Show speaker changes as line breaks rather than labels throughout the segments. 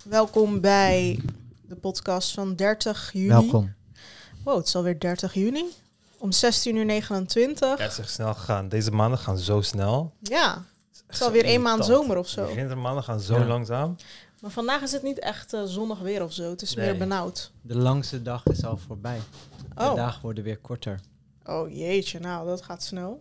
Welkom bij de podcast van 30 juni.
Welkom.
Wow, het is alweer 30 juni. Om 16:29 uur.
Ja, het is echt snel gegaan. Deze maanden gaan zo snel.
Ja, het is alweer 1 maand zomer of zo.
De wintermaanden gaan zo langzaam.
Maar vandaag is het niet echt zonnig weer of zo. Het is
Nee.
meer benauwd.
De langste dag is al voorbij.
Oh.
De dagen worden weer korter.
Oh jeetje, nou dat gaat snel.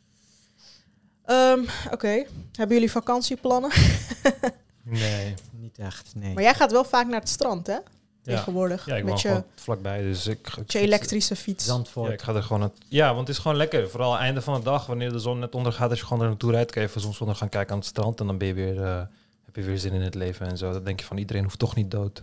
Oké, hebben jullie vakantieplannen?
Nee.
Niet echt, nee.
Maar jij gaat wel vaak naar het strand, hè? Tegenwoordig.
Ja, ik
met
woon
je,
gewoon vlakbij, dus ik
je elektrische fiets.
Zandvoort.
Ja, ik ga er gewoon ja, want het is gewoon lekker. Vooral einde van de dag, wanneer de zon net ondergaat, als je gewoon er naartoe rijdt, kan je even zonsondergang gaan kijken aan het strand en dan ben je weer, heb je weer zin in het leven en zo. Dan denk je van, iedereen hoeft toch niet dood.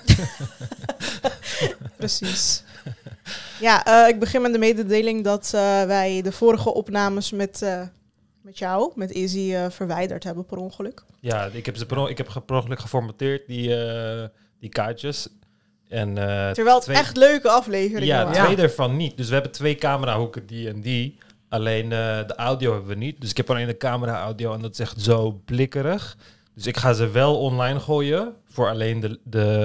Precies. Ja, ik begin met de mededeling dat wij de vorige opnames met jou, met Izzy, verwijderd hebben per ongeluk.
Ja, ik heb per ongeluk geformateerd, die kaartjes. En,
Terwijl het echt leuke afleveringen
ja,
waren.
2 ervan niet. Dus we hebben 2 camerahoeken, die en die. Alleen de audio hebben we niet. Dus ik heb alleen de camera-audio en dat is echt zo blikkerig. Dus ik ga ze wel online gooien. Voor alleen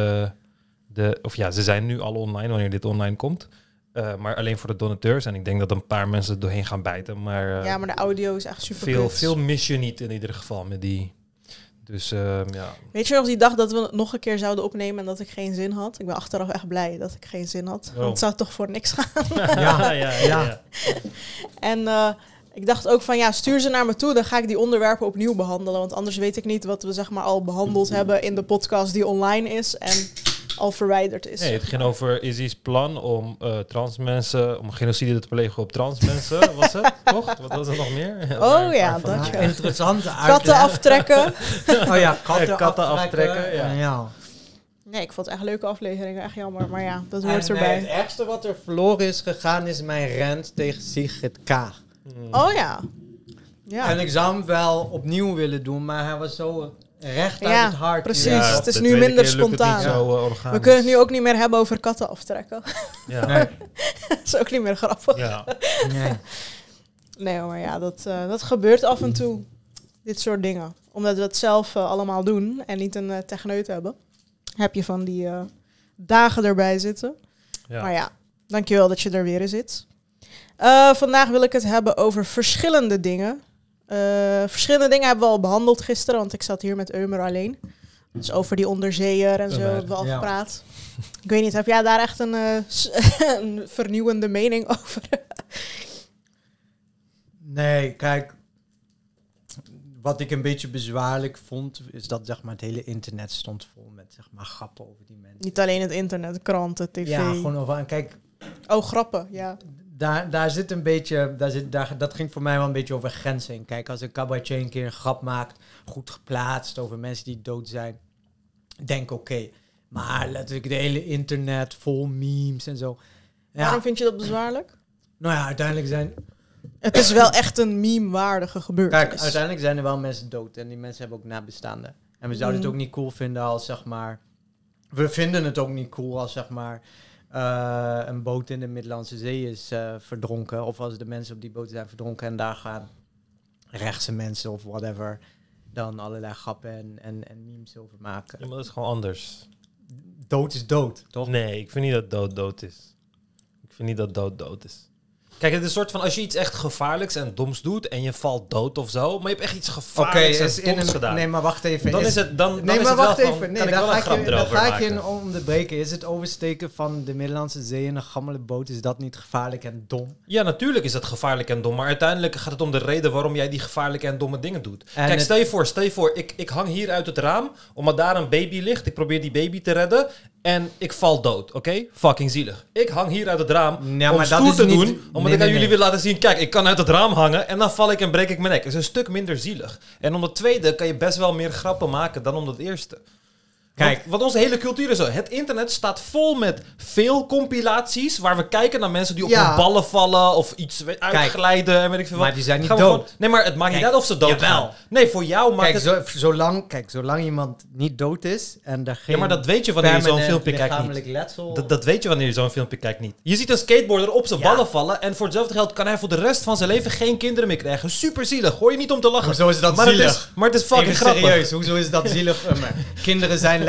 of ja, ze zijn nu al online wanneer dit online komt. Maar alleen voor de donateurs. En ik denk dat een paar mensen er doorheen gaan bijten. Maar,
ja, maar de audio is echt super
veel mis je niet in ieder geval met die. Dus ja.
Weet je nog die dag dat we het nog een keer zouden opnemen en dat ik geen zin had? Ik ben achteraf echt blij dat ik geen zin had. Want het zou toch voor niks gaan.
Ja.
En ik dacht ook van ja, stuur ze naar me toe. Dan ga ik die onderwerpen opnieuw behandelen. Want anders weet ik niet wat we zeg maar al behandeld hebben in de podcast die online is en al verwijderd is.
Nee, het ging over Izzy's plan om om genocide te plegen op trans mensen, was het? Toch? Wat was er nog meer?
Oh ja, dat ja.
Interessante
Katten aftrekken.
Oh ja, katten
aftrekken.
Ja.
Nee, ik vond het echt leuke afleveringen. Echt jammer, maar ja, dat
En,
hoort erbij.
het ergste wat er verloren is gegaan is mijn rant tegen Sigrid Kaag.
Oh ja. Ja.
En ik zou hem wel opnieuw willen doen, maar hij was zo recht uit het hart.
Precies.
Ja.
Het is
de
nu
tweede
minder
keer lukt het
spontaan.
niet zo, organisch.
We kunnen het nu ook niet meer hebben over katten aftrekken.
Ja.
Nee.
Dat is ook niet meer grappig.
Ja.
Nee.
Nee, maar ja, dat gebeurt af en toe. Dit soort dingen. Omdat we het zelf allemaal doen en niet een techneut hebben. Heb je van die dagen erbij zitten.
Ja.
Maar ja, dankjewel dat je er weer in zit. Vandaag wil ik het hebben over verschillende dingen. Verschillende dingen hebben we al behandeld gisteren, want ik zat hier met Eumer alleen. Dus over die onderzeeër en zo hebben we al gepraat. Ik weet niet, heb jij daar echt een vernieuwende mening over?
Nee, kijk, wat ik een beetje bezwaarlijk vond, is dat zeg maar, het hele internet stond vol met zeg maar, grappen over die mensen.
Niet alleen het internet, kranten, tv.
Ja, gewoon over. En kijk,
oh, grappen, ja.
daar zit een beetje, dat ging voor mij wel een beetje over grenzen in. Kijk, als een cabaretier een keer een grap maakt, goed geplaatst over mensen die dood zijn, denk oké. Maar letterlijk de hele internet vol memes en zo. Ja.
Waarom vind je dat bezwaarlijk?
Nou ja, uiteindelijk zijn...
Het is wel echt een meme-waardige gebeurtenis.
Kijk, uiteindelijk zijn er wel mensen dood en die mensen hebben ook nabestaanden. En we zouden het ook niet cool vinden als, zeg maar... We vinden het ook niet cool als, zeg maar... een boot in de Middellandse Zee is verdronken. Of als de mensen op die boot zijn verdronken en daar gaan rechtse mensen of whatever... dan allerlei grappen en memes over maken.
Ja, maar dat is gewoon anders.
Dood is dood, toch?
Nee, ik vind niet dat dood is. Ik vind niet dat dood is. Kijk, het is een soort van als je iets echt gevaarlijks en doms doet en je valt dood of zo, maar je hebt echt iets gevaarlijks en doms gedaan.
Nee, maar wacht even.
Dan is het dan
Nee,
is
maar
het wel
wacht
van,
even. Nee,
kan ik
daar
wel een grap erover
ga ik
maken.
je onderbreken. Is het oversteken van de Middellandse Zee in een gammele boot, is dat niet gevaarlijk en dom?
Ja, natuurlijk is dat gevaarlijk en dom, maar uiteindelijk gaat het om de reden waarom jij die gevaarlijke en domme dingen doet.
En
Kijk, stel je voor, ik hang hier uit het raam, omdat daar een baby ligt, ik probeer die baby te redden en ik val dood, oké? Fucking zielig. Ik hang hier uit het raam om
maar dat
stoer
is
te
niet-
doen, omdat ik aan jullie wil laten zien, kijk, ik kan uit het raam hangen en dan val ik en breek ik mijn nek. Dat is een stuk minder zielig. En om dat tweede kan je best wel meer grappen maken dan om dat eerste.
Kijk.
Want onze hele cultuur is zo. Het internet staat vol met veel compilaties waar we kijken naar mensen die op hun ballen vallen of iets uitglijden en weet ik veel wat.
Maar die zijn niet
Gaan we
dood.
gewoon- nee, maar het maakt niet
Kijk,
uit of ze dood
jawel.
gaan. Nee, voor jou maakt
Kijk,
het...
zolang iemand niet dood is en er geen...
Ja, maar dat weet je wanneer je zo'n
permanent
filmpje kijkt
lichamelijk
niet.
letsel...
Dat weet je wanneer je zo'n filmpje kijkt niet. Je ziet een skateboarder op zijn ballen vallen en voor hetzelfde geld kan hij voor de rest van zijn leven geen kinderen meer krijgen. Super zielig. Hoor je niet om te lachen.
Hoezo is dat
maar
zielig?
maar het is fucking
Even
grappig.
serieus, hoezo is dat zielig? Kinderen zijn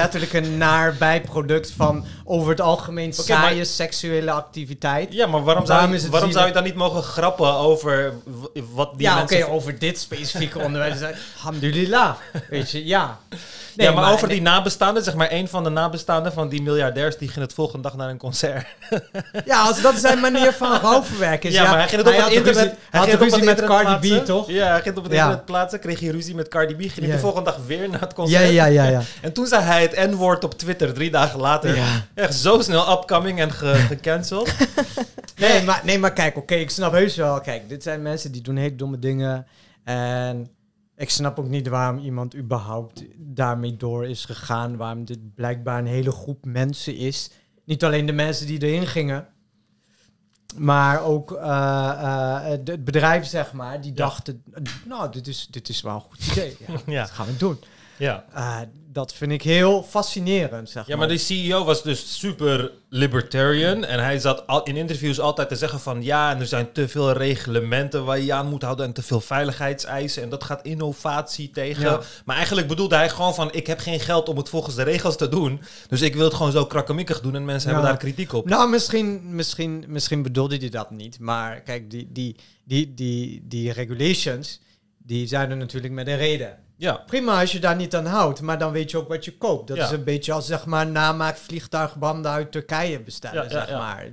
letterlijk een naar bijproduct van over het algemeen saaie seksuele activiteit.
Ja, maar waarom zou je dan niet mogen grappen over wat die mensen...
Ja, oké, over dit specifieke onderwerp. Alhamdulillah. Weet je, ja.
Nee, ja, maar over die nabestaanden, zeg maar, een van de nabestaanden van die miljardairs, die ging het volgende dag naar een concert.
Ja, als dat zijn manier van rouwverwerken is.
Ja, maar hij ging het op het internet...
Hij had ruzie met Cardi B, toch?
Ja, hij ging het op het internet plaatsen, kreeg hij ruzie met Cardi B, ging hij de volgende dag weer naar het concert.
Ja.
En toen zei hij het N-woord op Twitter 3 dagen later. Ja. Echt zo snel upcoming en gecanceld.
Nee, maar kijk, oké, ik snap heus wel. Kijk, dit zijn mensen die doen hele domme dingen. En ik snap ook niet waarom iemand überhaupt daarmee door is gegaan. Waarom dit blijkbaar een hele groep mensen is. Niet alleen de mensen die erin gingen. Maar ook het bedrijf, zeg maar. Die dachten, nou, dit is wel een goed idee. Ja, dat gaan we doen.
Ja.
Dat vind ik heel fascinerend, zeg maar.
Ja, maar die CEO was dus super libertarian. En hij zat in interviews altijd te zeggen van... ja, en er zijn te veel reglementen waar je je aan moet houden... en te veel veiligheidseisen. En dat gaat innovatie tegen. Ja. Maar eigenlijk bedoelde hij gewoon van... ik heb geen geld om het volgens de regels te doen. Dus ik wil het gewoon zo krakkemikkig doen. En mensen hebben daar kritiek op.
Nou, misschien bedoelde hij dat niet. Maar kijk, die regulations... die zijn er natuurlijk met een reden.
Ja.
Prima als je daar niet aan houdt, maar dan weet je ook wat je koopt. Dat is een beetje als, zeg maar, namaakvliegtuigbanden uit Turkije bestellen, zeg maar.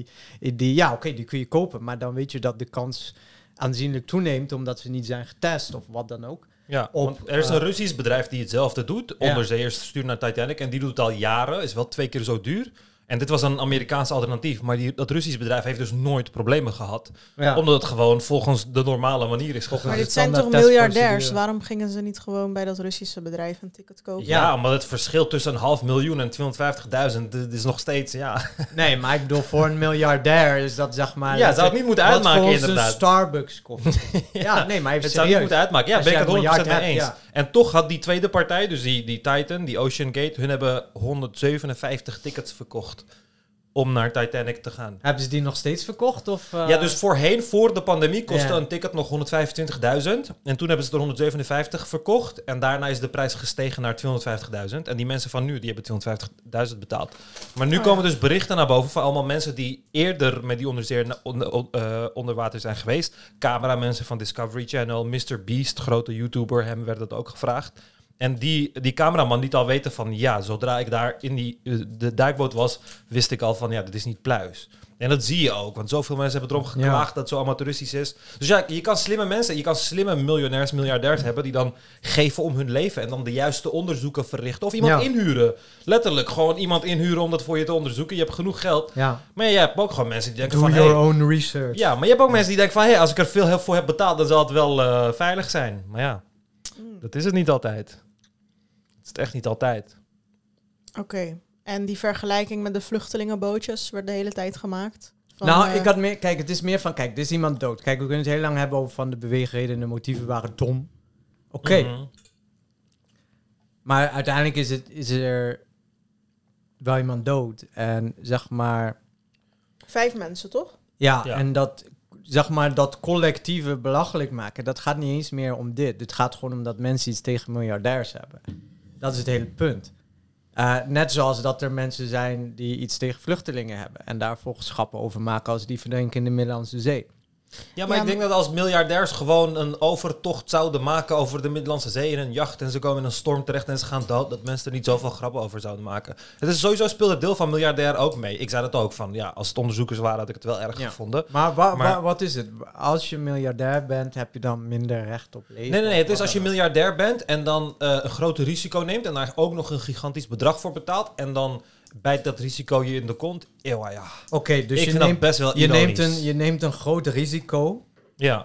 Die kun je kopen, maar dan weet je dat de kans aanzienlijk toeneemt, omdat ze niet zijn getest of wat dan ook.
Ja, want er is een Russisch bedrijf die hetzelfde doet. Onderzeeërs sturen naar Titanic en die doet het al jaren. Is wel 2 keer zo duur. En dit was een Amerikaans alternatief. Maar dat Russisch bedrijf heeft dus nooit problemen gehad. Ja. Omdat het gewoon volgens de normale manier is gegaan.
Maar dit zijn toch miljardairs? Waarom gingen ze niet gewoon bij dat Russische bedrijf een ticket kopen?
Ja, omdat het verschil tussen 500.000 en 250.000 is nog steeds,
Nee, maar ik bedoel, voor een miljardair is dat, zeg maar...
Ja, zou het niet moeten uitmaken, inderdaad.
Een Starbucks koffie. Ja, nee, maar even
het zou niet moeten uitmaken. Ja, ben ik het 100% mee eens.
Ja.
En toch had die tweede partij, dus die Titan, die Ocean Gate, hun hebben 157 tickets verkocht om naar Titanic te gaan.
Hebben ze die nog steeds verkocht? Of,
Ja, dus voor de pandemie kostte een ticket nog 125.000. En toen hebben ze er 157 verkocht. En daarna is de prijs gestegen naar 250.000. En die mensen van nu, die hebben 250.000 betaald. Maar nu komen dus berichten naar boven van allemaal mensen die eerder met die onderzeeër onder water zijn geweest. Cameramensen van Discovery Channel, Mr. Beast, grote YouTuber, hem werd dat ook gevraagd. En die cameraman liet al weten van... ja, zodra ik daar in de duikboot was... wist ik al van, ja, dit is niet pluis. En dat zie je ook. Want zoveel mensen hebben erom geklaagd dat het zo amateuristisch is. Dus ja, je kan slimme mensen... je kan slimme miljonairs, miljardairs hebben... die dan geven om hun leven... en dan de juiste onderzoeken verrichten. Of iemand inhuren. Letterlijk, gewoon iemand inhuren om dat voor je te onderzoeken. Je hebt genoeg geld. Ja. Maar je hebt ook gewoon mensen die denken
Do your own research.
Ja, maar je hebt ook mensen die denken van... als ik er veel voor heb betaald... dan zal het wel veilig zijn. Maar ja, dat is het niet altijd. Het is echt niet altijd.
Oké. En die vergelijking met de vluchtelingenbootjes werd de hele tijd gemaakt?
Ik had meer... Kijk, het is meer van... Kijk, er is iemand dood. Kijk, we kunnen het heel lang hebben over van de beweegredenen en de motieven waren dom. Oké. Mm-hmm. Maar uiteindelijk is er wel iemand dood. En zeg maar...
5 mensen, toch?
Ja, en dat... Zeg maar, dat collectieve belachelijk maken, dat gaat niet eens meer om dit. Het gaat gewoon om dat mensen iets tegen miljardairs hebben. Dat is het hele punt. Net zoals dat er mensen zijn die iets tegen vluchtelingen hebben. En daar volgens grappen over maken als die verdrinken in de Middellandse Zee.
Ja, maar ik denk dat als miljardairs gewoon een overtocht zouden maken over de Middellandse Zee in een jacht en ze komen in een storm terecht en ze gaan dood, dat mensen er niet zoveel grappen over zouden maken. Het is sowieso speelt het deel van miljardair ook mee. Ik zei dat ook van, ja, als het onderzoekers waren had ik het wel erg gevonden.
Maar wat is het? Als je miljardair bent, heb je dan minder recht op leven?
Nee. Het is als je miljardair bent en dan een groot risico neemt en daar ook nog een gigantisch bedrag voor betaalt en dan bijt dat risico je in de kont. Ja.
Oké, dus
ik vind dat best wel ironisch.
Je neemt een groot risico.
Ja.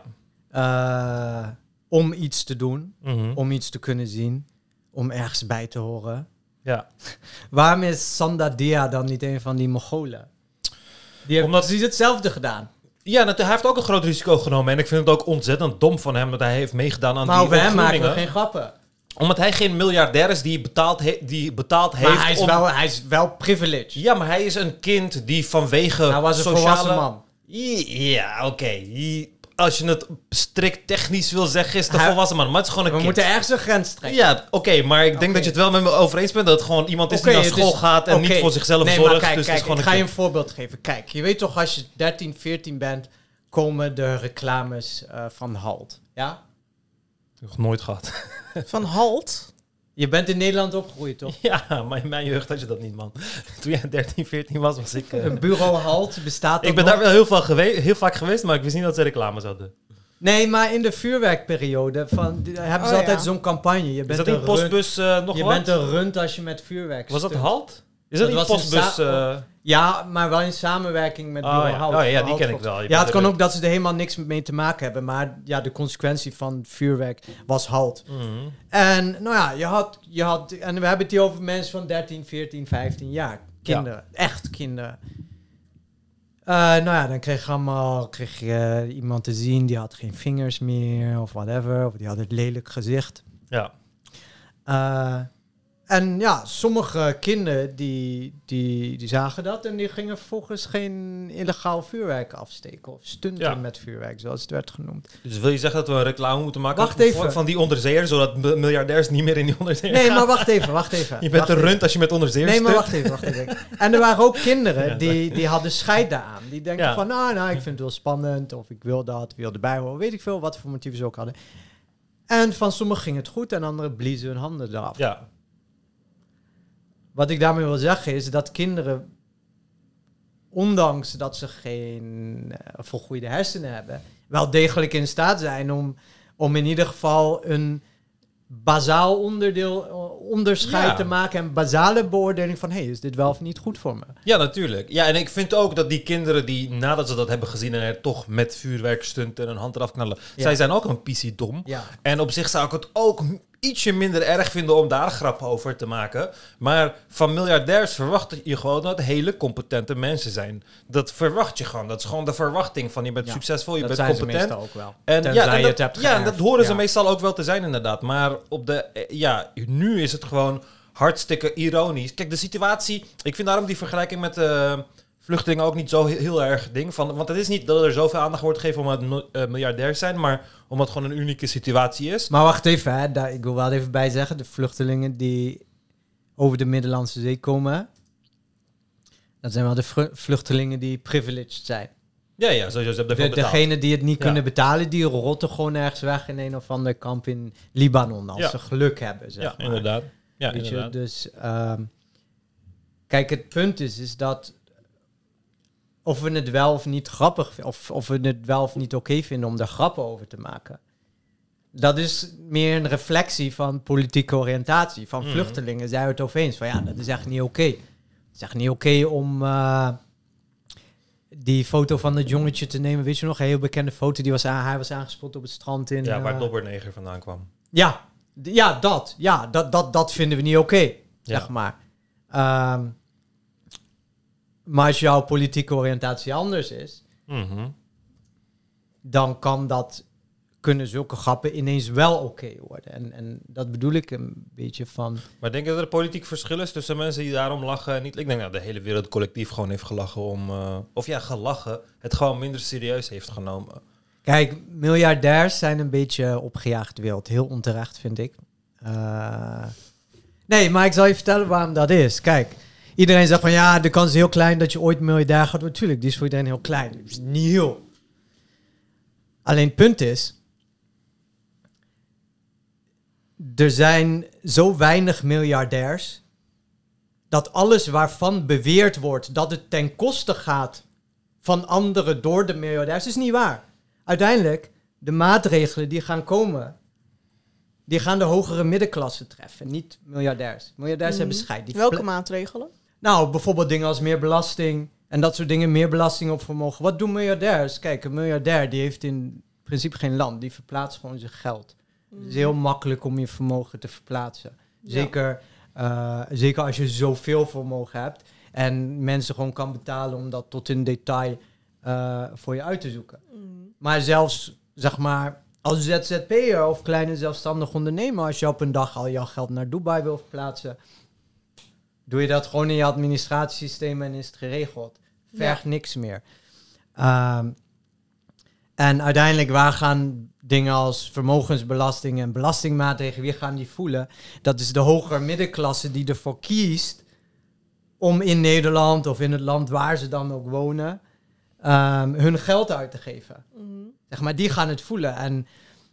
Om iets te doen. Mm-hmm. Om iets te kunnen zien. Om ergens bij te horen.
Ja.
Waarom is Sandadia dan niet een van die Mongolen? Die heeft precies hetzelfde gedaan.
Ja, hij heeft ook een groot risico genomen. En ik vind het ook ontzettend dom van hem dat hij heeft meegedaan aan die
ontgroeningen. Maar over hem maken we geen grappen.
Omdat hij geen miljardair is die betaald heeft.
Maar hij is wel privileged.
Ja, maar hij is een kind die vanwege
hij was een volwassen man.
Ja, oké. als je het strikt technisch wil zeggen, is het een volwassen man. Maar het is gewoon een kind.
moeten ergens een grens trekken.
Ja, oké, maar ik denk dat je het wel met me over eens bent dat het gewoon iemand is die naar school gaat en niet voor zichzelf zorgt.
Maar kijk,
dus het is gewoon
ik ga je een voorbeeld geven. Kijk, je weet toch als je 13, 14 bent, komen de reclames van Halt. Ja?
Nog nooit gehad.
Van Halt?
Je bent in Nederland opgegroeid, toch?
Ja, maar in mijn jeugd had je dat niet, man. Toen jij 13, 14 was ik...
Een bureau Halt bestaat
ik ben daar wel heel vaak geweest, maar ik wist niet dat ze reclames hadden.
Nee, maar in de vuurwerkperiode hebben ze altijd zo'n campagne. Je bent
is dat die postbus nog
je
wat?
bent een rund als je met vuurwerk
Was dat
stunt.
Halt? Is dat die postbus...
Ja, maar wel in samenwerking met bureau Halt.
Oh ja, die ken ik wel.
Ja, het kan ook dat ze er helemaal niks mee te maken hebben. Maar ja, de consequentie van vuurwerk was Halt.
Mm.
En nou ja, je had... En we hebben het hier over mensen van 13, 14, 15 jaar. Kinderen. Ja. Echt kinderen. Nou ja, dan kreeg je iemand te zien, die had geen vingers meer of whatever. Of die had het lelijk gezicht.
Ja.
En ja, sommige kinderen die zagen dat en die gingen vervolgens geen illegaal vuurwerk afsteken of stunten met vuurwerk, zoals het werd genoemd.
Dus wil je zeggen dat we een reclame moeten maken van die onderzeeërs, zodat miljardairs niet meer in die onderzeeërs gaan?
Nee, maar wacht even.
Je bent een rund als je met onderzeeërs
stunt. Nee, maar wacht even. En er waren ook kinderen die hadden scheid daaraan. Die denken van, nou, ik vind het wel spannend of ik wil erbij horen, weet ik veel, wat voor motieven ze ook hadden. En van sommigen ging het goed en anderen bliezen hun handen eraf.
Ja.
Wat ik daarmee wil zeggen is dat kinderen, ondanks dat ze geen volgroeide hersenen hebben, wel degelijk in staat zijn om in ieder geval een bazaal onderscheid te maken en basale beoordeling van, is dit wel of niet goed voor me?
Ja, natuurlijk. Ja, en ik vind ook dat die kinderen die, nadat ze dat hebben gezien en er toch met vuurwerk stunten en een hand eraf knallen, zij zijn ook een pissie dom.
Ja.
En op zich zou ik het ook ietsje minder erg vinden om daar grappen over te maken. Maar van miljardairs verwacht je gewoon dat hele competente mensen zijn. Dat verwacht je gewoon. Dat is gewoon de verwachting van je bent succesvol, je bent competent. Dat zijn ze
meestal ook wel.
En dat horen ze meestal ook wel te zijn inderdaad. Maar nu is het gewoon hartstikke ironisch. Kijk, de situatie, ik vind daarom die vergelijking met vluchtelingen ook niet zo heel erg ding. Want het is niet dat er zoveel aandacht wordt gegeven om het miljardairs zijn, maar omdat het gewoon een unieke situatie is.
Maar wacht even, hè. Ik wil wel even bij zeggen, de vluchtelingen die over de Middellandse Zee komen, dat zijn wel de vluchtelingen die privileged zijn.
Ja, sowieso. Ze hebben
degene die het niet kunnen betalen, die rotten gewoon ergens weg in een of ander kamp in Libanon, als ze geluk hebben, zeg maar.
Inderdaad. Ja,
weet
inderdaad.
Je? Dus, kijk, het punt is dat of we het wel of niet grappig vinden, of we het wel of niet oké vinden om daar grappen over te maken. Dat is meer een reflectie van politieke oriëntatie. Van vluchtelingen zijn we het over eens. Van dat is echt niet oké. Het is echt niet oké om die foto van het jongetje te nemen. Weet je nog, een heel bekende foto. Hij was aangespot op het strand in...
waar Dobberneger vandaan kwam.
Dat vinden we niet oké, zeg maar. Maar als jouw politieke oriëntatie anders is, dan kunnen zulke grappen ineens wel oké worden. En dat bedoel ik een beetje van...
Maar denk je dat er politiek verschil is tussen mensen die daarom lachen en niet? Ik denk dat de hele wereld collectief gewoon heeft gelachen om... gelachen, het gewoon minder serieus heeft genomen.
Kijk, miljardairs zijn een beetje opgejaagd de wereld. Heel onterecht, vind ik. Nee, maar ik zal je vertellen waarom dat is. Kijk... Iedereen zegt van de kans is heel klein dat je ooit miljardair gaat worden. Natuurlijk, die is voor iedereen heel klein. Het is niet heel. Alleen het punt is, er zijn zo weinig miljardairs dat alles waarvan beweerd wordt dat het ten koste gaat van anderen door de miljardairs, is niet waar. Uiteindelijk, de maatregelen die gaan komen, die gaan de hogere middenklasse treffen, niet miljardairs. Miljardairs hebben scheid.
Welke maatregelen?
Nou, bijvoorbeeld dingen als meer belasting en dat soort dingen, meer belasting op vermogen. Wat doen miljardairs? Kijk, een miljardair die heeft in principe geen land, die verplaatst gewoon zijn geld. Het is heel makkelijk om je vermogen te verplaatsen. Zeker als je zoveel vermogen hebt en mensen gewoon kan betalen om dat tot in detail voor je uit te zoeken. Maar zelfs, zeg maar, als ZZP'er of kleine zelfstandig ondernemer, als je op een dag al jouw geld naar Dubai wil verplaatsen, doe je dat gewoon in je administratiesysteem en is het geregeld. Vergt niks meer. En uiteindelijk, waar gaan dingen als vermogensbelasting en belastingmaatregelen, wie gaan die voelen? Dat is de hogere middenklasse die ervoor kiest om in Nederland of in het land waar ze dan ook wonen, hun geld uit te geven. Zeg maar, die gaan het voelen. En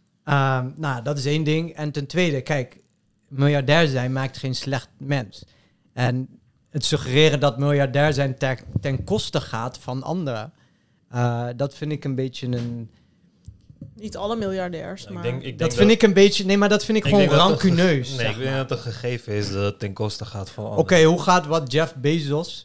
dat is één ding. En ten tweede, kijk, miljardair zijn maakt geen slecht mens. En het suggereren dat miljardair zijn ten koste gaat van anderen, dat vind ik een beetje een...
Niet alle miljardairs, maar...
Ik denk
dat vind ik een beetje... Nee, maar dat vind ik gewoon rancuneus.
Nee, ik denk dat het een gegeven is dat het ten koste gaat van anderen.
Oké, hoe gaat wat Jeff Bezos...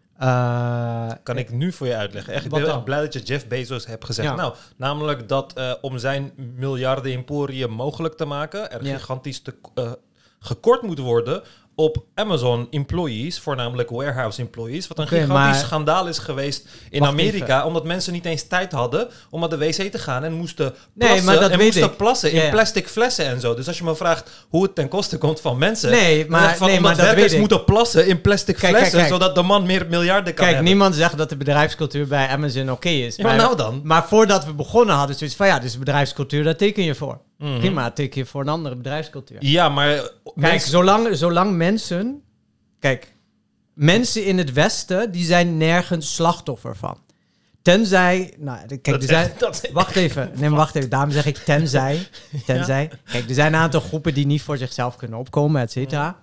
kan ik nu voor je uitleggen. Echt, ik ben echt blij dat je Jeff Bezos hebt gezegd.
Ja.
Nou, namelijk dat om zijn miljarden emporium mogelijk te maken, er gigantisch gekort moet worden op Amazon employees, voornamelijk warehouse employees, wat een gigantisch schandaal is geweest in Amerika, omdat mensen niet eens tijd hadden om naar de wc te gaan en moesten plassen in plastic flessen en zo. Dus als je me vraagt hoe het ten koste komt van mensen, omdat werkers moeten plassen in plastic flessen, zodat de man meer miljarden kan hebben.
Niemand zegt dat de bedrijfscultuur bij Amazon oké is.
Ja, maar nou dan.
Maar voordat we begonnen hadden we zoiets van, dit is de bedrijfscultuur, daar teken je voor. Prima, teken je voor een andere bedrijfscultuur.
Ja, maar...
Kijk, zolang mensen... Kijk, mensen in het Westen, die zijn nergens slachtoffer van. Tenzij... Nou, kijk, wacht even. Nee, maar wacht even. Daarom zeg ik tenzij. Ja. Kijk, er zijn een aantal groepen die niet voor zichzelf kunnen opkomen, et cetera.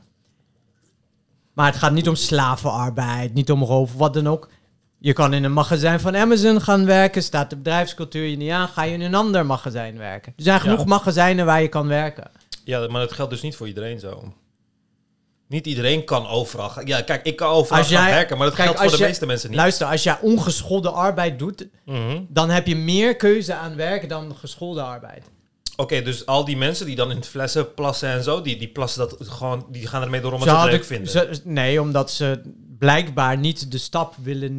Maar het gaat niet om slavenarbeid, niet om roof, wat dan ook. Je kan in een magazijn van Amazon gaan werken. Staat de bedrijfscultuur je niet aan, ga je in een ander magazijn werken. Er zijn genoeg magazijnen waar je kan werken.
Ja, maar dat geldt dus niet voor iedereen zo. Niet iedereen kan overal gaan. Ja, kijk, ik kan overal gaan werken, maar dat geldt voor de meeste mensen niet.
Luister, als jij ongeschoolde arbeid doet, dan heb je meer keuze aan werk dan geschoolde arbeid.
Oké, dus al die mensen die dan in flessen plassen en zo, die plassen dat gewoon, die gaan ermee door omdat ze het leuk vinden.
Nee, omdat ze blijkbaar niet de stap willen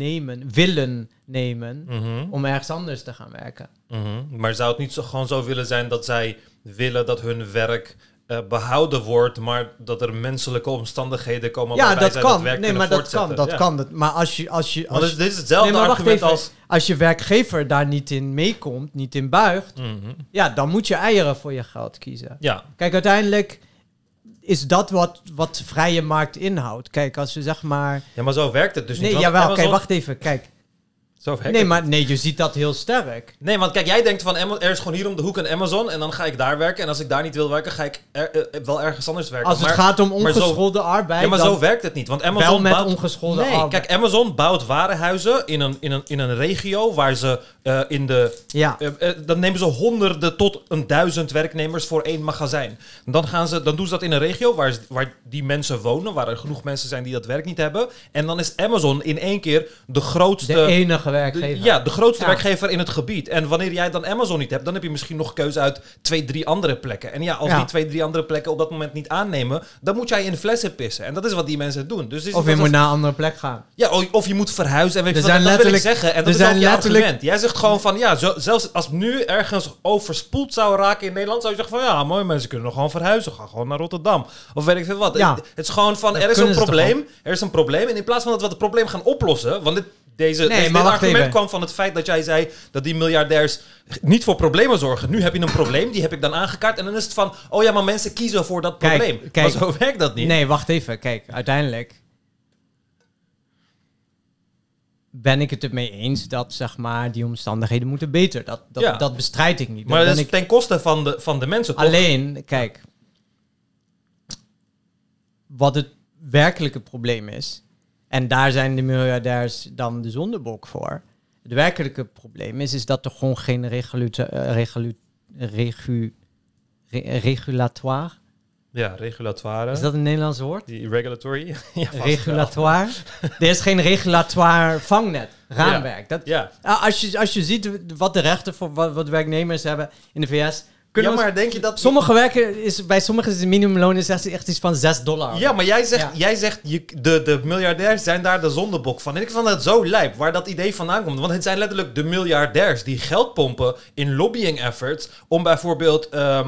nemen om ergens anders te gaan werken.
Maar zou het niet gewoon zo willen zijn dat zij willen dat hun werk behouden wordt, maar dat er menselijke omstandigheden komen waarbij zij dat werk kunnen voortzetten?
Dat kan. Maar als je
dit is hetzelfde argument als...
Als je werkgever daar niet in meekomt, niet in buigt, dan moet je eieren voor je geld kiezen. Ja. Kijk, uiteindelijk is dat wat vrije markt inhoudt. Kijk, als je zeg maar...
Ja, maar zo werkt het dus niet.
Nee, jawel, kijk, wacht even, kijk. Nee, je ziet dat heel sterk.
Nee, want kijk, jij denkt van er is gewoon hier om de hoek een Amazon en dan ga ik daar werken. En als ik daar niet wil werken, ga ik wel ergens anders werken.
Als het gaat om ongeschoolde arbeid...
Ja, maar zo werkt het niet. Want Amazon
wel met ongeschoolde arbeid.
Kijk, Amazon bouwt warenhuizen in een regio waar ze dan nemen ze honderden tot 1000 werknemers voor 1 magazijn. Dan doen ze dat in een regio waar die mensen wonen, waar er genoeg mensen zijn die dat werk niet hebben. En dan is Amazon in één keer de grootste...
De enige werkgever.
De grootste werkgever in het gebied. En wanneer jij dan Amazon niet hebt, dan heb je misschien nog keuze uit 2-3 andere plekken. En als die 2-3 andere plekken op dat moment niet aannemen, dan moet jij in flessen pissen. En dat is wat die mensen doen. Dus
of je moet naar een andere plek gaan.
Ja, of je moet verhuizen. En dat wil ik zeggen. En dat is ook je argument. Jij zegt gewoon van, zelfs als nu ergens overspoeld zou raken in Nederland, zou je zeggen van, ja, mooie mensen kunnen nog gewoon verhuizen. Ga gewoon naar Rotterdam. Of weet ik veel wat. Ja. Het is gewoon van, er is een probleem. Er is een probleem. En in plaats van dat we het probleem gaan oplossen, want dit argument kwam van het feit dat jij zei dat die miljardairs niet voor problemen zorgen. Nu heb je een probleem, die heb ik dan aangekaart. En dan is het van, oh ja, maar mensen kiezen voor dat probleem. Maar zo werkt dat niet.
Nee, wacht even. Kijk, uiteindelijk ben ik het ermee eens dat, zeg maar, die omstandigheden moeten beter. Dat bestrijd ik niet.
Maar dat is ten koste van de mensen, toch?
Alleen, kijk, wat het werkelijke probleem is, en daar zijn de miljardairs dan de zondebok voor. Het werkelijke probleem is dat er gewoon geen regulatoire...
Ja, regulatoire.
Is dat een Nederlands woord?
Die regulatory?
Ja, regulatoire. Er is geen regulatoire vangnet, raamwerk. Als je ziet wat de rechten voor wat werknemers hebben in de VS...
maar denk je dat...
Bij sommigen is het minimumloon echt iets van $6.
Ja, maar jij zegt de miljardairs zijn daar de zondebok van. En ik vond dat zo lijp, waar dat idee vandaan komt. Want het zijn letterlijk de miljardairs die geld pompen in lobbying efforts om bijvoorbeeld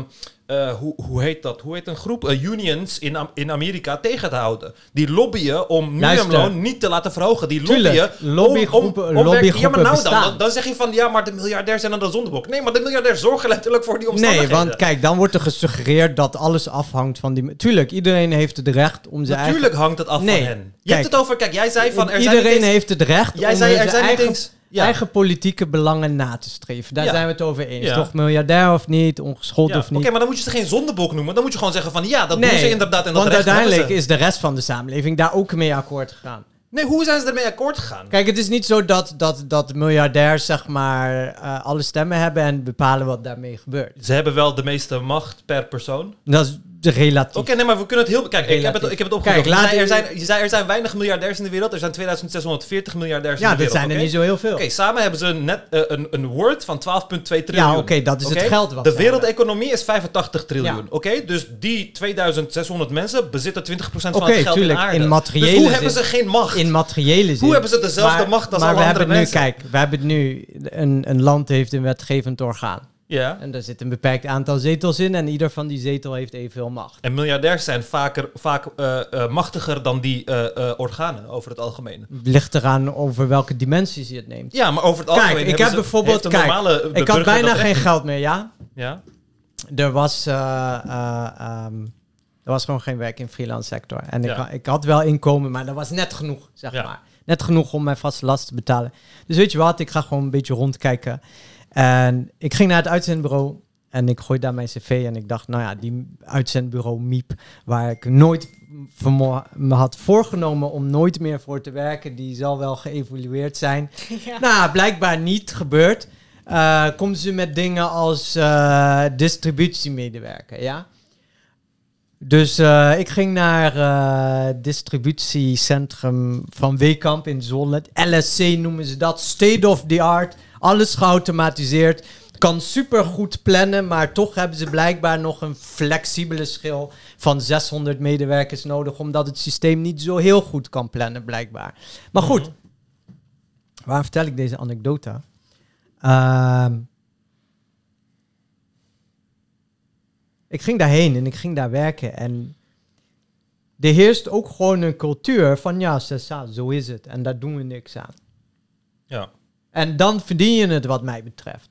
hoe heet dat? Hoe heet een groep? Unions in Amerika tegen te houden. Die lobbyen om minimumloon niet te laten verhogen. Die lobbyen
Lobbygroepen
ja, maar nou
bestaan.
dan zeg je van, ja, maar de miljardairs zijn dan de zondebok. Nee, maar de miljardairs zorgen letterlijk voor die omstandigheden.
Nee, want kijk, dan wordt er gesuggereerd dat alles afhangt van die... Tuurlijk, iedereen heeft het recht om zijn
Natuurlijk hangt het af van hen. Je hebt het over, kijk, jij zei van...
Iedereen heeft het recht
jij
om
zei, er
zijn
zijn
eigen...
niet eens...
eigen politieke belangen na te streven. Daar zijn we het over eens.
Ja.
Toch miljardair of niet, ongeschoold of niet.
Oké, maar dan moet je ze geen zondebok noemen. Dan moet je gewoon zeggen van ja, dat doen ze inderdaad en dat
want
recht
uiteindelijk
hebben ze.
is de rest van de samenleving daar ook mee akkoord gegaan.
Nee, hoe zijn ze ermee akkoord gegaan?
Kijk, het is niet zo dat miljardairs zeg maar alle stemmen hebben en bepalen wat daarmee gebeurt.
Ze hebben wel de meeste macht per persoon.
Dat is relatief.
Oké, nee, maar we kunnen het heel... Kijk, ik heb het opgezocht.
Kijk,
Je zei er zijn weinig miljardairs in de wereld. Er zijn 2640 miljardairs in de
Ja,
wereld.
dat zijn er niet zo heel veel.
Oké, samen hebben ze net een worth van 12,2 triljoen.
Ja, oké, dat is het geld wat
de
ze
wereldeconomie is 85 triljoen.
Ja.
Oké, dus die 2600 mensen bezitten 20% van het
Oké,
geld
tuurlijk,
in aarde.
in materiële
dus hoe
zin.
hebben ze geen macht?
In materiële zin.
Hoe hebben ze dezelfde macht als alle andere mensen?
We hebben nu... Een land heeft een wetgevend orgaan.
Ja.
En daar zit een beperkt aantal zetels in en ieder van die zetel heeft evenveel macht.
En miljardairs zijn vaak machtiger dan die organen over het algemeen.
Ligt eraan over welke dimensies je het neemt.
Ja, maar over het algemeen
Kijk, ik heb bijvoorbeeld... ik had bijna geen geld meer, ja?
Ja?
Er was gewoon geen werk in freelance sector. En ik had wel inkomen, maar dat was net genoeg, zeg maar. Net genoeg om mijn vaste lasten te betalen. Dus weet je wat, ik ga gewoon een beetje rondkijken. En ik ging naar het uitzendbureau en ik gooide daar mijn cv en ik dacht, nou ja, die uitzendbureau Miep, waar ik nooit me had voorgenomen om nooit meer voor te werken, die zal wel geëvolueerd zijn. Ja. Nou, blijkbaar niet gebeurd. Komen ze met dingen als distributiemedewerker, ja? Dus ik ging naar distributiecentrum van Wekamp in Zwolle. LSC noemen ze dat. State of the art. Alles geautomatiseerd. Kan supergoed plannen, maar toch hebben ze blijkbaar nog een flexibele schil van 600 medewerkers nodig, omdat het systeem niet zo heel goed kan plannen, blijkbaar. Maar goed, waarom vertel ik deze anekdote? Ik ging daarheen en ik ging daar werken en er heerst ook gewoon een cultuur van ja, zo is het en daar doen we niks aan.
Ja.
En dan verdien je het wat mij betreft.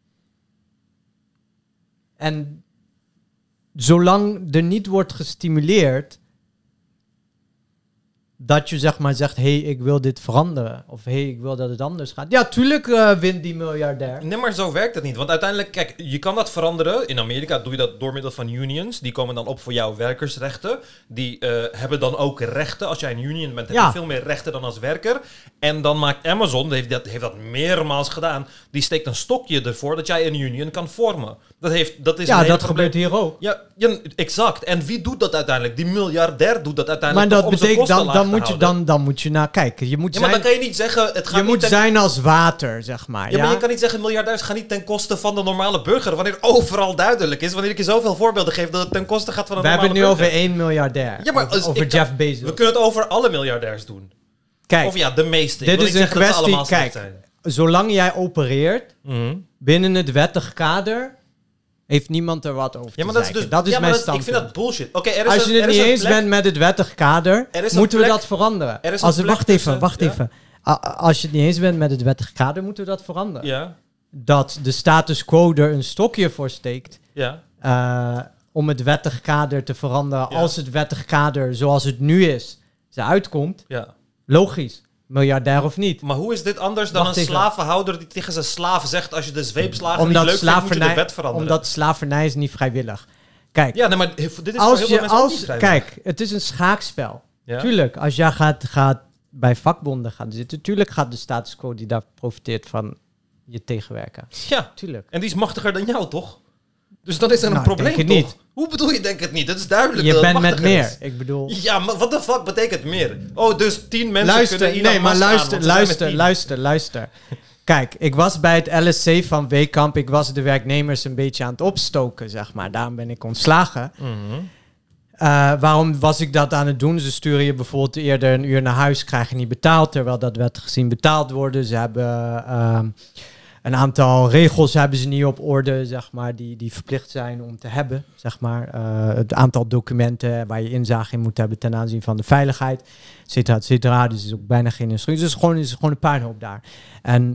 En zolang er niet wordt gestimuleerd dat je zeg maar zegt, hey, ik wil dit veranderen. Of hey, ik wil dat het anders gaat. Ja, tuurlijk wint die miljardair.
Nee, maar zo werkt het niet. Want uiteindelijk, kijk, je kan dat veranderen. In Amerika doe je dat door middel van unions. Die komen dan op voor jouw werkersrechten. Die hebben dan ook rechten. Als jij een union bent, heb je veel meer rechten dan als werker. En dan maakt Amazon, heeft dat meermaals gedaan, die steekt een stokje ervoor dat jij een union kan vormen. Dat
gebeurt hier ook.
Ja, exact. En wie doet dat uiteindelijk? Die miljardair doet dat uiteindelijk.
Maar dat betekent, dan moet je naar kijken. Je moet
maar dan kan je niet zeggen, het gaat
je moet zijn als water, zeg maar.
Ja, maar je kan niet zeggen, miljardairs gaan niet ten koste van de normale burger. Wanneer het overal duidelijk is. Wanneer ik je zoveel voorbeelden geef dat het ten koste gaat van de normale burger.
We hebben het nu over 1 miljardair.
Ja, maar
over Jeff Bezos.
We kunnen het over alle miljardairs doen.
Kijk,
of ja, de meeste.
Dit is een kwestie, kijk, zolang jij opereert binnen het wettig kader, heeft niemand er wat over te zeggen. Dat is mijn standpunt.
Ik vind dat bullshit.
Als je het niet eens bent met het wettig kader, moeten we dat veranderen. Wacht even. Als je het niet eens bent met het wettig kader, moeten we dat veranderen.
Ja.
Dat de status quo er een stokje voor steekt.
Ja.
Om het wettig kader te veranderen. Ja. Als het wettig kader zoals het nu is, eruit komt.
Ja.
Logisch. Miljardair of niet.
Maar hoe is dit anders dan een slavenhouder die tegen zijn slaven zegt, als je de zweepslager niet leuk vindt, moet je de wet veranderen?
Omdat slavernij is niet vrijwillig. Kijk.
Ja, nee, maar dit is voor heel veel mensen ook niet vrijwillig.
Kijk, het is een schaakspel. Ja? Tuurlijk, als jij gaat bij vakbonden gaan zitten, tuurlijk gaat de status quo die daar profiteert van je tegenwerken.
Ja,
tuurlijk.
En die is machtiger dan jou, toch? Dus dan is er een probleem, toch?
Niet.
Hoe bedoel je, denk het niet? Dat is duidelijk.
Je
dat
bent met meer,
is.
ik bedoel...
Ja, maar wat de fuck betekent meer? Oh, dus 10 mensen kunnen Elon Musk
luister. Kijk, ik was bij het LSC van Wekamp. Ik was de werknemers een beetje aan het opstoken, zeg maar. Daarom ben ik ontslagen. Waarom was ik dat aan het doen? Ze sturen je bijvoorbeeld eerder een uur naar huis, krijg je niet betaald, terwijl dat werd gezien betaald worden. Ze hebben Een aantal regels hebben ze niet op orde, zeg maar, die verplicht zijn om te hebben, zeg maar. Het aantal documenten waar je inzage in moet hebben ten aanzien van de veiligheid, et cetera, et cetera. Dus er is ook bijna geen instructie. Dus het is gewoon een puinhoop daar. En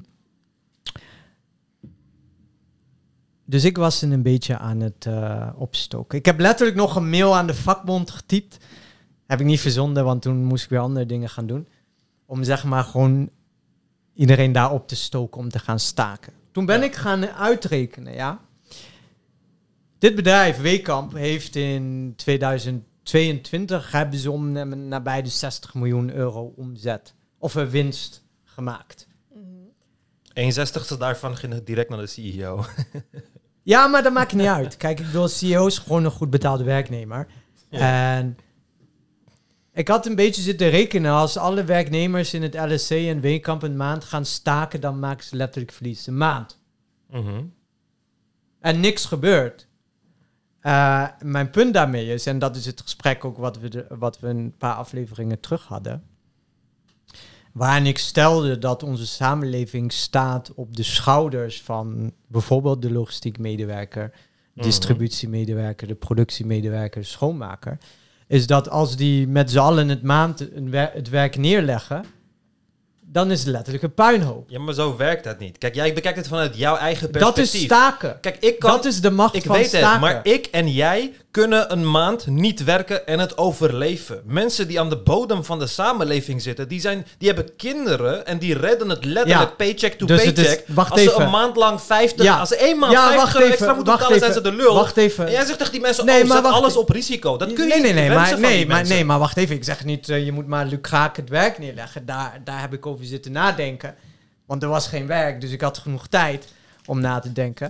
dus ik was er een beetje aan het opstoken. Ik heb letterlijk nog een mail aan de vakbond getypt. Heb ik niet verzonden, want toen moest ik weer andere dingen gaan doen. Om zeg maar gewoon iedereen daar op te stoken om te gaan staken. Toen ben ik gaan uitrekenen, ja. Dit bedrijf, Wekamp, heeft in 2022 hebben ze om nabij de 60 miljoen euro omzet. Of een winst gemaakt.
1/60 daarvan ging direct naar de CEO.
Ja, maar dat maakt niet uit. Kijk, ik bedoel, CEO is gewoon een goed betaalde werknemer. Ja. En ik had een beetje zitten rekenen. Als alle werknemers in het LSC en Wekamp een maand gaan staken, dan maken ze letterlijk verlies. Een maand. En niks gebeurt. Mijn punt daarmee is, en dat is het gesprek ook wat we een paar afleveringen terug hadden, waarin ik stelde dat onze samenleving staat op de schouders van bijvoorbeeld de logistiek medewerker, distributiemedewerker, de productiemedewerker, de schoonmaker, is dat als die met z'n allen het werk neerleggen, dan is het letterlijk een puinhoop.
Ja, maar zo werkt dat niet. Kijk, jij bekijkt het vanuit jouw eigen perspectief.
Dat is staken.
Kijk,
dat is de macht van staken. Ik weet het,
maar ik en jij kunnen een maand niet werken en het overleven. Mensen die aan de bodem van de samenleving zitten, die hebben kinderen en die redden het letterlijk paycheck to
dus
paycheck. Als ze een maand lang 50, als ze 1 maand 50 euro extra moeten betalen, zijn ze de lul.
Wacht even.
En jij zegt tegen die mensen, zet alles op risico. Dat kun je niet.
Maar wacht even. Ik zeg niet, je moet maar lukraak het werk neerleggen. Daar heb ik over zitten nadenken. Want er was geen werk, dus ik had genoeg tijd om na te denken.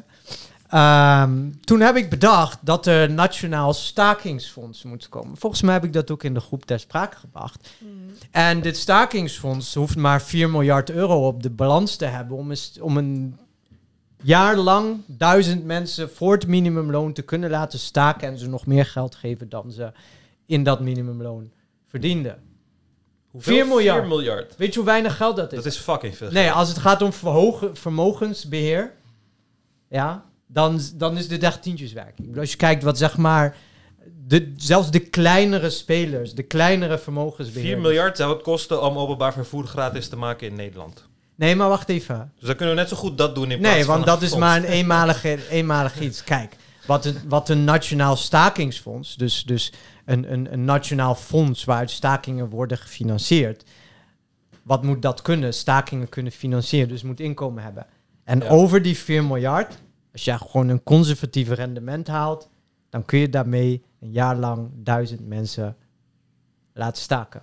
Toen heb ik bedacht dat er een nationaal stakingsfonds moet komen. Volgens mij heb ik dat ook in de groep ter sprake gebracht. En dit stakingsfonds hoeft maar 4 miljard euro op de balans te hebben om een jaar lang 1000 mensen voor het minimumloon te kunnen laten staken en ze nog meer geld geven dan ze in dat minimumloon verdienden. 4 miljard. Weet je hoe weinig geld dat is?
Dat is fucking veel.
Nee, als het gaat om vermogensbeheer, ja, dan is dit echt tientjeswerk. Ik bedoel, als je kijkt wat zeg maar, zelfs de kleinere spelers, de kleinere vermogensbeheerders.
4 miljard zou het kosten om openbaar vervoer gratis te maken in Nederland.
Nee, maar wacht even.
Dus dan kunnen we net zo goed dat doen in plaats van...
Nee, want dat is maar een eenmalig iets. Kijk, wat een nationaal stakingsfonds, dus een nationaal fonds waaruit stakingen worden gefinancierd. Wat moet dat kunnen? Stakingen kunnen financieren, dus moet inkomen hebben. En over die 4 miljard, als je gewoon een conservatief rendement haalt, dan kun je daarmee een jaar lang 1000 mensen laten staken.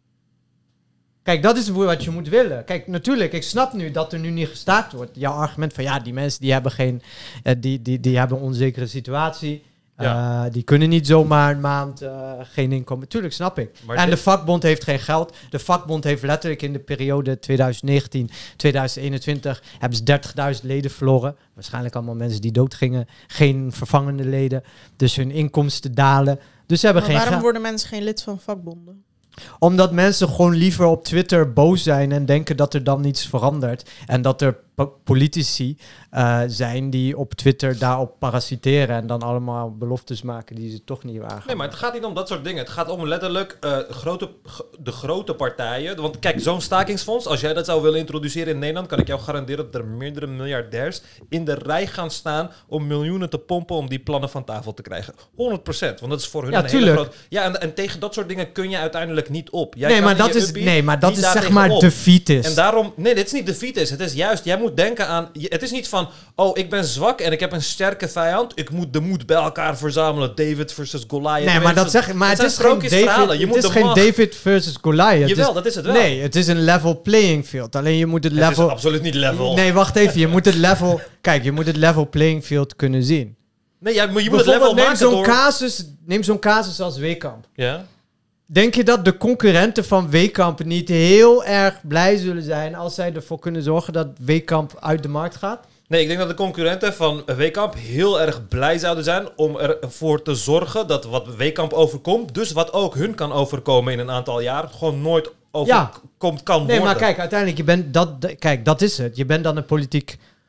Kijk, dat is wat je moet willen. Kijk, natuurlijk, ik snap nu dat er nu niet gestaakt wordt. Jouw argument van, ja, die mensen die hebben die hebben een onzekere situatie. Ja. Die kunnen niet zomaar een maand geen inkomen. Tuurlijk, snap ik. Maar en de vakbond heeft geen geld. De vakbond heeft letterlijk in de periode 2019-2021... hebben ze 30.000 leden verloren. Waarschijnlijk allemaal mensen die doodgingen. Geen vervangende leden. Dus hun inkomsten dalen. Dus ze hebben geen
waarom worden mensen geen lid van vakbonden?
Omdat mensen gewoon liever op Twitter boos zijn en denken dat er dan niets verandert. En dat er politici zijn die op Twitter daarop parasiteren en dan allemaal beloftes maken die ze toch niet waar gaan.
Nee, maar het gaat niet om dat soort dingen. Het gaat om letterlijk de grote partijen. Want kijk, zo'n stakingsfonds, als jij dat zou willen introduceren in Nederland, kan ik jou garanderen dat er meerdere miljardairs in de rij gaan staan om miljoenen te pompen om die plannen van tafel te krijgen. 100%, want dat is voor hun een hele groot... Ja, en tegen dat soort dingen kun je uiteindelijk niet op.
Nee, maar dat is zeg maar defeatist.
En daarom... Nee, dit is niet defeatist. Het is juist, jij moet denken aan... Het is niet van, ik ben zwak en ik heb een sterke vijand. Ik moet de moed bij elkaar verzamelen. David versus Goliath.
Nee, maar het is geen David, het is geen David versus Goliath.
Jawel, dat is het wel.
Nee, het is een level playing field. Alleen je moet het level... Het
is absoluut niet level.
Nee, wacht even. Je moet het level... Kijk, je moet het level playing field kunnen zien.
Nee, je moet het level maken
neem zo'n casus als Wekamp.
Ja.
Denk je dat de concurrenten van Wekamp niet heel erg blij zullen zijn als zij ervoor kunnen zorgen dat Wekamp uit de markt gaat?
Nee, ik denk dat de concurrenten van Wekamp heel erg blij zouden zijn om ervoor te zorgen dat wat Wekamp overkomt, dus wat ook hun kan overkomen in een aantal jaar, gewoon nooit overkomt kan worden.
Nee, maar kijk, uiteindelijk, dat is het. Je bent dan een politiek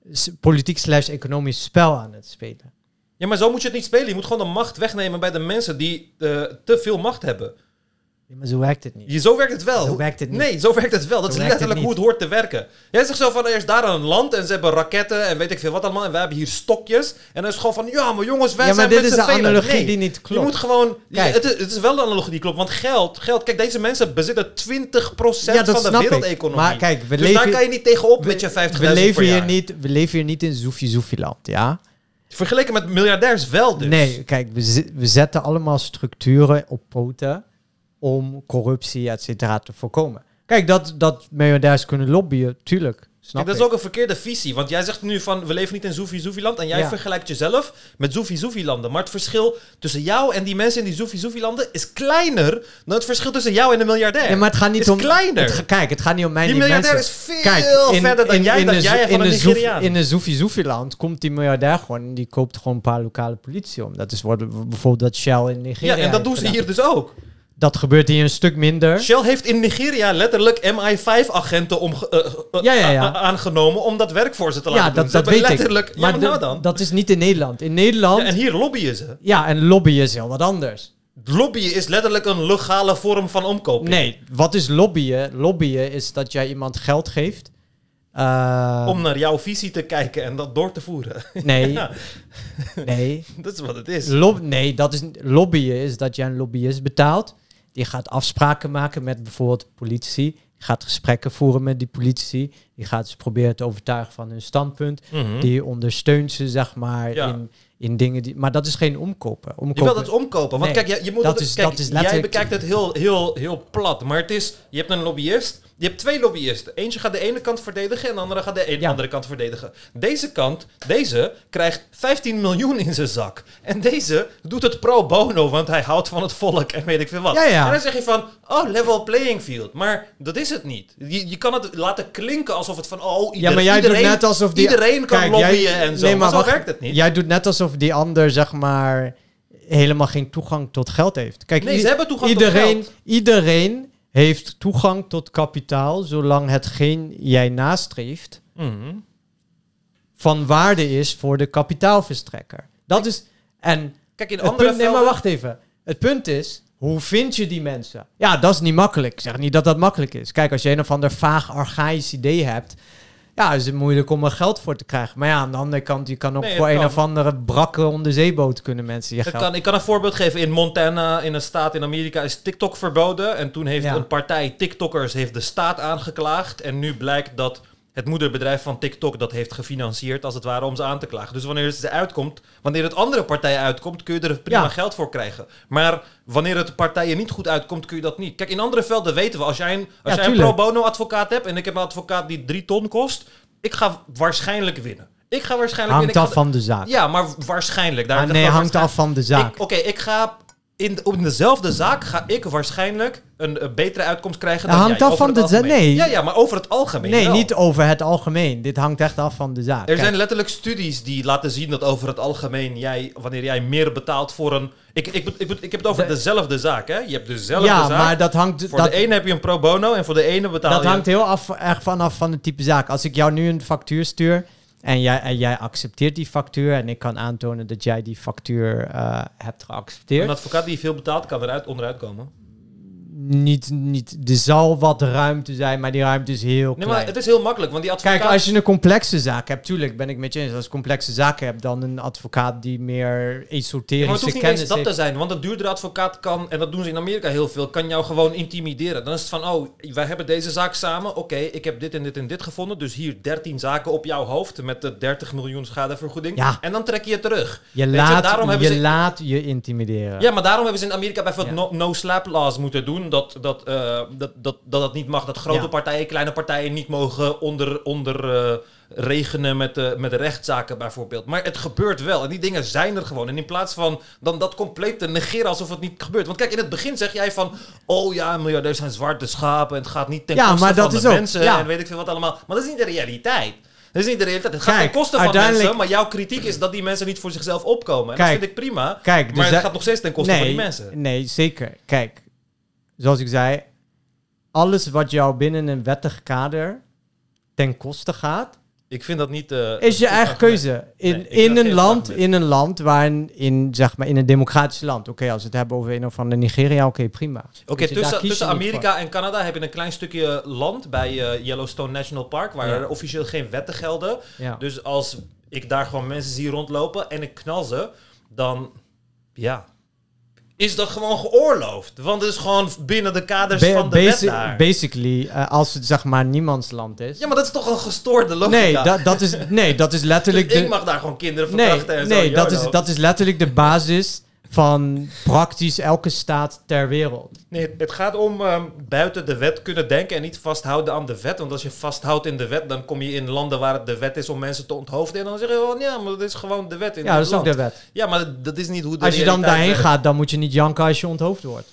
politiek/economisch spel aan het spelen.
Ja, maar zo moet je het niet spelen. Je moet gewoon de macht wegnemen bij de mensen die te veel macht hebben.
Ja, maar zo werkt het niet.
Zo werkt het wel.
Zo werkt het niet.
Nee, zo werkt het wel. Dat
Zo
is
werkt
letterlijk
het
hoe het hoort te werken. Jij zegt zo van, er is daar een land en ze hebben raketten en weet ik veel wat allemaal. En wij hebben hier stokjes. En dan is het gewoon van, ja, maar jongens, wij
Ja, maar
zijn
dit
met
is
z'n
de
velen.
analogie
Nee,
die niet klopt.
je moet gewoon...
Kijk.
Het is wel de analogie die klopt. Want geld... Kijk, deze mensen bezitten 20%
Ja, dat
van de
snap ik.
wereldeconomie.
Maar kijk, we
dus
leven...
daar kan je niet tegenop met je 50.000
we leven
per jaar.
we leven hier niet in Zoefie-Zoefie-land, ja?
Vergeleken met miljardairs wel dus.
Nee, kijk, we zetten allemaal structuren op poten om corruptie, et cetera, te voorkomen. Kijk, dat miljardairs kunnen lobbyen, tuurlijk. Snap
Kijk, dat
ik.
is ook een verkeerde visie. Want jij zegt nu van, we leven niet in Zoefie-Zoefie-land. En jij
Ja.
vergelijkt jezelf met Zoefie-Zoefie-landen. Maar het verschil tussen jou en die mensen in die Zoefie-Zoefie-landen is kleiner dan het verschil tussen jou en een miljardair.
Ja, maar het gaat niet
is
om...
kleiner.
Kijk, het gaat niet om mij
Die
die
miljardair
mensen.
is veel
Kijk,
verder dan jij van een Nigeriaan.
In een Zoefie-Zoefie-land komt die miljardair gewoon en die koopt gewoon een paar lokale politie om. Dat is bijvoorbeeld dat Shell in Nigeria
Ja, en dat doen ze
heeft
hier
gedaan.
dus ook.
Dat gebeurt hier een stuk minder.
Shell heeft in Nigeria letterlijk MI5-agenten
Ja.
aangenomen om dat werk voor ze te laten
Ja,
doen.
dat
Ze hebben
weet ik.
letterlijk... Ja, maar nou dan.
dat is niet in Nederland. In Nederland...
Ja, en hier lobbyen ze.
en lobbyen is heel wat anders.
Lobbyen is letterlijk een legale vorm van omkoping.
Nee, wat is lobbyen? Lobbyen is dat jij iemand geld geeft.
Om naar jouw visie te kijken en dat door te voeren.
Nee.
Ja.
Nee.
Dat is wat het is.
Nee, dat is lobbyen is dat jij een lobbyist betaalt. Die gaat afspraken maken met bijvoorbeeld politici. Die gaat gesprekken voeren met die politici. Die gaat ze proberen te overtuigen van hun standpunt.
Mhm.
Die ondersteunt ze, zeg maar,
Ja.
in dingen die... Maar dat is geen omkopen.
Je wilt het omkopen. Want
Nee,
kijk, je moet
dat
het,
is-
kijk,
dat is
jij
letterlijk-
bekijkt het heel plat. Maar het is, je hebt een lobbyist. Je hebt twee lobbyisten. Eentje gaat de ene kant verdedigen en de andere gaat de andere kant verdedigen. Deze krijgt 15 miljoen in zijn zak. En deze doet het pro bono, want hij houdt van het volk en weet ik veel wat.
Ja, ja.
En dan zeg je van, level playing field. Maar dat is het niet. Je kan het laten klinken alsof het van,
Ja, maar jij doet net alsof die...
iedereen kan
Kijk,
lobbyen en zo.
Nee,
maar zo
wacht.
werkt het niet.
Jij doet net alsof die ander, zeg maar, helemaal geen toegang tot geld heeft. Kijk,
Nee, ze hebben toegang tot geld.
Iedereen heeft toegang tot kapitaal, zolang hetgeen jij nastreeft
Mhm.
van waarde is voor de kapitaalverstrekker. Dat is... En
Kijk, in
het
andere
punt, nee, maar
velden-
wacht even. Het punt is, hoe vind je die mensen? Ja, dat is niet makkelijk. Ik zeg niet dat dat makkelijk is. Kijk, als je een of ander vaag, archaïs idee hebt, ja, is het moeilijk om er geld voor te krijgen. Maar ja, aan de andere kant, je kan ook
Nee,
voor
het
een
kan.
of andere brakke onderzeeboot kunnen mensen je geld...
Ik kan een voorbeeld geven. In Montana, in een staat in Amerika, is TikTok verboden. En toen heeft
Ja.
een partij TikTokkers heeft de staat aangeklaagd. En nu blijkt dat het moederbedrijf van TikTok dat heeft gefinancierd, als het ware, om ze aan te klagen. Dus wanneer het andere partij uitkomt, kun je er prima
Ja.
geld voor krijgen. Maar wanneer het partijen niet goed uitkomt, kun je dat niet. Kijk, in andere velden weten we, als jij een
tuurlijk.
pro bono advocaat hebt, en ik heb een advocaat die 3 ton kost, ik ga waarschijnlijk winnen.
Hangt af van de zaak.
Ja, maar waarschijnlijk.
Ah, nee, hangt af van de zaak.
Ik ga in dezelfde zaak ga ik waarschijnlijk een betere uitkomst krijgen
Dat
dan
hangt
jij.
af
over
van
het
de zaak.
algemeen.
Nee.
Ja, maar over het algemeen
Nee,
wel.
niet over het algemeen. Dit hangt echt af van de zaak.
Er
Kijk,
zijn letterlijk studies die laten zien dat over het algemeen wanneer jij meer betaalt voor een... Ik heb het over dezelfde zaak, hè? Je hebt dezelfde
ja,
zaak.
maar dat hangt...
Voor de ene heb je een pro bono en voor de ene betaal
Dat
je...
hangt heel erg vanaf van het type zaak. Als ik jou nu een factuur stuur en jij accepteert die factuur en ik kan aantonen dat jij die factuur hebt geaccepteerd.
Een advocaat die veel betaalt kan onderuit komen.
Niet, er zal wat ruimte zijn, maar die ruimte is heel
Nee,
klein.
maar het is heel makkelijk, want die advocaat...
Kijk, als je een complexe zaak hebt, tuurlijk ben ik met je eens. Als je complexe zaken hebt, dan een advocaat die meer
Ja, maar het
esoterische
hoeft niet
kennis
eens dat
heeft.
te zijn, want een duurdere advocaat kan, en dat doen ze in Amerika heel veel, kan jou gewoon intimideren. Dan is het van, wij hebben deze zaak samen, oké, ik heb dit en dit en dit gevonden, dus hier 13 zaken op jouw hoofd met de 30 miljoen schadevergoeding.
Ja.
En dan trek je het terug.
Je
Weet je, daarom hebben ze-
laat je intimideren.
Ja, maar daarom hebben ze in Amerika bijvoorbeeld
Ja.
no-slap laws moeten doen, dat niet mag, dat grote
Ja.
partijen, kleine partijen niet mogen regenen met de rechtszaken bijvoorbeeld. Maar het gebeurt wel en die dingen zijn er gewoon. En in plaats van dan dat compleet te negeren alsof het niet gebeurt. Want kijk, in het begin zeg jij van, miljardairs zijn zwarte schapen en het gaat niet ten
Ja,
koste
maar dat
van
is
de
ook-
mensen
ja.
en weet ik veel wat allemaal. Maar dat is niet de realiteit. Dat is niet de realiteit. Het gaat
Kijk,
ten koste van
uiteindelijk-
mensen, maar jouw kritiek is dat die mensen niet voor zichzelf opkomen. En
Kijk,
dat vind ik prima.
Kijk,
Maar
dus
het gaat nog steeds ten koste van die mensen.
Nee, zeker. Kijk, zoals ik zei, alles wat jou binnen een wettig kader ten koste gaat,
Ik vind dat niet...
Is je eigen keuze.
Nee, ik vind dat geen argument.
In een land waarin, zeg maar, in een democratisch land. Oké, als we het hebben over een of andere Nigeria, oké, prima.
Oké,
Dus daar kies je
tussen
niet
Amerika en Canada heb je een klein stukje land bij Yellowstone National Park, waar er officieel geen wetten gelden.
Ja.
Dus als ik daar gewoon mensen zie rondlopen en ik knal ze, dan is dat gewoon geoorloofd. Want het is gewoon binnen de kaders van de wet daar.
Basically, als het zeg maar niemands land is.
Ja, maar dat is toch een gestoorde logica?
Dat is letterlijk...
Dus ik mag daar gewoon kinderen verkrachten en zo.
Nee, dat is letterlijk de basis van praktisch elke staat ter wereld.
Nee, het gaat om buiten de wet kunnen denken en niet vasthouden aan de wet. Want als je vasthoudt in de wet, dan kom je in landen waar het de wet is om mensen te onthoofden. En dan zeg je, ja, maar dat is gewoon de wet in
Ja, dat is
land.
ook de wet.
Ja, maar dat is niet hoe de
Als je dan
realiteit
daarheen
werkt.
gaat, dan moet je niet janken als je onthoofd wordt.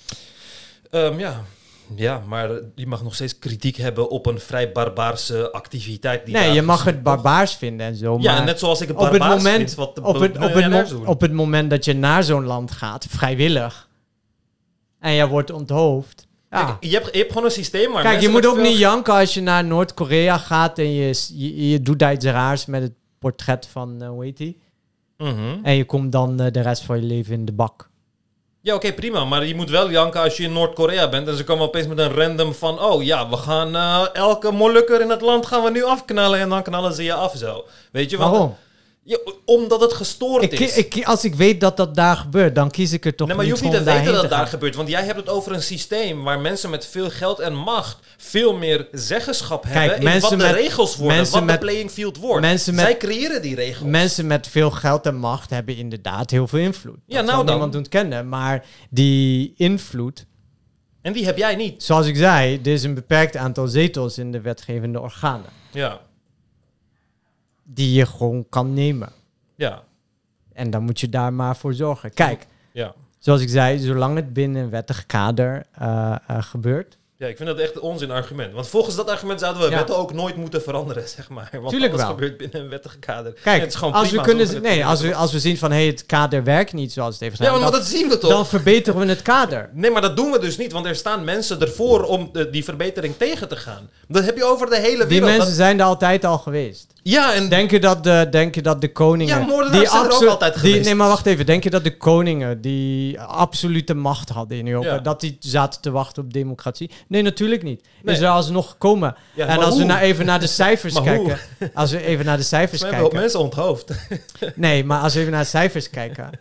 Ja, maar je mag nog steeds kritiek hebben op een vrij barbaarse activiteit. Die
Nee,
daar
je mag
geschiet
het
wordt.
barbaars vinden en zo.
Ja,
maar
en net zoals ik het
op het
barbaars
moment,
vind wat de miljonairs doen.
op het moment dat je naar zo'n land gaat, vrijwillig, en jij wordt onthoofd. Ja.
Kijk, je hebt gewoon een systeem waar
Kijk, je
mensen
moet
met
ook
veel-
niet janken als je naar Noord-Korea gaat en je doet daar iets raars met het portret van, hoe heet die?
Mhm.
En je komt dan de rest van je leven in de bak.
Ja, oké, prima. Maar je moet wel janken als je in Noord-Korea bent. En ze komen opeens met een random van... Oh ja, we gaan elke Molukker in het land gaan we nu afknallen. En dan knallen ze je af zo. Weet je? Want,
Waarom?
Ja, omdat het gestoord is.
Als ik weet dat dat daar gebeurt, dan kies ik er toch
Nee, maar je
niet
hoeft niet
om
te weten
daarheen
dat
te
daar
gaan.
gebeurt. Want jij hebt het over een systeem waar mensen met veel geld en macht veel meer zeggenschap hebben in
mensen
wat de
met-
regels worden,
mensen
wat
met-
de playing field wordt.
mensen met-
Zij creëren die regels.
Mensen met veel geld en macht hebben inderdaad heel veel invloed.
Ja,
Dat
nou
zal
dan.
niemand ontkennen. Maar die invloed,
En die heb jij niet.
zoals ik zei, er is een beperkt aantal zetels in de wetgevende organen.
Ja.
Die je gewoon kan nemen.
Ja.
En dan moet je daar maar voor zorgen. Kijk,
Ja.
zoals ik zei, zolang het binnen een wettig kader gebeurt.
Ja, ik vind dat echt een onzin argument. Want volgens dat argument zouden we
Ja.
wetten ook nooit moeten veranderen, zeg maar. Want
Tuurlijk
alles
wel.
gebeurt binnen een wettig kader.
Kijk,
En het is gewoon
als we
prima
kunnen,
zoals het is.
als we zien van het kader werkt niet zoals het heeft
Ja,
gedaan,
maar dat zien we toch?
dan verbeteren we het kader.
Nee, maar dat doen we dus niet, want er staan mensen ervoor om die verbetering tegen te gaan. Dat heb je over de hele wereld.
Die mensen
Dat-
zijn er altijd al geweest.
Ja, en
Denk je dat de koningen...
Ja, moordenaars zijn er ook altijd geweest.
Nee, maar wacht even. Denk je dat de koningen die absolute macht hadden in Europa...
Ja.
dat die zaten te wachten op democratie? Nee, natuurlijk niet.
Nee.
Is er alsnog gekomen.
Ja,
en
maar
als we
hoe?
nou even naar de cijfers
Maar
kijken... Als we even naar de cijfers
we hebben ook
kijken...
mensen onthoofd.
Nee, maar als we even naar de cijfers kijken...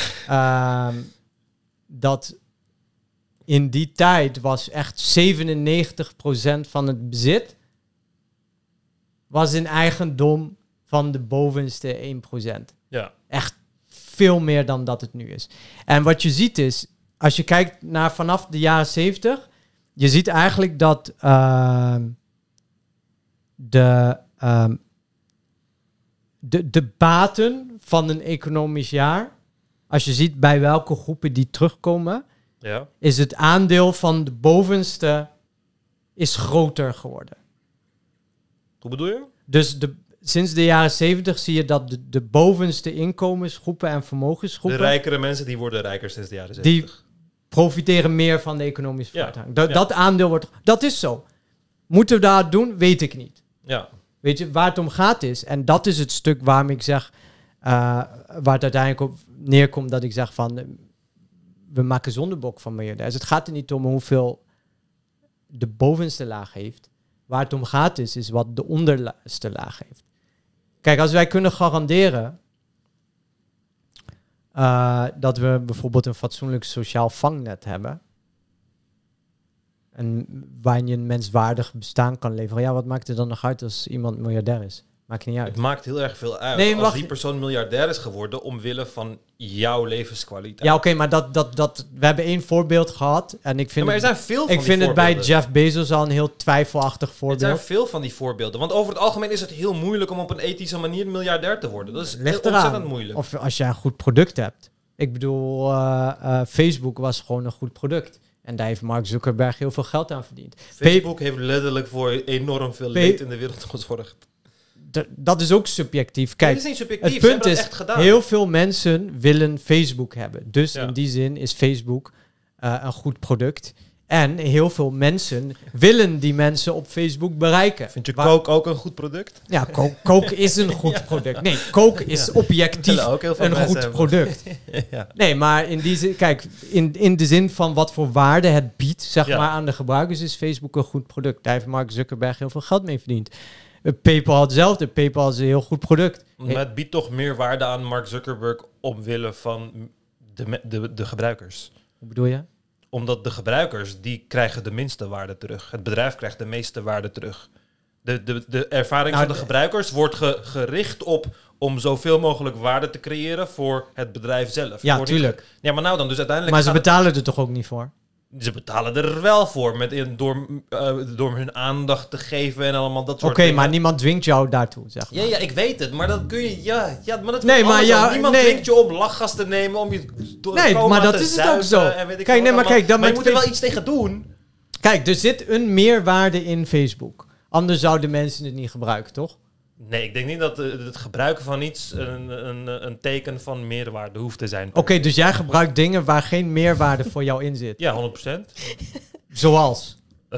dat in die tijd was echt 97% van het bezit... was in eigendom van de bovenste 1%.
Ja.
Echt veel meer dan dat het nu is. En wat je ziet is, als je kijkt naar vanaf de jaren 70... je ziet eigenlijk dat de baten van een economisch jaar... als je ziet bij welke groepen die terugkomen...
Ja.
is het aandeel van de bovenste is groter geworden.
Hoe bedoel je?
Dus sinds de jaren 70 zie je dat de bovenste inkomensgroepen en
De
vermogensgroepen...
rijkere mensen die worden rijker sinds de jaren 70.
die profiteren meer van de economische
Ja.
vooruitgang.
Ja.
Dat aandeel wordt... Dat is zo. Moeten we dat doen? Weet ik niet.
Ja.
Weet je, waar het om gaat is... en dat is het stuk waarom ik zeg... waar het uiteindelijk op neerkomt dat ik zeg van... we maken zondebok van miljardairs. Het gaat er niet om hoeveel de bovenste laag heeft. Waar het om gaat is wat de onderste laag heeft. Kijk, als wij kunnen garanderen... dat we bijvoorbeeld een fatsoenlijk sociaal vangnet hebben... en waarin je een menswaardig bestaan kan leveren... ja, wat maakt er dan nog uit als iemand miljardair is? Maakt niet uit.
Het maakt heel erg veel uit
Nee,
als
wacht.
die persoon miljardair is geworden omwille van jouw levenskwaliteit.
Ja, oké, maar we hebben één voorbeeld gehad... en ik
Ja,
vind
maar er zijn veel van
ik vind
die
het bij
voorbeelden.
Jeff Bezos al een heel twijfelachtig
Er
voorbeeld.
zijn veel van die voorbeelden. Want over het algemeen is het heel moeilijk om op een ethische manier miljardair te worden. Dat is
Ligt
ontzettend
eraan.
moeilijk.
Of als je een goed product hebt. Ik bedoel, Facebook was gewoon een goed product. En daar heeft Mark Zuckerberg heel veel geld aan verdiend.
Facebook heeft letterlijk voor enorm veel leed in de wereld gezorgd.
Dat is ook subjectief. Kijk,
het is niet subjectief.
het
Ze
punt
hebben
is,
dat echt gedaan.
heel veel mensen willen Facebook hebben. Dus
Ja.
in die zin is Facebook een goed product. En heel veel mensen willen die mensen op Facebook bereiken.
Vind je Coke ook een goed product?
Ja, Coke is een goed product. Nee, Coke is objectief
Willen ook heel veel
een
mensen
goed
hebben.
product.
Ja.
Nee, maar in die zin, kijk, in de zin van wat voor waarde het biedt, zeg
Ja.
maar, aan de gebruikers, is Facebook een goed product. Daar heeft Mark Zuckerberg heel veel geld mee verdiend. PayPal hetzelfde. PayPal is een heel goed product.
Maar het biedt toch meer waarde aan Mark Zuckerberg omwille van de gebruikers.
Hoe bedoel je?
Omdat de gebruikers, die krijgen de minste waarde terug. Het bedrijf krijgt de meeste waarde terug. De ervaring
Nou,
van de gebruikers wordt gericht op om zoveel mogelijk waarde te creëren voor het bedrijf zelf.
Ja,
Wordt niet
tuurlijk.
Ja, maar nou dan, dus uiteindelijk...
Maar ze
gaat het-
betalen er toch ook niet voor?
Ze betalen er wel voor, door hun aandacht te geven en allemaal dat soort
Oké,
dingen.
maar niemand dwingt jou daartoe, zeg maar.
Ja, ik weet het, maar dat kun je... Ja, maar dat
Nee,
nee,
maar ja,
niemand
nee.
dwingt je om lachgas te nemen, om je door
Nee,
coma
maar dat
te
is het ook
zuipen
zo.
en weet ik
Kijk,
veel
nee,
wat
maar kijk, dan
maar je
met
moet er wel
Facebook-
iets tegen doen.
Kijk, er zit een meerwaarde in Facebook. Anders zouden mensen het niet gebruiken, toch?
Nee, ik denk niet dat het gebruiken van iets een teken van meerwaarde hoeft te zijn.
Oké, dus jij gebruikt dingen waar geen meerwaarde voor jou in zit.
Ja, 100%.
Zoals?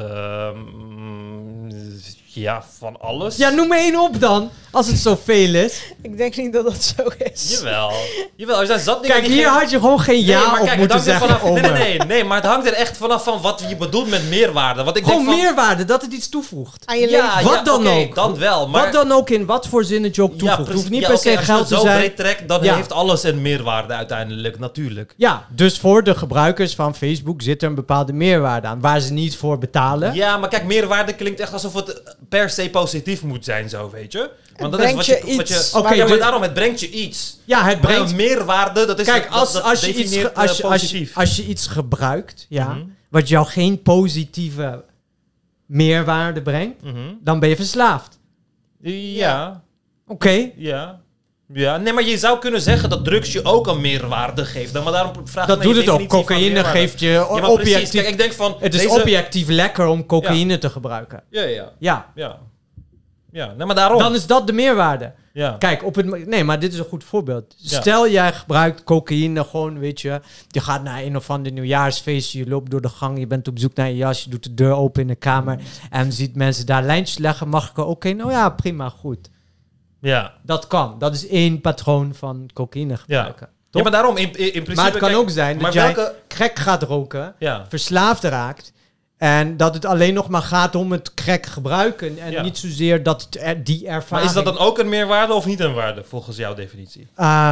Ja, van alles.
Ja, noem me één op dan, als het zoveel is.
Ik denk niet dat dat zo is.
Jawel, er zijn zat dingen
Kijk,
die
hier
geen-
had je gewoon geen ja
nee, maar
op
kijk,
moeten
het hangt er
zeggen.
vanaf,
Omer.
nee, maar het hangt er echt vanaf van wat je bedoelt met meerwaarde. Want ik
Gewoon
denk van,
meerwaarde, dat het iets toevoegt.
Aan je
ja,
leven.
Wat dan
oké,
ook.
dan wel. Maar
Wat dan ook in wat voor zin het je ook toevoegt. Het hoeft niet per se
oké, als je
geld
het
te
zo
zijn.
breed trekt, dan
Ja.
heeft alles een meerwaarde uiteindelijk, natuurlijk.
Ja, dus voor de gebruikers van Facebook zit er een bepaalde meerwaarde aan. Waar ze niet voor betalen.
Ja, maar kijk, meerwaarde klinkt echt alsof het per se positief moet zijn, zo, weet je? Want dat
brengt
is
je
wat
iets.
je
Oké,
ja, maar
dus-
daarom, het brengt je iets.
Ja, het
Maar
brengt...
een meerwaarde, dat is
Kijk,
dat
als je iets,
definieert, positief.
als je iets gebruikt, ja,
Mhm.
wat jou geen positieve meerwaarde brengt,
Mhm.
dan ben je verslaafd.
Ja,
Oké,
ja. Ja, nee, maar je zou kunnen zeggen dat drugs je ook een meerwaarde geeft. Maar daarom vraag
dat
ik naar
doet
je
het ook.
definitie van
Cocaïne
meerwaarde.
geeft je
Ja, maar precies.
objectief...
Kijk, ik denk van...
Het is
deze-
objectief lekker om cocaïne te gebruiken.
Ja.
Ja,
Nee, maar daarom.
dan is dat de meerwaarde.
Ja.
Kijk, nee, maar dit is een goed voorbeeld.
Ja.
Stel, jij gebruikt cocaïne gewoon, weet je. Je gaat naar een of ander nieuwjaarsfeestje. Je loopt door de gang, je bent op zoek naar je jas. Je doet de deur open in de kamer. En ziet mensen daar lijntjes leggen. Mag ik er oké? Nou ja, prima, goed.
Ja.
Dat kan. Dat is één patroon van cocaïne gebruiken.
Ja,
Toch?
maar daarom, in principe...
Maar het kan
kijk,
ook zijn dat
maar
jij
welke...
crack gaat roken,
Ja.
verslaafd raakt... En dat het alleen nog maar gaat om het crack gebruiken. En
Ja.
niet zozeer dat het die ervaring...
Maar is dat dan ook een meerwaarde of niet een waarde, volgens jouw definitie?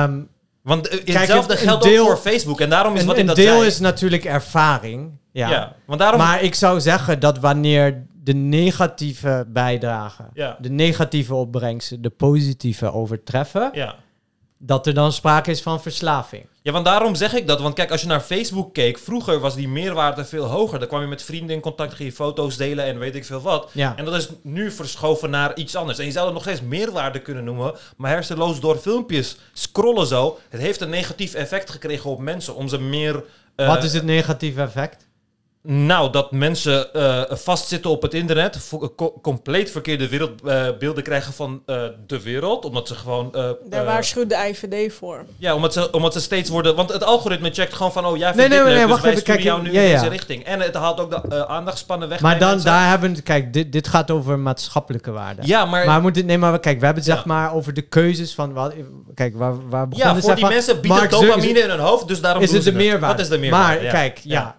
Want hetzelfde
een
geldt
deel-
ook voor Facebook. En daarom is wat ik
een
dat
deel
zei.
is natuurlijk ervaring. Ja.
Ja, want daarom...
Maar ik zou zeggen dat wanneer de negatieve bijdragen,
Ja.
de negatieve opbrengsten, de positieve overtreffen,
Ja.
dat er dan sprake is van verslaving.
Ja, want daarom zeg ik dat. Want kijk, als je naar Facebook keek, vroeger was die meerwaarde veel hoger. Dan kwam je met vrienden in contact, ging je foto's delen en weet ik veel wat.
Ja.
En dat is nu verschoven naar iets anders. En je zou het nog steeds meerwaarde kunnen noemen, maar hersenloos door filmpjes scrollen zo. Het heeft een negatief effect gekregen op mensen om ze meer...
Wat is het negatieve effect?
Nou, dat mensen vastzitten op het internet, compleet verkeerde wereldbeelden krijgen van de wereld, omdat ze gewoon...
Daar waarschuwt de IVD voor.
Ja, omdat ze steeds worden... Want het algoritme checkt gewoon van, oh, jij vindt
Nee,
dit leuk, dus
wacht
wij
even,
sturen
kijk,
jou nu
ja,
in
ja.
deze richting. En het haalt ook de aandachtspannen weg
Maar
bij
dan,
mensen.
daar hebben we... Kijk, dit gaat over maatschappelijke waarden.
Ja, maar...
Maar kijk, we hebben het
Ja.
zeg maar over de keuzes van... Kijk, waar
ja,
begonnen
voor die mensen biedt het dopamine in hun hoofd, dus daarom
is
doen
het de
ze
meerwaarde.
Dat is de meerwaarde,
Maar
ja.
kijk, ja.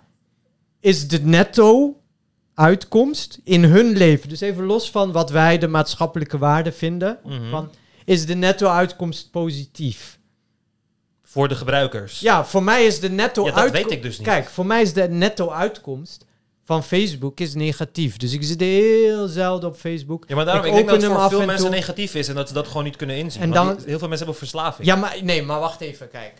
Is de netto uitkomst in hun leven, dus even los van wat wij de maatschappelijke waarde vinden,
Mhm.
van, is de netto uitkomst positief?
Voor de gebruikers.
Ja, voor mij is de netto
Ja, dat
uitkomst...
weet ik dus niet.
Kijk, voor mij is de netto uitkomst van Facebook is negatief. Dus ik zit heel zelden op Facebook.
Ja, maar daarom,
Ik
ik denk dat
open
het
hem
voor
af
veel
en
mensen
toe.
negatief is en dat ze dat gewoon niet kunnen inzien.
En
Want
dan-
heel veel mensen hebben verslaving.
Ja, maar wacht even, kijk.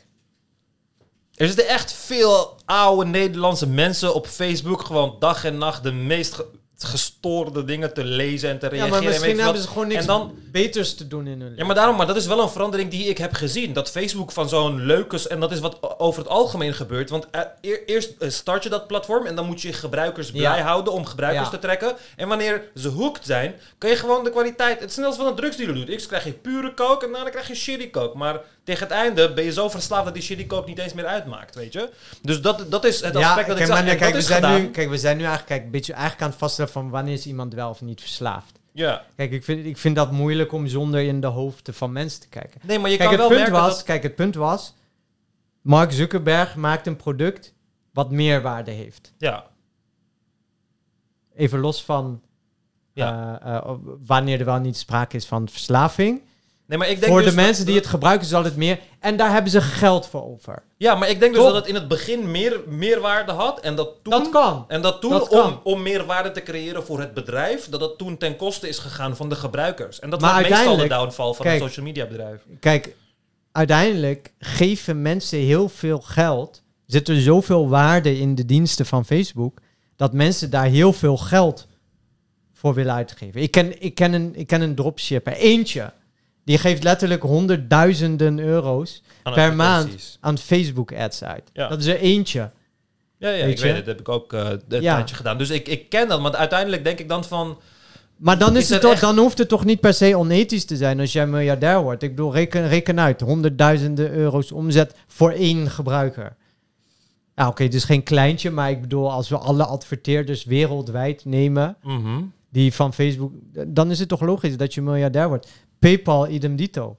Er zitten echt veel oude Nederlandse mensen op Facebook gewoon dag en nacht de meest gestoorde dingen te lezen en te
Ja,
reageren.
maar
en
misschien
weet je
hebben
wat.
ze gewoon niks
En dan,
beters te doen in hun leven.
ja, maar dat is wel een verandering die ik heb gezien. Dat Facebook van zo'n leuke... En dat is wat over het algemeen gebeurt. Want eerst start je dat platform en dan moet je gebruikers blij houden om gebruikers
Ja.
te trekken. En wanneer ze hooked zijn, kan je gewoon de kwaliteit... Het is net als wat een drugsdealer doet. Eerst krijg je pure coke en daarna krijg je shitty coke. Maar tegen het einde ben je zo verslaafd dat die shit die koop niet eens meer uitmaakt, weet je. Dus dat is het aspect dat ik zag. En
Kijk,
dat is gedaan.
we zijn nu eigenlijk een beetje aan het vaststellen van wanneer is iemand wel of niet verslaafd.
Ja.
Kijk, ik vind dat moeilijk om zonder in de hoofden van mensen te kijken.
Nee, maar je
Kijk,
kan wel merken dat...
Kijk, het punt was, Mark Zuckerberg maakt een product wat meerwaarde heeft.
Ja.
Even los van wanneer er wel niet sprake is van verslaving.
Nee, maar ik denk
Voor
dus
de mensen die het gebruiken zal het meer... En daar hebben ze geld voor over.
Ja, maar ik denk dus
Toch?
dat het in het begin meer waarde had. En dat toen...
Dat kan.
En dat toen,
Dat kan.
om meer waarde te creëren voor het bedrijf, dat toen ten koste is gegaan van de gebruikers. En dat
Maar
was meestal de
uiteindelijk-
downfall van
kijk,
een social media bedrijf.
Kijk, uiteindelijk geven mensen heel veel geld. Zit er zoveel waarde in de diensten van Facebook, dat mensen daar heel veel geld voor willen uitgeven. Ik ken een dropshipper, eentje. Die geeft letterlijk honderdduizenden euro's per maand aan Facebook ads uit.
Ja.
Dat is er eentje.
Ja,
Weet
ik
je?
weet het. Dat heb ik ook een tijdje gedaan. Dus ik ken dat, maar uiteindelijk denk ik dan van...
Maar dan,
Is het echt-
dan hoeft het toch niet per se onethisch te zijn als jij miljardair wordt. Ik bedoel, reken uit. Honderdduizenden euro's omzet voor één gebruiker. Ja, oké, dus geen kleintje, maar ik bedoel, als we alle adverteerders wereldwijd nemen, die van Facebook, dan is het toch logisch dat je miljardair wordt. PayPal, idem dito.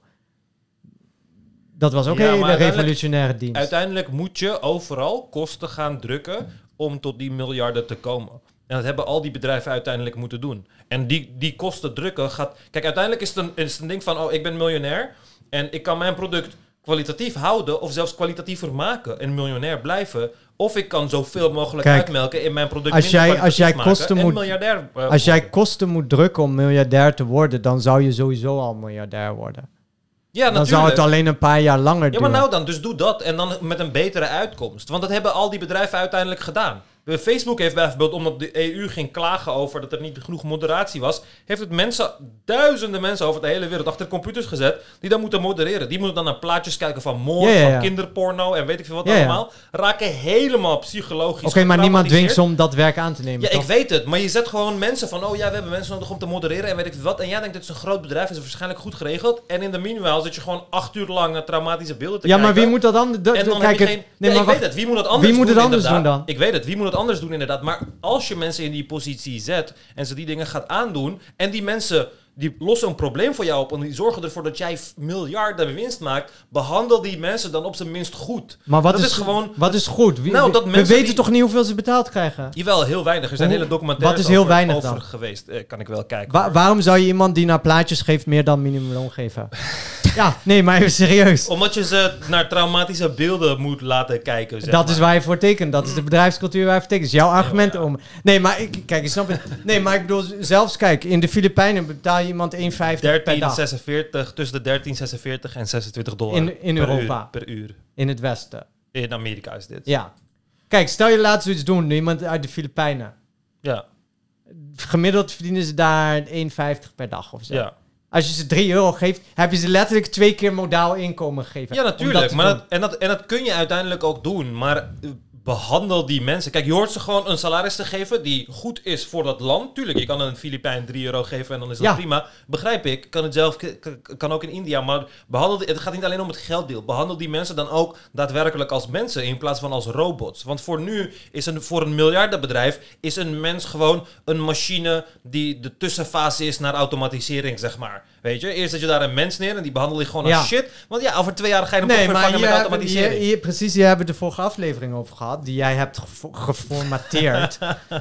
Dat was ook
Ja,
een
maar
hele
uiteindelijk-
revolutionaire dienst.
Uiteindelijk moet je overal kosten gaan drukken om tot die miljarden te komen. En dat hebben al die bedrijven uiteindelijk moeten doen. En die kosten drukken gaat... Kijk, uiteindelijk is het een ding van... Oh, ik ben miljonair en ik kan mijn product kwalitatief houden of zelfs kwalitatiever maken en miljonair blijven. Of ik kan zoveel mogelijk
Kijk,
uitmelken in mijn product
als jij
maken
kosten
en
moet-
miljardair
Als jij
worden.
kosten moet drukken om miljardair te worden, dan zou je sowieso al miljardair worden.
Ja,
Dan
natuurlijk.
zou het alleen een paar jaar langer
Ja,
duren.
maar nou dan, dus doe dat en dan met een betere uitkomst. Want dat hebben al die bedrijven uiteindelijk gedaan. Facebook heeft bijvoorbeeld, omdat de EU ging klagen over dat er niet genoeg moderatie was, heeft het duizenden mensen over de hele wereld achter computers gezet die dan moeten modereren. Die moeten dan naar plaatjes kijken van moord,
Ja.
van kinderporno en weet ik veel wat
Ja.
allemaal. Raken helemaal psychologisch
Oké, maar niemand dwingt ze
getraumatiseerd.
om dat werk aan te nemen.
Ja,
toch?
ik weet het. Maar je zet gewoon mensen van... Oh ja, we hebben mensen nodig om te modereren en weet ik veel wat. En jij denkt, dit is een groot bedrijf, is waarschijnlijk goed geregeld. En in de meanwhile zit je gewoon 8 uur lang naar traumatische beelden te
Ja,
kijken.
maar wie moet dat dan...
En dan heb je geen...
Nee, maar
ik weet het. Wie moet het anders
Wie moet
doen,
het anders
inderdaad?
doen dan?
Ik weet het. Wie moet het anders doen, inderdaad. Maar als je mensen in die positie zet en ze die dingen gaat aandoen... En die mensen, die lossen een probleem voor jou op... En die zorgen ervoor dat jij miljarden winst maakt... Behandel die mensen dan op zijn minst goed.
Maar wat
Dat
is
is gewoon-
Wat is goed?
Nou, dat
we
mensen
weten
die-
toch niet hoeveel ze betaald krijgen?
Jawel, heel weinig. Er zijn
Hoe-
hele documentaires
wat is heel
over,
weinig
over
dan?
geweest. Kan ik wel kijken. hoor.
Waarom zou je iemand die naar plaatjes geeft meer dan minimumloon geven? Ja, nee, maar even serieus.
Omdat je ze naar traumatische beelden moet laten kijken. Zeg
Dat
maar.
is waar je voor tekent. Dat is de bedrijfscultuur waar je voor tekent. Dat is jouw argument
ja.
om... Nee, maar kijk, je snapt het. Nee, maar ik bedoel, zelfs kijk, in de Filipijnen betaal je iemand 1,50 per dag.
13,46, tussen de 13,46 en $26
In
per
Europa.
Uur, per uur.
In het Westen.
In Amerika is dit.
Ja. Kijk, stel je laat zoiets doen, iemand uit de Filipijnen.
Ja.
Gemiddeld verdienen ze daar 1,50 per dag of zo.
Ja.
Als je ze €3 geeft, heb je ze letterlijk 2 keer modaal inkomen gegeven.
Ja,
Om
natuurlijk.
dat te
Maar
doen.
dat kun je uiteindelijk ook doen. Maar behandel die mensen. Kijk, je hoort ze gewoon een salaris te geven die goed is voor dat land. Tuurlijk, je kan een Filipijn €3 geven en dan is dat
Ja.
prima. Begrijp ik. Kan het zelf, kan ook in India. Maar het gaat niet alleen om het gelddeel. Behandel die mensen dan ook daadwerkelijk als mensen in plaats van als robots. Want voor nu is voor een miljardenbedrijf is een mens gewoon een machine die de tussenfase is naar automatisering, zeg maar. Weet je, eerst zet je daar een mens neer en die behandel je gewoon als
Ja.
shit. Want ja, over 2 jaar ga je hem
Nee,
toch
maar
vervangen met
hier
automatisering.
precies, hier hebben we de vorige aflevering over gehad, die jij hebt geformateerd.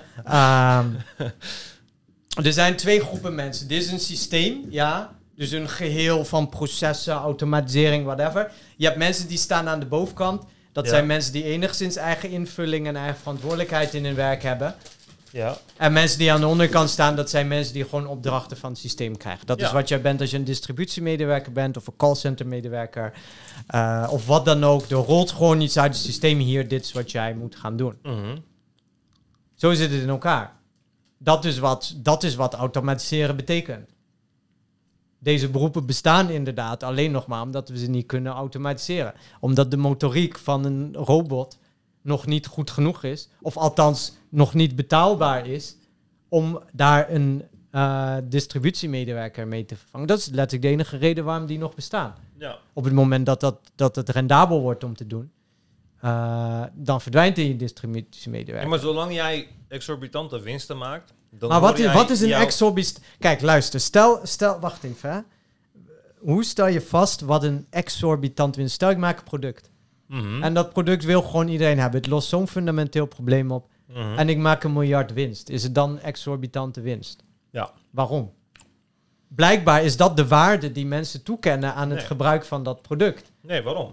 Er zijn 2 groepen mensen. Dit is een systeem, ja. Dus een geheel van processen, automatisering, whatever. Je hebt mensen die staan aan de bovenkant. Dat
Ja.
zijn mensen die enigszins eigen invulling en eigen verantwoordelijkheid in hun werk hebben.
Ja.
En mensen die aan de onderkant staan, dat zijn mensen die gewoon opdrachten van het systeem krijgen. Dat
Ja.
is wat jij bent als je een distributiemedewerker bent of een callcentermedewerker. Of wat dan ook. Er rolt gewoon iets uit het systeem hier. Dit is wat jij moet gaan doen.
Mhm.
Zo zit het in elkaar. Dat is wat automatiseren betekent. Deze beroepen bestaan inderdaad alleen nog maar omdat we ze niet kunnen automatiseren. Omdat de motoriek van een robot nog niet goed genoeg is. Of althans nog niet betaalbaar is om daar een distributiemedewerker mee te vervangen. Dat is letterlijk de enige reden waarom die nog bestaan.
Ja.
Op het moment dat het rendabel wordt om te doen, dan verdwijnt die distributiemedewerker.
Ja, maar zolang jij exorbitante winsten maakt... Dan
Maar
hoor jij
wat is een
jou-
exorbitant... Kijk, luister. Stel, wacht even. Hè. Hoe stel je vast wat een exorbitant winst... Stel, ik maak een product.
Mhm.
En dat product wil gewoon iedereen hebben. Het lost zo'n fundamenteel probleem op.
Mhm.
En ik maak 1 miljard winst. Is het dan exorbitante winst?
Ja.
Waarom? Blijkbaar is dat de waarde die mensen toekennen aan het
Nee.
gebruik van dat product.
Nee, waarom?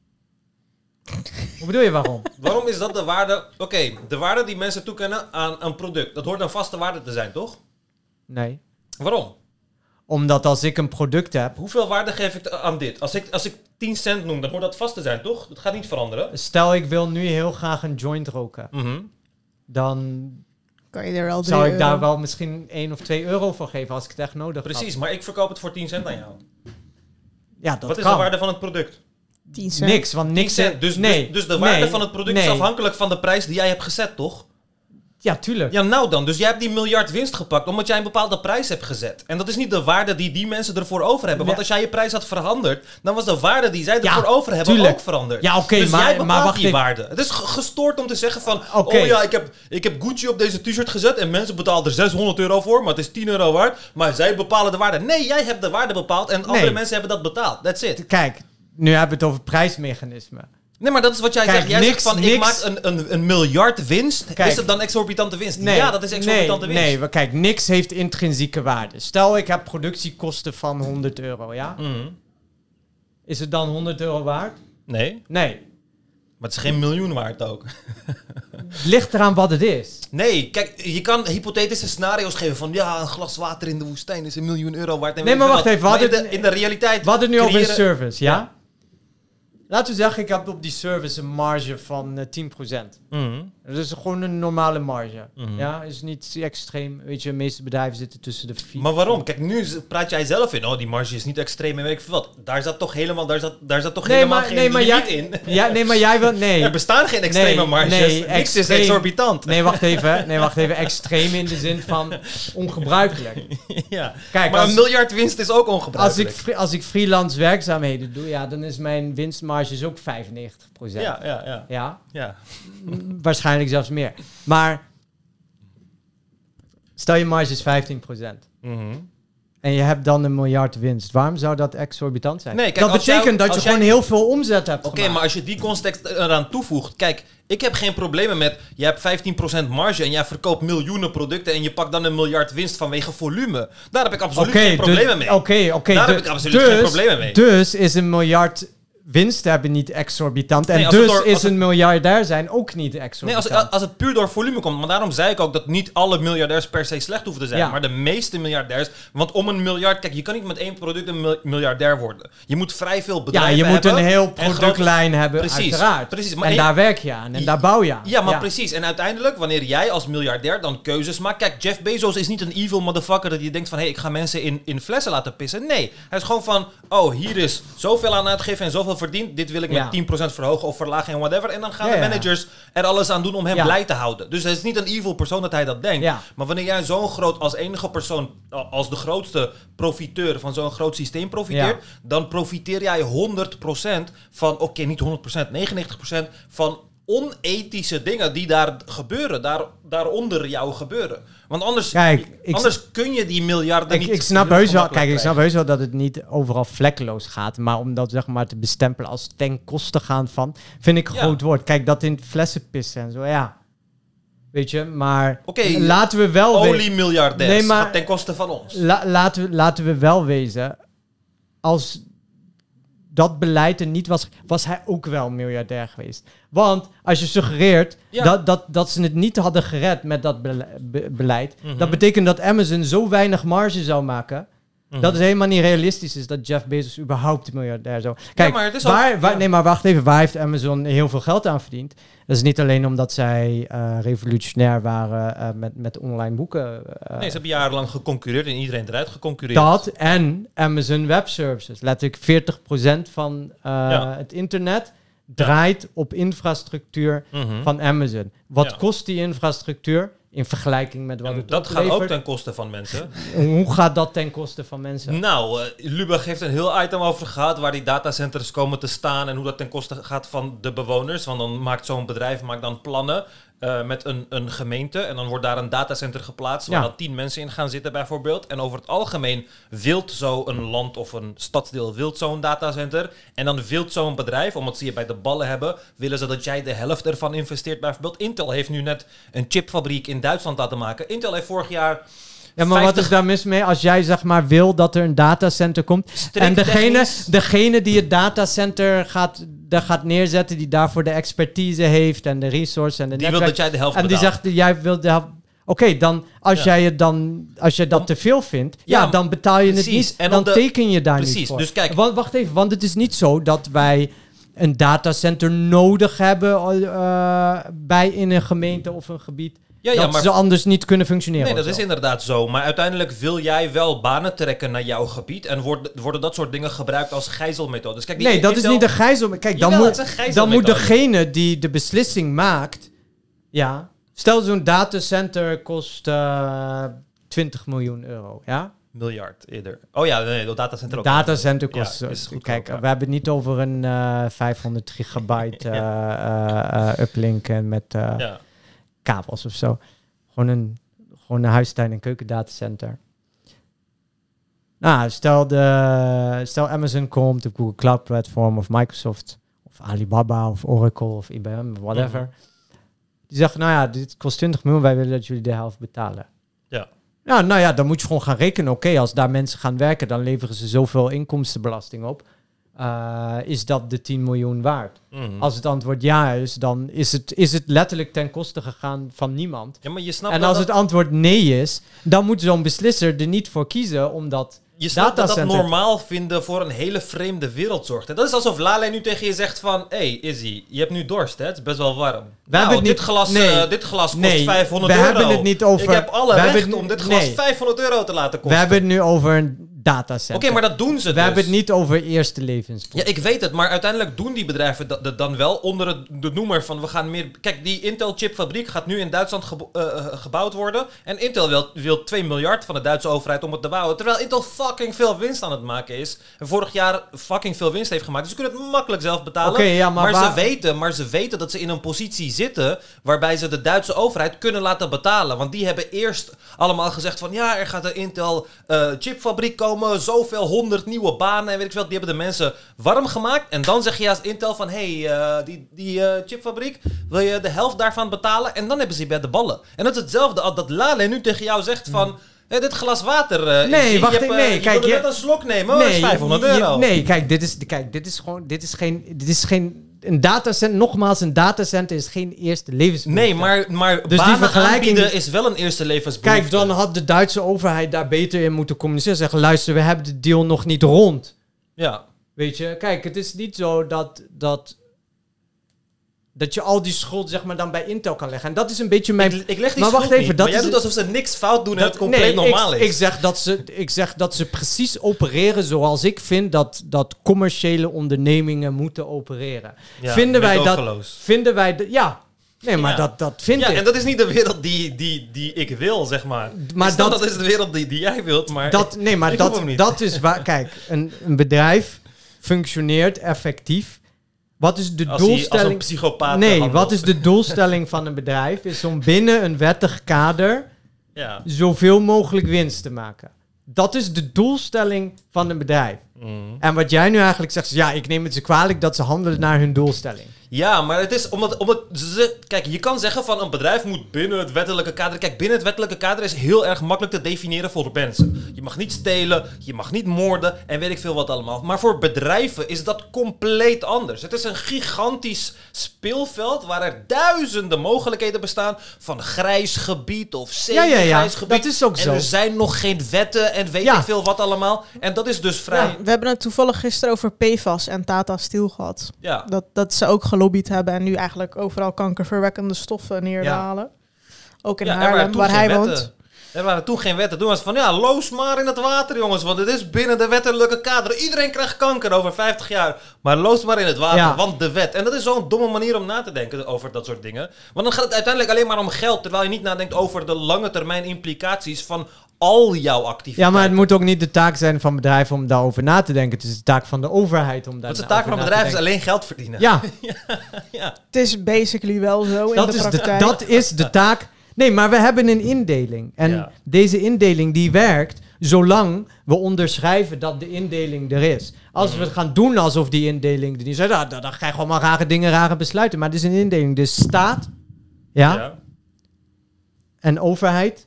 Hoe bedoel je waarom?
Waarom is dat de waarde... Oké, de waarde die mensen toekennen aan een product. Dat hoort een vaste waarde te zijn, toch?
Nee.
Waarom?
Omdat als ik een product heb...
Hoeveel waarde geef ik aan dit? Als ik 10 cent noem, dan hoort dat vast te zijn, toch? Dat gaat niet veranderen.
Stel, ik wil nu heel graag een joint roken.
Mhm.
Dan
Kan je er wel
zou ik
€3
daar wel misschien 1 of 2 euro voor geven als ik het echt nodig heb.
Precies, maar ik verkoop het voor 10 cent aan jou.
Ja, dat
Wat is
kan.
de waarde van het product?
10 cent.
Niks, want
10
niks...
cent. Dus de waarde van het product is afhankelijk van de prijs die jij hebt gezet, toch?
Ja, tuurlijk.
Ja, nou dan. Dus jij hebt die miljard winst gepakt omdat jij een bepaalde prijs hebt gezet. En dat is niet de waarde die mensen ervoor over hebben. Want
Ja.
als jij je prijs had veranderd, dan was de waarde die zij
Ja,
ervoor over hebben
tuurlijk.
ook veranderd.
Ja, oké,
dus
maar-
jij
maar
bepaalt
wacht
die
even.
waarde. Het is gestoord om te zeggen van...
Oké.
Oh ja, ik heb Gucci op deze t-shirt gezet en mensen betalen er €600 voor, maar het is €10 waard. Maar zij bepalen de waarde. Nee, jij hebt de waarde bepaald en andere
Nee.
mensen hebben dat betaald. That's it.
Kijk, nu hebben we het over prijsmechanismen.
Nee, maar dat is wat jij
Kijk,
zegt. Jij
niks-
zegt van, ik
niks-
maak een miljard winst.
Kijk.
Is het dan exorbitante winst?
Nee,
Ja, dat is exorbitante winst.
Nee, maar kijk, niks heeft intrinsieke waarde. Stel, ik heb productiekosten van €100, ja?
Mhm.
Is het dan €100 waard?
Nee,
Nee.
maar het is geen miljoen waard ook.
Het ligt eraan wat het is.
Nee, kijk, je kan hypothetische scenario's geven van... Ja, een glas water in de woestijn is €1 miljoen waard. En
Nee,
weet
maar
ik
wacht
veel
even,
wat.
we
Maar
hadden-
in de realiteit...
We hadden het nu over een
creëren-
service, ja? Laten we zeggen, ik heb op die service een marge van 10%.
Mhm.
Dat is gewoon een normale marge.
Mhm.
Ja, is niet extreem. Weet je, de meeste bedrijven zitten tussen de 4.
Maar waarom? Kijk, nu praat jij zelf in. Oh, die marge is niet extreem en weet ik veel wat. Daar zat toch helemaal geen limiet
jij,
in.
Ja, nee, maar jij wil... Nee.
Er bestaan geen extreme
Nee,
marges.
nee,
Niks is
extreem.
exorbitant.
Nee, wacht even. Extreem in de zin van ongebruikelijk.
Ja.
Kijk,
Maar
als-
een miljard winst is ook ongebruikelijk.
Als ik freelance werkzaamheden doe, ja, dan is mijn winstmarge is ook 95%.
Ja.
Ja? Waarschijnlijk zelfs meer. Maar stel je marge is 15%.
Mhm.
En je hebt dan 1 miljard winst. Waarom zou dat exorbitant zijn?
Nee, kijk,
dat
als
betekent
jou-
dat je
als
gewoon
jij-
heel veel omzet hebt
Oké,
gemaakt.
maar als je die context eraan toevoegt... Kijk, ik heb geen problemen met... Je hebt 15% marge en jij verkoopt miljoenen producten... en je pakt dan 1 miljard winst vanwege volume. Daar heb ik absoluut geen problemen mee.
Oké,
Daar heb ik absoluut geen problemen mee.
Dus is 1 miljard winst hebben niet exorbitant. En
Nee, als het
dus
door-
is
als het-
een miljardair zijn ook niet
Nee,
exorbitant.
als het puur door volume komt. Maar daarom zei ik ook dat niet alle miljardairs per se slecht hoeven te zijn.
Ja.
Maar de meeste miljardairs. Want om een miljard... Kijk, je kan niet met één product een miljardair worden. Je moet vrij veel
Ja,
bedrijven
je moet
hebben.
een heel
en
productlijn hebben,
Precies,
uiteraard.
precies, maar
En
één-
daar werk je aan en daar bouw je aan.
Ja, maar precies. En uiteindelijk, wanneer jij als miljardair dan keuzes maakt... Kijk, Jeff Bezos is niet een evil motherfucker dat je denkt van... Hé, ik ga mensen in flessen laten pissen. Nee, hij is gewoon van... Oh, hier is zoveel aan uitgeven en zoveel verdiend. Dit wil ik
Ja.
met 10% verhogen of verlagen en whatever. En dan gaan
Ja,
de
ja.
managers er alles aan doen om hem
Ja.
blij te houden. Dus het is niet een evil persoon dat hij dat denkt.
Ja.
Maar wanneer jij zo'n groot, als enige persoon... Als de grootste profiteur van zo'n groot systeem profiteert...
Ja.
Dan profiteer jij 100% van... Oké, niet 100%, 99% van... onethische dingen die daar gebeuren, daaronder jou gebeuren. Want anders,
Kijk,
anders kun je die miljarden niet...
Ik snap heus wel,
gemakkelijk
kijk, ik snap heus wel dat het niet overal vlekkeloos gaat. Maar om dat zeg maar te bestempelen als ten koste gaan van, vind ik een
Ja.
groot woord. Kijk, dat in flessen pissen en zo, ja. Weet je, maar
Oké,
laten we wel
oliemiljardairs,
Nee, maar-
gaat ten koste van ons.
laten we wel wezen, als dat beleid er niet was, was hij ook wel miljardair geweest. Want als je suggereert
Ja.
dat ze het niet hadden gered met dat beleid,
Mhm.
dat betekent dat Amazon zo weinig marge zou maken,
Mhm.
dat het helemaal niet realistisch is dat Jeff Bezos überhaupt miljardair zou... Kijk,
maar het is
waar,
ook-
waar-
ja.
nee, maar wacht even. Waar heeft Amazon heel veel geld aan verdiend? Dat is niet alleen omdat zij revolutionair waren met online boeken.
Nee, ze hebben jarenlang geconcurreerd en iedereen eruit geconcurreerd.
Dat en Amazon Web Services. Letterlijk 40% van
Ja.
het internet draait op infrastructuur
Mhm.
van Amazon. Wat
Ja.
kost die infrastructuur? In vergelijking met wat
En
het
dat gaat
oplevert.
ook ten koste van mensen.
Hoe gaat dat ten koste van mensen?
Nou, Lubach heeft een heel item over gehad waar die datacenters komen te staan en hoe dat ten koste gaat van de bewoners. Want dan maakt zo'n bedrijf dan plannen met een gemeente en dan wordt daar een datacenter geplaatst waar dan 10 mensen in gaan zitten bijvoorbeeld. En over het algemeen wilt zo'n land of een stadsdeel wilt zo'n datacenter en dan wilt zo'n bedrijf, omdat ze je bij de ballen hebben, willen ze dat jij de helft ervan investeert. Bijvoorbeeld Intel heeft nu net een chipfabriek in Duitsland laten maken. Intel heeft vorig jaar...
Ja, maar wat is daar mis mee als jij zeg maar wil dat er een datacenter komt en degene die het datacenter gaat neerzetten, die daarvoor de expertise heeft en de resource en de
die wil dat jij de helft
en die
betaalt.
zegt jij wil de helft. Oké, dan als jij dat te veel vindt, dan betaal je het niet. En dan teken je daar niet voor.
Dus kijk,
wacht even, want het is niet zo dat wij een datacenter nodig hebben in een gemeente of een gebied. Dat
maar
ze anders niet kunnen functioneren.
Nee, dat is inderdaad zo. Maar uiteindelijk wil jij wel banen trekken naar jouw gebied. En worden dat soort dingen gebruikt als gijzelmethodes. Kijk,
nee, dat is niet een gijzel. Kijk, dan moet degene die de beslissing maakt... Ja, stel zo'n datacenter kost 20 miljoen euro. Ja?
Miljard eerder. Oh ja, nee, dat datacenter ook.
Datacenter kost...
Ja, is goed
kijk,
ook,
we hebben het niet over een 500 gigabyte uplinken met... kabels of zo. Gewoon een huistuin- en keukendatacenter. Nou, stel Amazon komt, of Google Cloud Platform, of Microsoft, of Alibaba, of Oracle, of IBM, whatever.
Mhm.
Die zeggen, nou ja, dit kost 20 miljoen, wij willen dat jullie de helft betalen.
Ja.
Ja, nou ja, dan moet je gewoon gaan rekenen. Oké, als daar mensen gaan werken, dan leveren ze zoveel inkomstenbelasting op. Is dat de 10 miljoen waard?
Mhm.
Als het antwoord ja is, dan is het letterlijk ten koste gegaan van niemand.
Ja, maar je snapt
En als het antwoord nee is, dan moet zo'n beslisser er niet voor kiezen, omdat
je snapt dat
datacenter...
normaal vinden voor een hele vreemde wereld zorgt. Hè? Dat is alsof Lale nu tegen je zegt van... Hey Izzy, je hebt nu dorst, hè? Het is best wel warm. Dit glas kost 500 euro.
We hebben het niet over...
Ik heb alle recht om dit glas 500 euro te laten kosten.
We hebben het nu over een datacenter.
Oké, maar dat doen ze
We hebben het niet over eerste levenspost.
Ja, ik weet het, maar uiteindelijk doen die bedrijven dat dan wel onder de noemer van we gaan meer... Kijk, die Intel-chipfabriek gaat nu in Duitsland gebouwd worden. En Intel wil 2 miljard van de Duitse overheid om het te bouwen. Terwijl Intel fucking veel winst aan het maken is. En vorig jaar fucking veel winst heeft gemaakt. Dus ze kunnen het makkelijk zelf betalen. Maar ze weten dat ze in een positie zitten waarbij ze de Duitse overheid kunnen laten betalen. Want die hebben eerst allemaal gezegd van ja, er gaat een Intel chipfabriek komen. Zoveel 100 nieuwe banen en weet ik veel. Die hebben de mensen warm gemaakt. En dan zeg je als Intel van die chipfabriek, wil je de helft daarvan betalen? En dan hebben ze je bij de ballen. En dat is hetzelfde dat Lale nu tegen jou zegt van... dit glas water...
nee, wacht even. Nee,
kijk, je net een slok nemen. Dat is 500 euro.
Dit is geen... Een datacenter, nogmaals, een datacenter is geen eerste levensbehoefte.
Nee, maar
dus
banen
die vergelijking
aanbieden is wel een eerste levensbehoefte.
Kijk, dan had de Duitse overheid daar beter in moeten communiceren. Zeggen, luister, we hebben de deal nog niet rond.
Ja.
Weet je, kijk, het is niet zo dat je al die schuld zeg maar dan bij Intel kan leggen. En dat is een beetje mijn...
Ik leg die
maar
schuld
wacht even,
niet,
dat
maar jij doet alsof ze niks fout doen en het compleet normaal is.
Ik zeg dat ze precies opereren zoals ik vind dat commerciële ondernemingen moeten opereren.
Ja,
Vinden wij dat... Ja. Nee, maar
ja.
dat vind ik.
Ja, en dat is niet de wereld die ik wil, zeg maar. Maar dat is de wereld die jij wilt, maar...
Dat is waar... Kijk, een bedrijf functioneert effectief. Wat is de doelstelling?
Als een psychopaat.
Nee, wat is de doelstelling van een bedrijf? Is om binnen een wettig kader zoveel mogelijk winst te maken. Dat is de doelstelling van een bedrijf. Mm. En wat jij nu eigenlijk zegt, is, ja, ik neem het ze kwalijk dat ze handelen naar hun doelstelling.
Ja, maar het is omdat kijk, je kan zeggen van een bedrijf moet binnen het wettelijke kader... Kijk, binnen het wettelijke kader is heel erg makkelijk te definiëren voor de mensen. Je mag niet stelen, je mag niet moorden en weet ik veel wat allemaal. Maar voor bedrijven is dat compleet anders. Het is een gigantisch speelveld waar er duizenden mogelijkheden bestaan... van grijs gebied of semi-grijs gebied.
Dat is ook zo.
En er zijn nog geen wetten en weet ik veel wat allemaal. En dat is dus vrij...
Ja, we hebben het toevallig gisteren over PFAS en Tata Steel gehad.
Ja.
Dat ze ook gelobbyd hebben en nu eigenlijk overal kankerverwekkende stoffen neerdalen. Ja. Ook in Haarlem, waar hij woont.
Er waren toen geen wetten. Toen was het van, loos maar in het water, jongens. Want het is binnen de wettelijke kader. Iedereen krijgt kanker over 50 jaar. Maar loos maar in het water, want de wet. En dat is zo'n domme manier om na te denken over dat soort dingen. Want dan gaat het uiteindelijk alleen maar om geld. Terwijl je niet nadenkt over de lange termijn implicaties van al jouw activiteiten.
Ja, maar het moet ook niet de taak zijn van bedrijven om daarover na te denken. Het is de taak van de overheid om daar
Wat is de taak van een bedrijf? Is alleen geld verdienen.
Ja.
Het is basically wel zo in de praktijk.
Dat is de taak. Nee, maar we hebben een indeling. En deze indeling die werkt zolang we onderschrijven dat de indeling er is. Als we het gaan doen alsof die indeling er niet is, dan krijg je allemaal rare dingen, rare besluiten. Maar het is een indeling. Dus staat en overheid,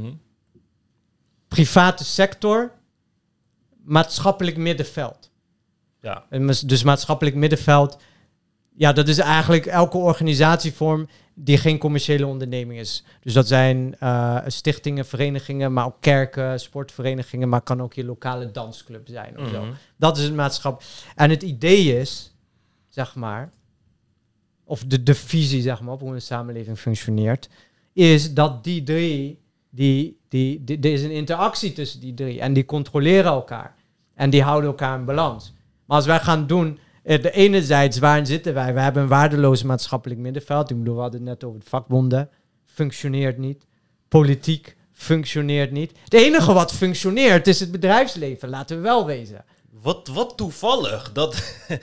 private sector, maatschappelijk middenveld.
Ja.
En dus maatschappelijk middenveld, dat is eigenlijk elke organisatievorm die geen commerciële onderneming is. Dus dat zijn stichtingen, verenigingen, maar ook kerken, sportverenigingen, maar kan ook je lokale dansclub zijn of zo. Dat is het maatschappelijk. En het idee is, zeg maar, of de visie, zeg maar, op hoe een samenleving functioneert, is dat die drie, er is een interactie tussen die drie en die controleren elkaar. En die houden elkaar in balans. Maar als wij gaan doen, de enerzijds, waarin zitten wij? We hebben een waardeloos maatschappelijk middenveld. Ik bedoel, we hadden het net over de vakbonden. Functioneert niet. Politiek functioneert niet. Het enige wat functioneert is het bedrijfsleven. Laten we wel wezen.
Wat toevallig dat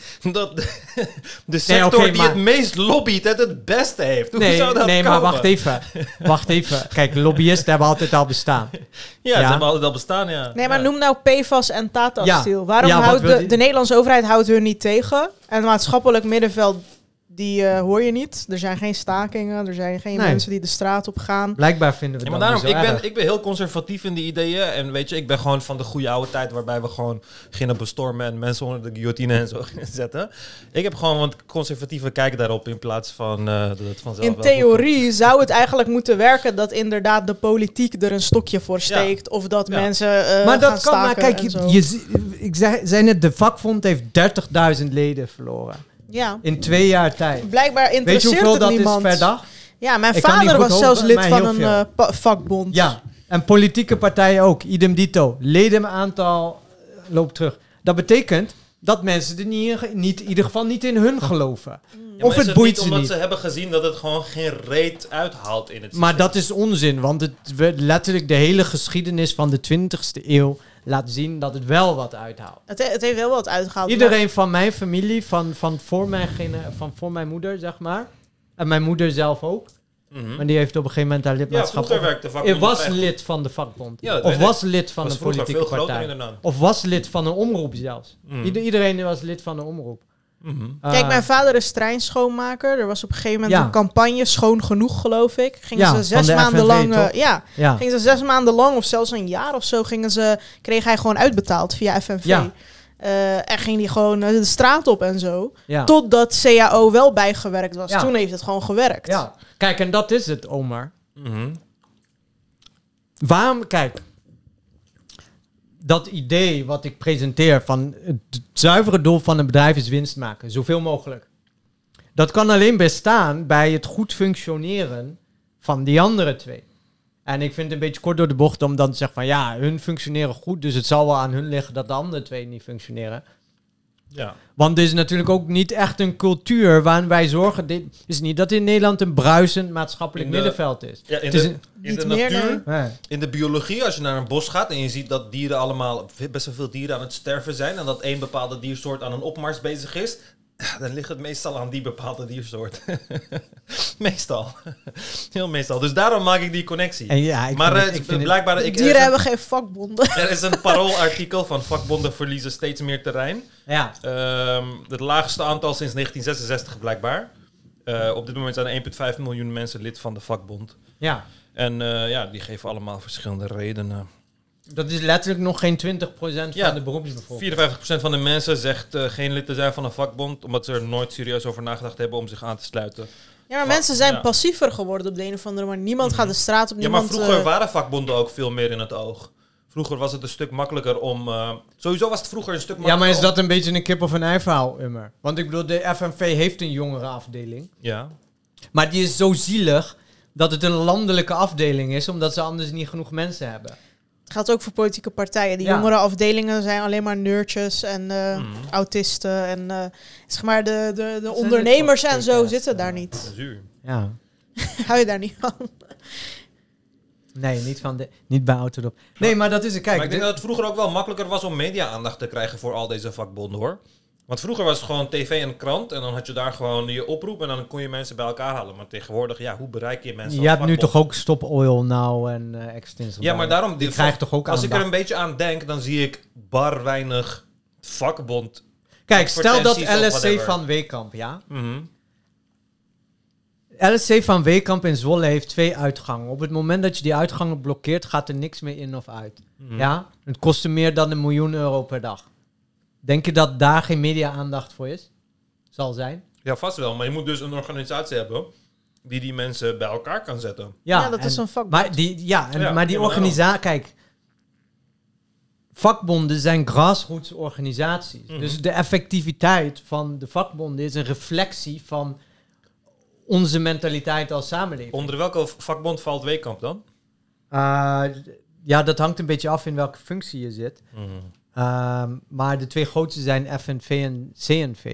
de sector die het meest lobbyt het beste heeft. Hoe zou dat komen?
Maar wacht even. Kijk, lobbyisten hebben altijd al bestaan.
Ze hebben altijd al bestaan, ja.
Nee, maar noem nou PFAS en Tata Steel. Waarom
Ja,
houdt de Nederlandse overheid houdt hun niet tegen? En het maatschappelijk middenveld, die hoor je niet. Er zijn geen stakingen, er zijn geen mensen die de straat op gaan.
Blijkbaar vinden we dat
maar daarom,
niet zo erg.
ik ben heel conservatief in die ideeën. En weet je, ik ben gewoon van de goede oude tijd waarbij we gewoon gingen bestormen en mensen onder de guillotine en zo gingen zetten. Ik heb gewoon wat conservatieve kijk daarop in plaats van dat het vanzelf
in theorie zou het eigenlijk moeten werken dat inderdaad de politiek er een stokje voor steekt. Ja. Of dat mensen
maar dat
gaan
kan, maar kijk, ik zei net, de vakbond heeft 30.000 leden verloren.
Ja.
In 2 jaar tijd.
Blijkbaar interesseert
Weet je hoeveel
het niemand.
dat is per dag?
Ja, mijn vader was zelfs lid van een vakbond.
Ja, en politieke partijen ook. Idem dito. Ledenaantal loopt terug. Dat betekent dat mensen er in ieder geval niet in hun geloven.
Ja, of het boeit ze niet. Omdat ze hebben gezien dat het gewoon geen reet uithaalt in het systeem.
Maar dat is onzin, want letterlijk de hele geschiedenis van de 20e eeuw laat zien dat het wel wat uithaalt.
Het heeft wel wat uitgehaald.
Iedereen van mijn familie, van voor mijn moeder, zeg maar. En mijn moeder zelf ook. Maar die heeft op een gegeven moment haar lidmaatschap...
Ja, vroeger werkte vakbond.
Was lid van de vakbond. Ja, of was lid van een politieke partij. Of was lid van een omroep zelfs. Iedereen was lid van een omroep.
Kijk, mijn vader is treinschoonmaker. Er was op een gegeven moment een campagne, Schoon Genoeg, geloof ik. Gingen ze 6 maanden lang... Gingen ze 6 maanden lang, of zelfs een jaar of zo, kreeg hij gewoon uitbetaald via FNV. Ja. En ging hij gewoon de straat op en zo. Ja. Totdat CAO wel bijgewerkt was. Ja. Toen heeft het gewoon gewerkt.
Ja. Kijk, en dat is het, Omar. Waarom, kijk... Dat idee wat ik presenteer van het zuivere doel van een bedrijf is winst maken. Zoveel mogelijk. Dat kan alleen bestaan bij het goed functioneren van die andere twee. En ik vind het een beetje kort door de bocht om dan te zeggen van ja, hun functioneren goed, dus het zal wel aan hun liggen dat de andere twee niet functioneren. Ja. Want er is natuurlijk ook niet echt een cultuur waarin wij zorgen... Dit is niet dat in Nederland een bruisend maatschappelijk middenveld is.
Ja, in de natuur, in de biologie, als je naar een bos gaat en je ziet dat dieren allemaal, best wel veel dieren aan het sterven zijn en dat één bepaalde diersoort aan een opmars bezig is, dan ligt het meestal aan die bepaalde diersoort. Meestal. Heel meestal. Dus daarom maak ik die connectie.
En ja,
blijkbaar...
Dieren hebben geen vakbonden.
Er is een Parool-artikel van vakbonden verliezen steeds meer terrein.
Ja.
Het laagste aantal sinds 1966 blijkbaar. Op dit moment zijn er 1,5 miljoen mensen lid van de vakbond.
Ja.
En die geven allemaal verschillende redenen.
Dat is letterlijk nog geen 20% van de beroepsbevolking. 54%
van de mensen zegt geen lid te zijn van een vakbond, omdat ze er nooit serieus over nagedacht hebben om zich aan te sluiten.
Ja, maar mensen zijn passiever geworden op de een of andere manier. Niemand gaat de straat op.
Ja, maar vroeger waren vakbonden ook veel meer in het oog. Vroeger was het een stuk makkelijker om... sowieso was het vroeger een stuk makkelijker.
Ja, maar is dat een beetje een kip of een ei verhaal, Immer? Want ik bedoel, de FNV heeft een jongerenafdeling.
Ja.
Maar die is zo zielig dat het een landelijke afdeling is, omdat ze anders niet genoeg mensen hebben.
Het geldt ook voor politieke partijen. Die
Ja.
jongere afdelingen zijn alleen maar nerdjes en autisten. En zeg maar de ondernemers en zo
podcasts,
zitten daar niet.
Zuur.
Ja.
Hou je daar niet van?
Nee, niet bij Autodop. Nee, maar dat is het. Kijk,
Maar ik denk dat het vroeger ook wel makkelijker was om media-aandacht te krijgen voor al deze vakbonden, hoor. Want vroeger was het gewoon tv en krant en dan had je daar gewoon je oproep en dan kon je mensen bij elkaar halen. Maar tegenwoordig, ja, hoe bereik je mensen
je
als
hebt nu
vakbond?
toch ook Stop Oil Now en Extens.
Ja, maar daarom...
Die krijgt toch ook
als ik er
aandacht?
een beetje aan denk, dan zie ik bar weinig vakbond.
Kijk, stel dat
advertenties of
LSC
whatever.
van Weekamp, ja?
Mhm.
LSC van Weekamp in Zwolle heeft 2 uitgangen. Op het moment dat je die uitgangen blokkeert, gaat er niks meer in of uit.
Mhm.
Ja? Het kostte meer dan €1 miljoen per dag. Denk je dat daar geen media-aandacht voor is? Zal zijn.
Ja, vast wel. Maar je moet dus een organisatie hebben die mensen bij elkaar kan zetten.
Ja, dat is een vakbond.
Maar die, maar die
ja,
organisatie... Kijk, vakbonden zijn grassroots organisaties.
Mhm.
Dus de effectiviteit van de vakbonden is een reflectie van onze mentaliteit als samenleving.
Onder welke vakbond valt Weekamp dan?
Ja, dat hangt een beetje af in welke functie je zit. Maar de 2 grootste zijn FNV en CNV.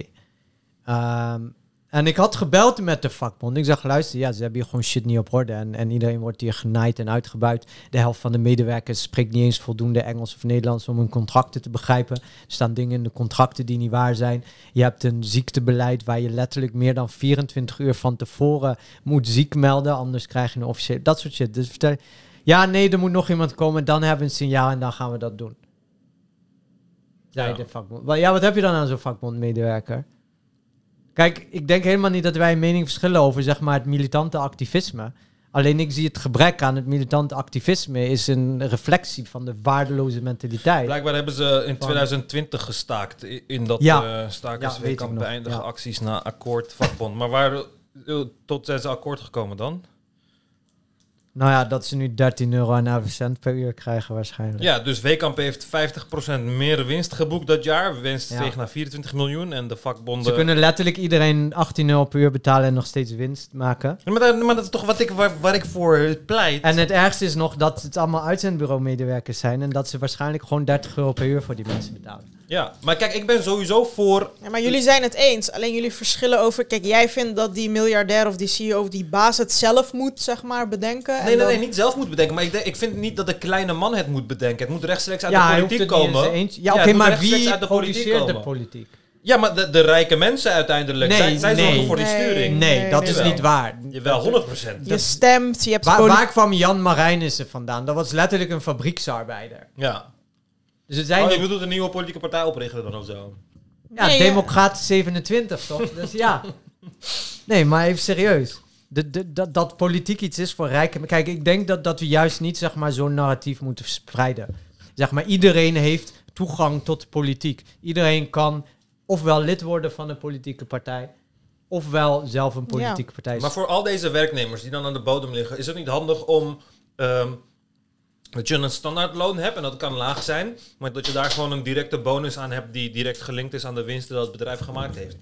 En ik had gebeld met de vakbond. Ik zeg, luister, ja, ze hebben hier gewoon shit niet op orde. En iedereen wordt hier genaaid en uitgebuit. De helft van de medewerkers spreekt niet eens voldoende Engels of Nederlands om hun contracten te begrijpen. Er staan dingen in de contracten die niet waar zijn. Je hebt een ziektebeleid waar je letterlijk meer dan 24 uur van tevoren moet ziek melden. Anders krijg je een officieel... Dat soort shit. Dus vertel, ja, nee, er moet nog iemand komen. Dan hebben we een signaal en dan gaan we dat doen. Zei
Ja.
de vakbond. Ja, wat heb je dan aan zo'n vakbondmedewerker? Kijk, ik denk helemaal niet dat wij een mening verschillen over, zeg maar, het militante activisme. Alleen ik zie het gebrek aan het militante activisme is een reflectie van de waardeloze mentaliteit.
Blijkbaar hebben ze in 2020 gestaakt in dat
Ja.
stakers
Ja, weet ik
Weekamp
nog.
beëindigen
Ja.
acties na akkoord vakbond. Maar waar tot zijn ze akkoord gekomen dan?
Nou ja, dat ze nu €13,11 per uur krijgen waarschijnlijk.
Ja, dus Weekamp heeft 50% meer winst geboekt dat jaar. Winst
Ja.
steeg naar 24 miljoen en de vakbonden...
Ze kunnen letterlijk iedereen €18 per uur betalen en nog steeds winst maken.
Ja, maar dat is toch waar ik voor pleit.
En het ergste is nog dat het allemaal uitzendbureau-medewerkers zijn en dat ze waarschijnlijk gewoon €30 per uur voor die mensen betalen.
Ja, maar kijk, ik ben sowieso voor...
Ja, maar jullie zijn het eens. Alleen jullie verschillen over... Kijk, jij vindt dat die miljardair of die CEO of die baas het zelf moet, zeg maar, bedenken.
Nee, niet zelf moet bedenken. Maar ik vind niet dat de kleine man het moet bedenken. Het moet rechtstreeks uit
Ja,
de
hij hoeft
politiek
het niet
komen.
eens eens. Ja,
het
oké,
moet
maar
rechtstreeks
wie
uit de politiek
produceert de
komen.
politiek?
Ja, maar de rijke mensen uiteindelijk.
Nee,
zij
nee.
zorgen voor die
Nee.
sturing.
Nee, dat is
Jawel.
niet waar.
Jawel, 100%.
Je stemt, je hebt...
Waar kwam Jan Marijnissen vandaan? Dat was letterlijk een fabrieksarbeider.
Ja.
Dus het zijn
Oh, je
niet-
bedoelt een nieuwe politieke partij oprichten dan of zo?
ja,
Nee,
Democraten 27, toch? Dus ja. Nee, maar even serieus. Dat politiek iets is voor rijken. Kijk, ik denk dat we juist niet, zeg maar, zo'n narratief moeten verspreiden. Zeg maar, iedereen heeft toegang tot de politiek. Iedereen kan ofwel lid worden van een politieke partij, ofwel zelf een politieke partij.
Maar voor al deze werknemers die dan aan de bodem liggen, is het niet handig om dat je een standaardloon hebt en dat kan laag zijn, maar dat je daar gewoon een directe bonus aan hebt die direct gelinkt is aan de winsten dat het bedrijf gemaakt heeft.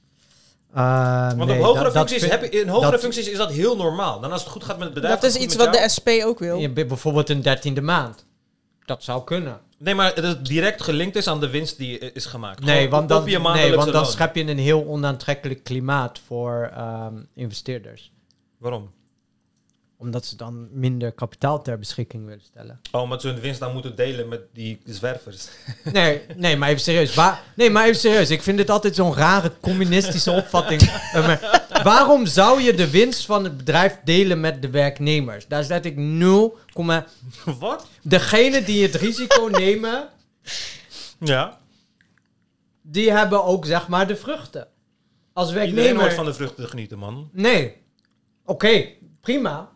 Want
nee,
op hogere
dat
functies,
vind-
in hogere
dat-
functies is dat heel normaal. Dan als het goed gaat met het bedrijf.
Dat is
gaat het
iets
goed
wat
met
de
jou.
SP ook wil.
je bijvoorbeeld een 13e maand. Dat zou kunnen.
Nee, maar dat het direct gelinkt is aan de winst die is gemaakt.
Nee,
Gewoon
want dan,
op je maandelijkse loon.
schep je een heel onaantrekkelijk klimaat voor investeerders.
Waarom?
Omdat ze dan minder kapitaal ter beschikking willen stellen.
Oh, omdat ze hun winst dan moeten delen met die zwervers.
Nee, maar even serieus. Ik vind dit altijd zo'n rare communistische opvatting. Waarom zou je de winst van het bedrijf delen met de werknemers? Daar zet ik 0,
Wat?
degene die het risico nemen,
Ja.
die hebben ook, zeg maar, de vruchten. Als
Iedereen
werknemer...
hoort van de vruchten te genieten, man.
Nee. Oké, prima.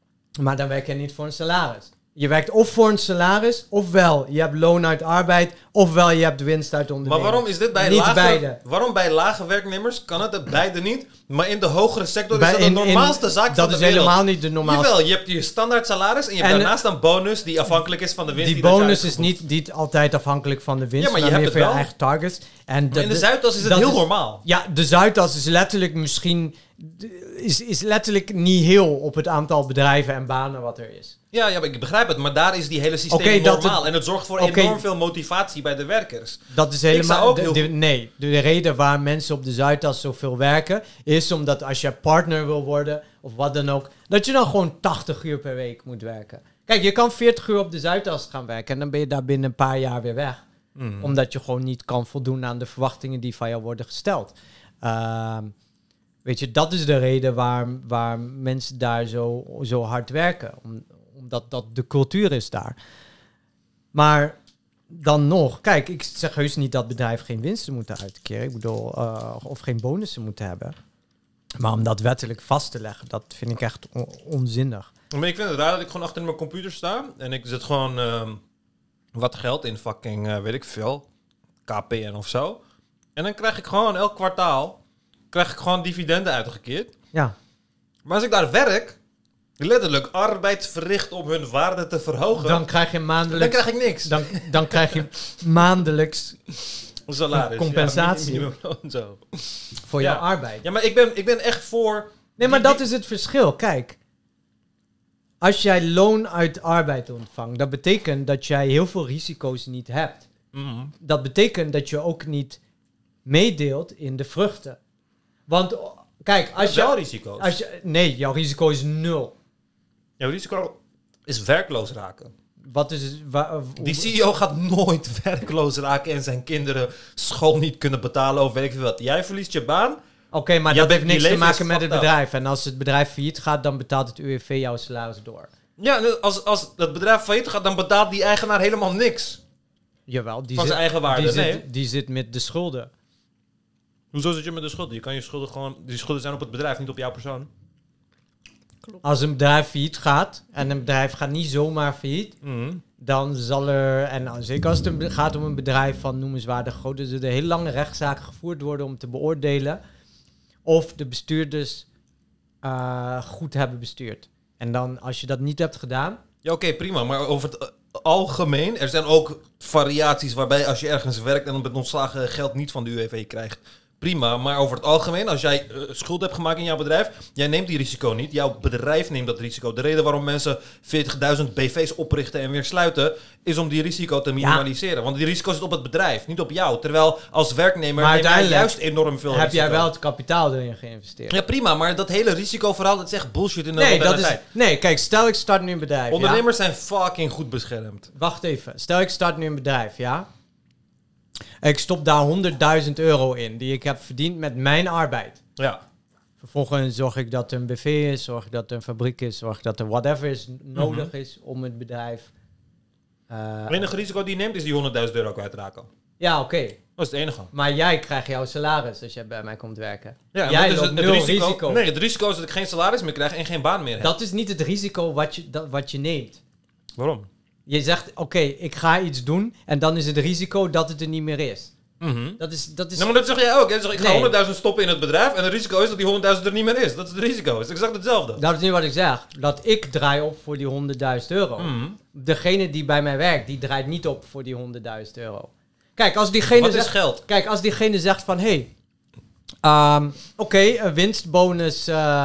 Maar dan werk je niet voor een salaris. Je werkt of voor een salaris, ofwel je hebt loon uit arbeid, Ofwel je hebt winst uit onderneming.
Maar waarom is dit bij
Niet
lage...
beide.
Waarom bij lage werknemers kan het beide niet? Maar in de hogere sector
Bij-
is dat de normaalste zaak van de
Dat is
wereld.
helemaal niet de normaalste.
Jawel, je hebt je standaard salaris en je hebt
En-
daarnaast een bonus die afhankelijk is van de winst
Die
dat je
bonus is
uitgevoerd.
niet altijd afhankelijk van de winst,
Ja, maar je
maar
hebt
meer
het
voor je
wel.
eigen targets. En
Maar in de Zuidas is het
dat
heel
is-
normaal.
Ja, de Zuidas is letterlijk misschien... Is letterlijk niet heel op het aantal bedrijven en banen wat er is.
Ja, maar ik begrijp het, maar daar is die hele systeem
Oké, dat
normaal.
het-
En het zorgt voor
Oké.
enorm veel motivatie bij de werkers.
Dat is
zou
helemaal...
ook heel-
Nee, de reden waar mensen op de Zuidas zoveel werken... is omdat als je partner wil worden of wat dan ook... dat je dan gewoon 80 uur per week moet werken. Kijk, je kan 40 uur op de Zuidas gaan werken... en dan ben je daar binnen een paar jaar weer weg. Omdat je gewoon niet kan voldoen aan de verwachtingen die van jou worden gesteld. Weet je, dat is de reden waar mensen daar zo hard werken. Omdat dat de cultuur is daar. Maar dan nog, kijk, ik zeg heus niet dat bedrijven geen winsten moeten uitkeren. Ik bedoel, of geen bonussen moeten hebben. Maar om dat wettelijk vast te leggen, dat vind ik echt onzinnig.
Maar ik vind het raar dat ik gewoon achter mijn computer sta en ik zet gewoon wat geld in fucking, weet ik veel, KPN of zo. En dan krijg ik gewoon elk kwartaal dividenden uitgekeerd.
Ja.
Maar als ik daar werk, letterlijk arbeid verricht om hun waarde te verhogen,
Dan krijg je maandelijks...
dan krijg ik niks.
Dan krijg je maandelijks
Salaris.
compensatie.
Ja, minimumloon, zo.
voor
Ja.
jouw arbeid.
Ja, maar ik ben echt voor...
Nee, maar dat is het verschil. Kijk, als jij loon uit arbeid ontvangt, dat betekent dat jij heel veel risico's niet hebt.
Mhm.
Dat betekent dat je ook niet meedeelt in de vruchten. Want kijk, als
Wel
je...
risico's.
Nee, jouw risico is 0.
Jouw risico is werkloos raken.
Wat is het?
Die CEO gaat nooit werkloos raken en zijn kinderen school niet kunnen betalen of weet ik veel wat. Jij verliest je baan.
Oké, maar
Ja,
dat
die
heeft niks te
leven is
maken met het
fucked up.
bedrijf. En als het bedrijf failliet gaat, dan betaalt het UWV jouw salaris door.
Ja, als het bedrijf failliet gaat, dan betaalt die eigenaar helemaal niks
Jawel, die
van zijn eigen waarde.
die zit met de schulden.
Hoezo zit je met de schulden? Je kan je schulden gewoon... Die schulden zijn op het bedrijf, niet op jouw persoon.
Als een bedrijf failliet gaat, en een bedrijf gaat niet zomaar failliet, dan zal er, en zeker als het gaat om een bedrijf van noemenswaardig groot, er zullen hele lange rechtszaken gevoerd worden om te beoordelen of de bestuurders goed hebben bestuurd. En dan, als je dat niet hebt gedaan...
Ja, oké, prima. Maar over het algemeen, er zijn ook variaties waarbij als je ergens werkt en met ontslagen geld niet van de UWV krijgt. Prima, maar over het algemeen, als jij schuld hebt gemaakt in jouw bedrijf, jij neemt die risico niet. Jouw bedrijf neemt dat risico. De reden waarom mensen 40.000 BV's oprichten en weer sluiten, is om die risico te minimaliseren. Want die risico zit op het bedrijf, niet op jou. Terwijl als werknemer
Maar
neem jij
uiteindelijk
juist enorm veel
heb
risico.
jij wel het kapitaal erin geïnvesteerd.
Ja, prima, maar dat hele risicoverhaal, dat is echt bullshit in de
Nee,
moderne
dat is,
tijd.
nee, kijk, stel ik start nu een bedrijf. Ja?
Ondernemers zijn fucking goed beschermd.
Wacht even. Stel ik start nu een bedrijf, ja? Ik stop daar 100.000 euro in, die ik heb verdiend met mijn arbeid.
Ja.
Vervolgens zorg ik dat er een BV is, zorg ik dat er een fabriek is, zorg ik dat er whatever is nodig is om het bedrijf...
Het enige risico die je neemt is die 100.000 euro kwijtraken.
Ja, oké.
Dat is het enige.
Maar jij krijgt jouw salaris als jij bij mij komt werken.
Ja,
Jij
dat is
loopt nul risico.
Nee, het risico is dat ik geen salaris meer krijg en geen baan meer heb.
Dat is niet het risico wat je neemt.
Waarom?
Je zegt, oké, ik ga iets doen en dan is het risico dat het er niet meer is. Dat is...
Nou, maar dat zeg jij ook. Hè? Zeg, ik ga
Nee.
100.000 stoppen in het bedrijf en het risico is dat die 100.000 er niet meer is. Dat is het risico. Het is exact hetzelfde.
Dat is niet wat ik zeg. Dat ik draai op voor die 100.000 euro. Degene die bij mij werkt, die draait niet op voor die 100.000 euro. Kijk, als diegene
Wat
zegt...
is geld?
Kijk, als diegene zegt van... Oké, een winstbonus...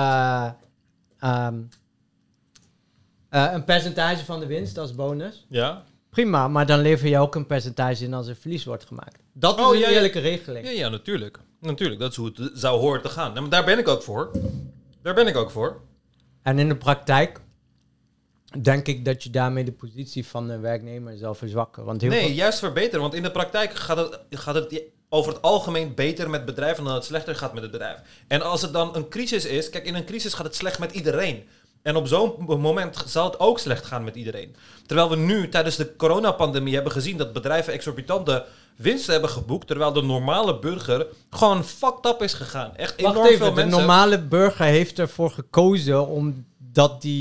een percentage van de winst als bonus.
Ja?
Prima, maar dan lever je ook een percentage in als er verlies wordt gemaakt. Dat is
Oh,
een
ja, ja.
eerlijke regeling.
Ja, natuurlijk. Natuurlijk, dat is hoe het zou horen te gaan. Nou, maar daar ben ik ook voor. Daar ben ik ook voor.
En in de praktijk denk ik dat je daarmee de positie van de werknemer zal verzwakken. Want heel
Nee,
veel...
juist verbeteren. Want in de praktijk gaat het over het algemeen beter met bedrijven dan het slechter gaat met het bedrijf. En als het dan een crisis is... Kijk, in een crisis gaat het slecht met iedereen. En op zo'n moment zal het ook slecht gaan met iedereen. Terwijl we nu tijdens de coronapandemie hebben gezien dat bedrijven exorbitante winsten hebben geboekt, terwijl de normale burger gewoon fucked up is gegaan. Echt enorm
Wacht even,
veel
de
mensen...
normale burger heeft ervoor gekozen omdat die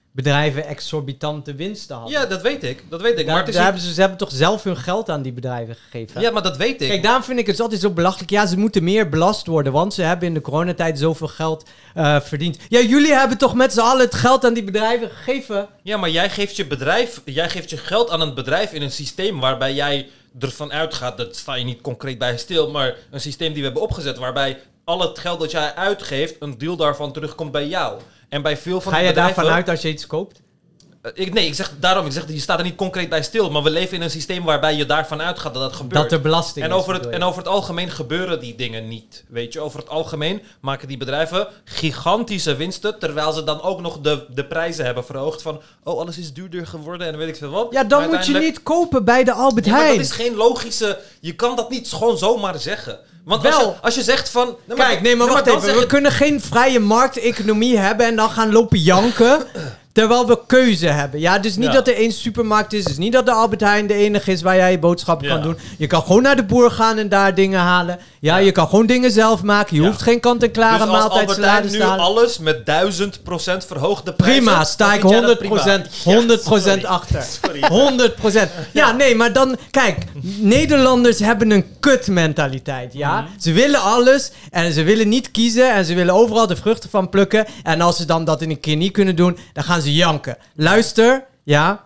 bedrijven exorbitante winsten hadden.
Ja, dat weet ik. Maar het is
Ze hebben toch zelf hun geld aan die bedrijven gegeven?
ja, maar dat weet ik.
Kijk, daarom vind ik het altijd zo belachelijk. Ja, ze moeten meer belast worden, want ze hebben in de coronatijd zoveel geld verdiend. Ja, jullie hebben toch met z'n allen het geld aan die bedrijven gegeven?
Ja, maar jij geeft je geld aan een bedrijf in een systeem waarbij jij ervan uitgaat, dat sta je niet concreet bij stil, maar een systeem die we hebben opgezet waarbij al het geld dat jij uitgeeft, een deel daarvan terugkomt bij jou. En bij veel van
Ga
de
je
bedrijven...
daarvan uit als je iets koopt?
Ik zeg, je staat er niet concreet bij stil, maar we leven in een systeem waarbij je daarvan uitgaat dat gebeurt.
Dat er belasting
En
is.
over het algemeen gebeuren die dingen niet. Weet je, over het algemeen maken die bedrijven gigantische winsten, terwijl ze dan ook nog de prijzen hebben verhoogd van, oh, alles is duurder geworden en weet ik veel wat.
Ja, dan
Maar
moet je
uiteindelijk-
niet kopen bij de Albert
Ja, maar
Heijn.
dat is geen logische... Je kan dat niet gewoon zomaar zeggen. Want
Wel.
als je zegt van...
Kijk, wacht
dan
even.
zeg
We
je-
kunnen geen vrije markteconomie hebben en dan gaan lopen janken. Terwijl we keuze hebben. Ja, dus niet
Ja.
dat er één supermarkt is. Dus niet dat de Albert Heijn de enige is waar jij je boodschappen
Ja.
kan doen. Je kan gewoon naar de boer gaan en daar dingen halen. Ja, je kan gewoon dingen zelf maken. Je
Ja.
hoeft geen kant-en-klare
Dus als Albert
maaltijdsalades
Heijn
te
nu
halen.
alles met 1000% verhoogde prijzen...
Prima, sta
dan
ik
vind jij dat
100%,
prima.
100%
Ja,
achter.
sorry.
100%. Ja, nee, maar dan... Kijk, Nederlanders hebben een kutmentaliteit, ja? Ze willen alles en ze willen niet kiezen en ze willen overal de vruchten van plukken. En als ze dan dat in een keer niet kunnen doen, dan gaan ze janken. Luister, ja?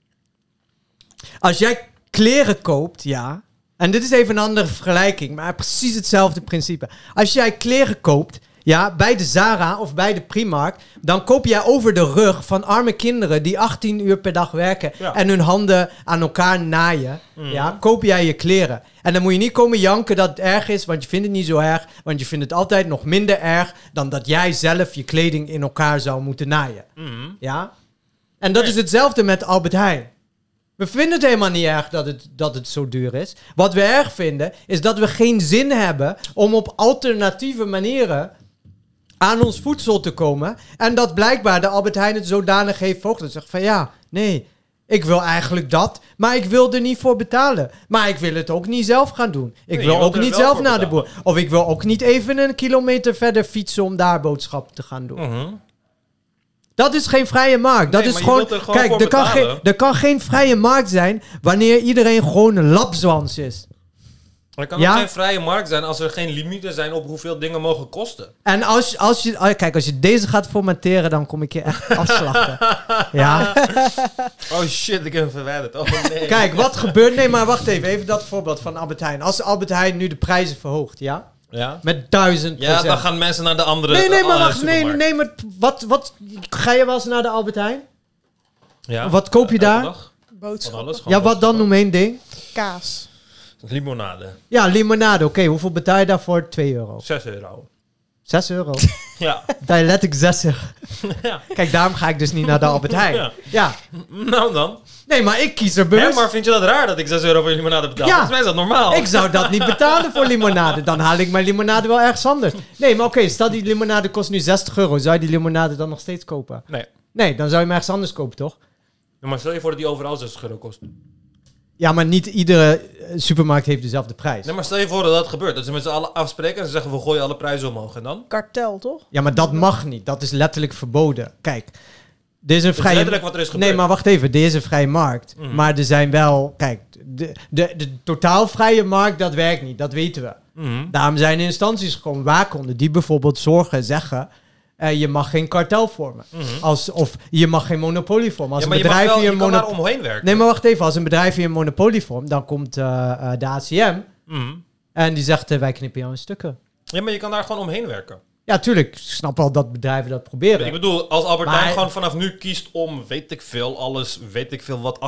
Als jij kleren koopt, ja... En dit is even een andere vergelijking, maar precies hetzelfde principe. Als jij kleren koopt, ja, bij de Zara of bij de Primark, dan koop jij over de rug van arme kinderen die 18 uur per dag werken
Ja.
en hun handen aan elkaar naaien, ja, koop jij je kleren. En dan moet je niet komen janken dat het erg is, want je vindt het niet zo erg, want je vindt het altijd nog minder erg dan dat jij zelf je kleding in elkaar zou moeten naaien.
Mhm.
Ja? En dat is hetzelfde met Albert Heijn. We vinden het helemaal niet erg dat het zo duur is. Wat we erg vinden, is dat we geen zin hebben om op alternatieve manieren aan ons voedsel te komen. En dat blijkbaar de Albert Heijn het zodanig heeft verhoogd. Dat zegt van ja, nee, ik wil eigenlijk dat, maar ik wil er niet voor betalen. Maar ik wil het ook niet zelf gaan doen. Ik
Nee,
wil
je wilt
ook
er
niet
wel
zelf
voor
naar de boer.
betalen.
Of ik wil ook niet even een kilometer verder fietsen om daar boodschappen te gaan doen.
Mhm.
Dat is geen vrije markt. Dat
Nee,
is
maar je
gewoon...
wilt er gewoon
Kijk,
voor betalen.
er kan geen vrije markt zijn wanneer iedereen gewoon een lapzwans is.
Er kan
Ja?
ook geen vrije markt zijn als er geen limieten zijn op hoeveel dingen mogen kosten.
En als je deze gaat formateren, dan kom ik je echt afslachten. Ja.
Oh shit, ik heb hem verwijderd. Oh nee.
Kijk, wat gebeurt... Nee, maar wacht even. Even dat voorbeeld van Albert Heijn. Als Albert Heijn nu de prijzen verhoogt, ja?
Ja?
Met 1000%.
Ja, dan gaan mensen naar de andere
Nee, maar
andere
wacht. Nee,
supermarkt.
maar wat... Ga je wel eens naar de Albert Heijn?
Ja.
Wat koop je
Elke
daar?
dag. Van
Boodschappen.
alles. gewoon
Ja, wat dan? Noem één ding.
Kaas.
Limonade.
Ja, limonade. Oké, hoeveel betaal je daarvoor? €2.
€6.
€6.
Ja.
Dat je letterlijk 60.
Ja.
Kijk, daarom ga ik dus niet naar de Albert Heijn.
Ja.
Ja.
Nou dan.
Nee, maar ik kies er
Hè,
bewust.
maar vind je dat raar dat ik €6 voor limonade betaal?
Ja.
Volgens mij is dat normaal.
Ik zou dat niet betalen voor limonade. Dan haal ik mijn limonade wel ergens anders. Nee, maar oké, stel die limonade kost nu €60. Zou je die limonade dan nog steeds kopen?
Nee.
Nee, dan zou je hem ergens anders kopen, toch?
Ja, maar stel je voor dat die overal €60 kost.
Ja, maar niet iedere supermarkt heeft dezelfde prijs.
Nee, maar stel je voor dat dat gebeurt. Dat ze met z'n allen afspreken en ze zeggen we gooien alle prijzen omhoog. En dan?
Kartel, toch?
Ja, maar dat mag niet. Dat is letterlijk verboden. Kijk, dit is een
Dat is
vrije...
letterlijk wat er is gebeurd.
Nee, maar wacht even. Dit is een vrije markt.
Mhm.
Maar er zijn wel... Kijk, de totaal vrije markt, dat werkt niet. Dat weten we.
Mhm.
Daarom zijn er instanties gewoon waakhonden die bijvoorbeeld zeggen... je mag geen kartel vormen.
Mhm.
Of je mag geen monopolie vormen. Als
Ja,
een
maar je, mag
bedrijf
wel,
hier
je
een
kan daar
monopolie...
omheen werken.
Nee, maar wacht even. Als een bedrijf hier een monopolie vormt, dan komt de ACM
Mhm.
en die zegt wij knippen jou in stukken.
Ja, maar je kan daar gewoon omheen werken.
Ja, tuurlijk. Ik snap wel dat bedrijven dat proberen.
Ik bedoel, als Albert
Maar-
Heijn gewoon vanaf nu kiest om, weet ik veel, wat,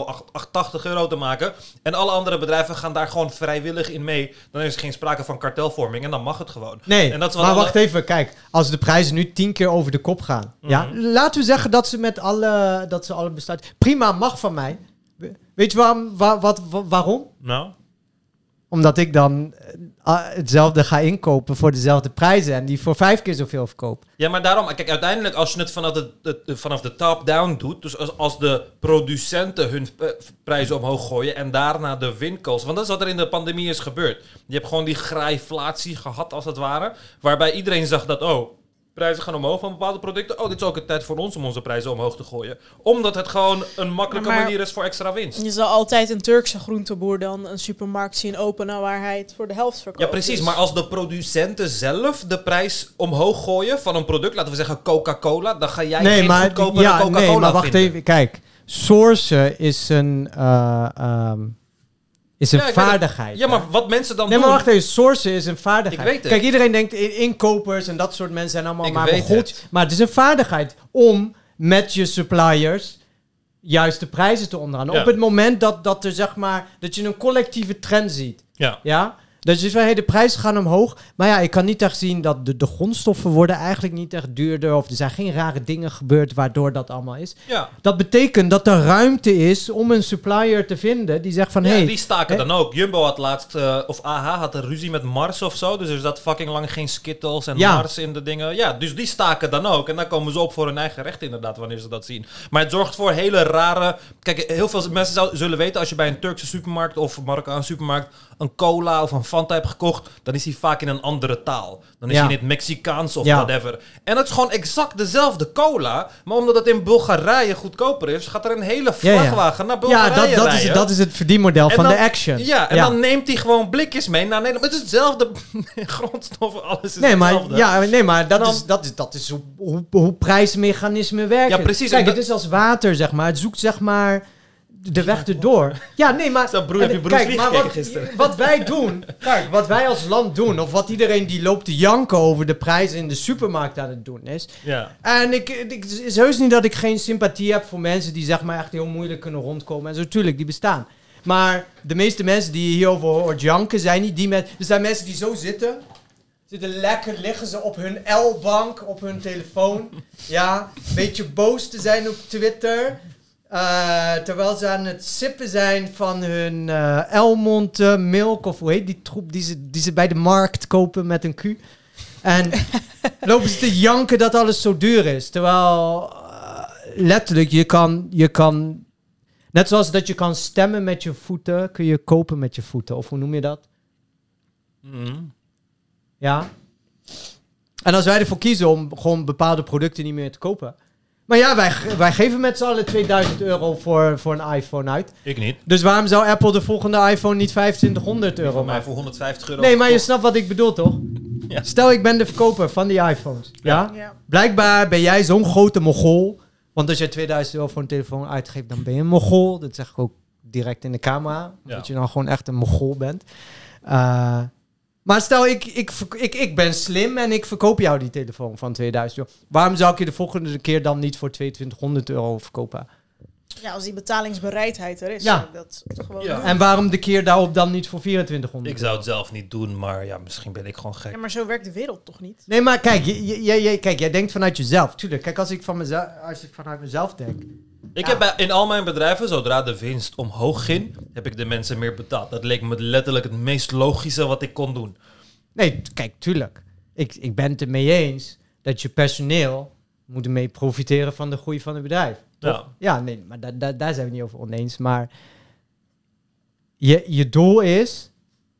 €80 te maken. En alle andere bedrijven gaan daar gewoon vrijwillig in mee. Dan is er geen sprake van kartelvorming en dan mag het gewoon.
Nee,
En dat is wat
maar
alle-
wacht even. Kijk, als de prijzen nu 10 keer over de kop gaan. Ja, laten we zeggen dat ze alle besluiten... Prima, mag van mij. Weet je waarom?
Nou?
Omdat ik dan hetzelfde ga inkopen voor dezelfde prijzen en die voor 5 keer zoveel verkoop.
Ja, maar daarom, kijk, uiteindelijk als je het vanaf de top-down doet, dus als de producenten hun prijzen omhoog gooien en daarna de winkels, want dat is wat er in de pandemie is gebeurd. Je hebt gewoon die graaiflatie gehad, als het ware, waarbij iedereen zag dat, Prijzen gaan omhoog van bepaalde producten. Oh, dit is ook een tijd voor ons om onze prijzen omhoog te gooien. Omdat het gewoon een makkelijke
Maar
manier is voor extra winst.
Je zal altijd een Turkse groenteboer dan een supermarkt zien openen waar hij het voor de helft verkoopt.
Ja, precies.
Dus-
Maar als de producenten zelf de prijs omhoog gooien van een product, laten we zeggen Coca-Cola, dan ga jij geen goedkopere Coca-Cola
nee, maar wacht
vinden.
even. Kijk, sourcen is een
Ja, ik weet
vaardigheid.
Ja, maar wat mensen dan
Nee,
doen...
maar wacht even. Sourcen is een vaardigheid.
Ik weet het.
Kijk, iedereen denkt inkopers en dat soort mensen zijn allemaal
Ik
maar
weet
begot.
het.
Maar het is een vaardigheid om met je suppliers juist de prijzen te onderhandelen.
Ja.
Op het moment dat er zeg maar dat je een collectieve trend ziet.
Ja.
Ja? Dat je van, hey, de prijzen gaan omhoog. Maar ja, ik kan niet echt zien dat de grondstoffen worden eigenlijk niet echt duurder. Of er zijn geen rare dingen gebeurd waardoor dat allemaal is.
Ja.
Dat betekent dat er ruimte is om een supplier te vinden die zegt van...
Ja,
hey,
die staken dan ook. Jumbo had laatst, of AH had een ruzie met Mars of zo. Dus er zat fucking lang geen Skittles en
Ja.
Mars in de dingen. Ja, dus die staken dan ook. En dan komen ze op voor hun eigen recht inderdaad, wanneer ze dat zien. Maar het zorgt voor hele rare... Kijk, heel veel mensen zullen weten, als je bij een Turkse supermarkt of Marokkaanse supermarkt een cola of een Fanta hebt gekocht, dan is die vaak in een andere taal. Dan is
Ja.
die in het Mexicaans of
Ja.
whatever. En het is gewoon exact dezelfde cola, maar omdat het in Bulgarije goedkoper is, gaat er een hele
Ja, ja.
vrachtwagen naar
ja,
Bulgarije rijden.
dat is het verdienmodel
En
van
dan-
de Action.
Ja, en dan neemt hij gewoon blikjes mee naar Nederland. Het is hetzelfde grondstoffen, alles is
Nee, maar,
hetzelfde.
dat is hoe prijsmechanismen werken.
Ja, precies.
Kijk,
En
het is als water, zeg maar. Het zoekt, zeg maar, de weg erdoor. Ja, nee, maar...
Zo, broer, heb je
en,
Bruce
kijk,
Lee
maar
gekeken
wat,
gisteren?
wat wij doen... Kijk, wat wij als land doen... Of wat iedereen die loopt te janken over de prijzen in de supermarkt aan het doen is...
Ja.
En het is heus niet dat ik geen sympathie heb voor mensen die zeg maar echt heel moeilijk kunnen rondkomen. En zo, tuurlijk, die bestaan. Maar de meeste mensen die je hierover hoort janken zijn niet die met... Er zijn mensen die zo zitten lekker, liggen ze op hun L-bank, op hun telefoon. Ja, een beetje boos te zijn op Twitter. Terwijl ze aan het sippen zijn van hun Elmond milk, of hoe heet die troep die ze bij de markt kopen met een Q. En lopen ze te janken dat alles zo duur is. Terwijl letterlijk, je kan... Net zoals dat je kan stemmen met je voeten, kun je kopen met je voeten. Of hoe noem je dat?
Mhm.
Ja. En als wij ervoor kiezen om gewoon bepaalde producten niet meer te kopen. Maar ja, wij geven met z'n allen €2000 voor een iPhone uit.
Ik niet.
Dus waarom zou Apple de volgende iPhone niet €2500
Voor mij
maken?
voor €150.
Nee, maar je snapt wat ik bedoel, toch?
Ja.
Stel, ik ben de verkoper van die iPhones. Ja?
Ja.
Blijkbaar ben jij zo'n grote mogol. Want als je €2000 voor een telefoon uitgeeft, dan ben je een mogol. Dat zeg ik ook direct in de camera.
Ja.
Dat je dan gewoon echt een mogol bent. Maar stel, ik ben slim en ik verkoop jou die telefoon van €2000. Waarom zou ik je de volgende keer dan niet voor €2200 verkopen?
Ja, als die betalingsbereidheid er is.
Ja.
Dat is gewoon
Ja.
doen.
En waarom de keer daarop dan niet voor €2400?
Ik zou het zelf niet doen, maar ja, misschien ben ik gewoon gek.
Ja, maar zo werkt de wereld toch niet?
Nee, maar kijk, jij denkt vanuit jezelf. Tuurlijk, kijk, als ik vanuit mezelf denk...
Ik heb in al mijn bedrijven, zodra de winst omhoog ging, heb ik de mensen meer betaald. Dat leek me letterlijk het meest logische wat ik kon doen.
Nee, kijk, tuurlijk. Ik ben het ermee eens dat je personeel moet ermee profiteren van de groei van het bedrijf.
Ja.
Ja, nee, maar daar zijn we niet over oneens. Maar je doel is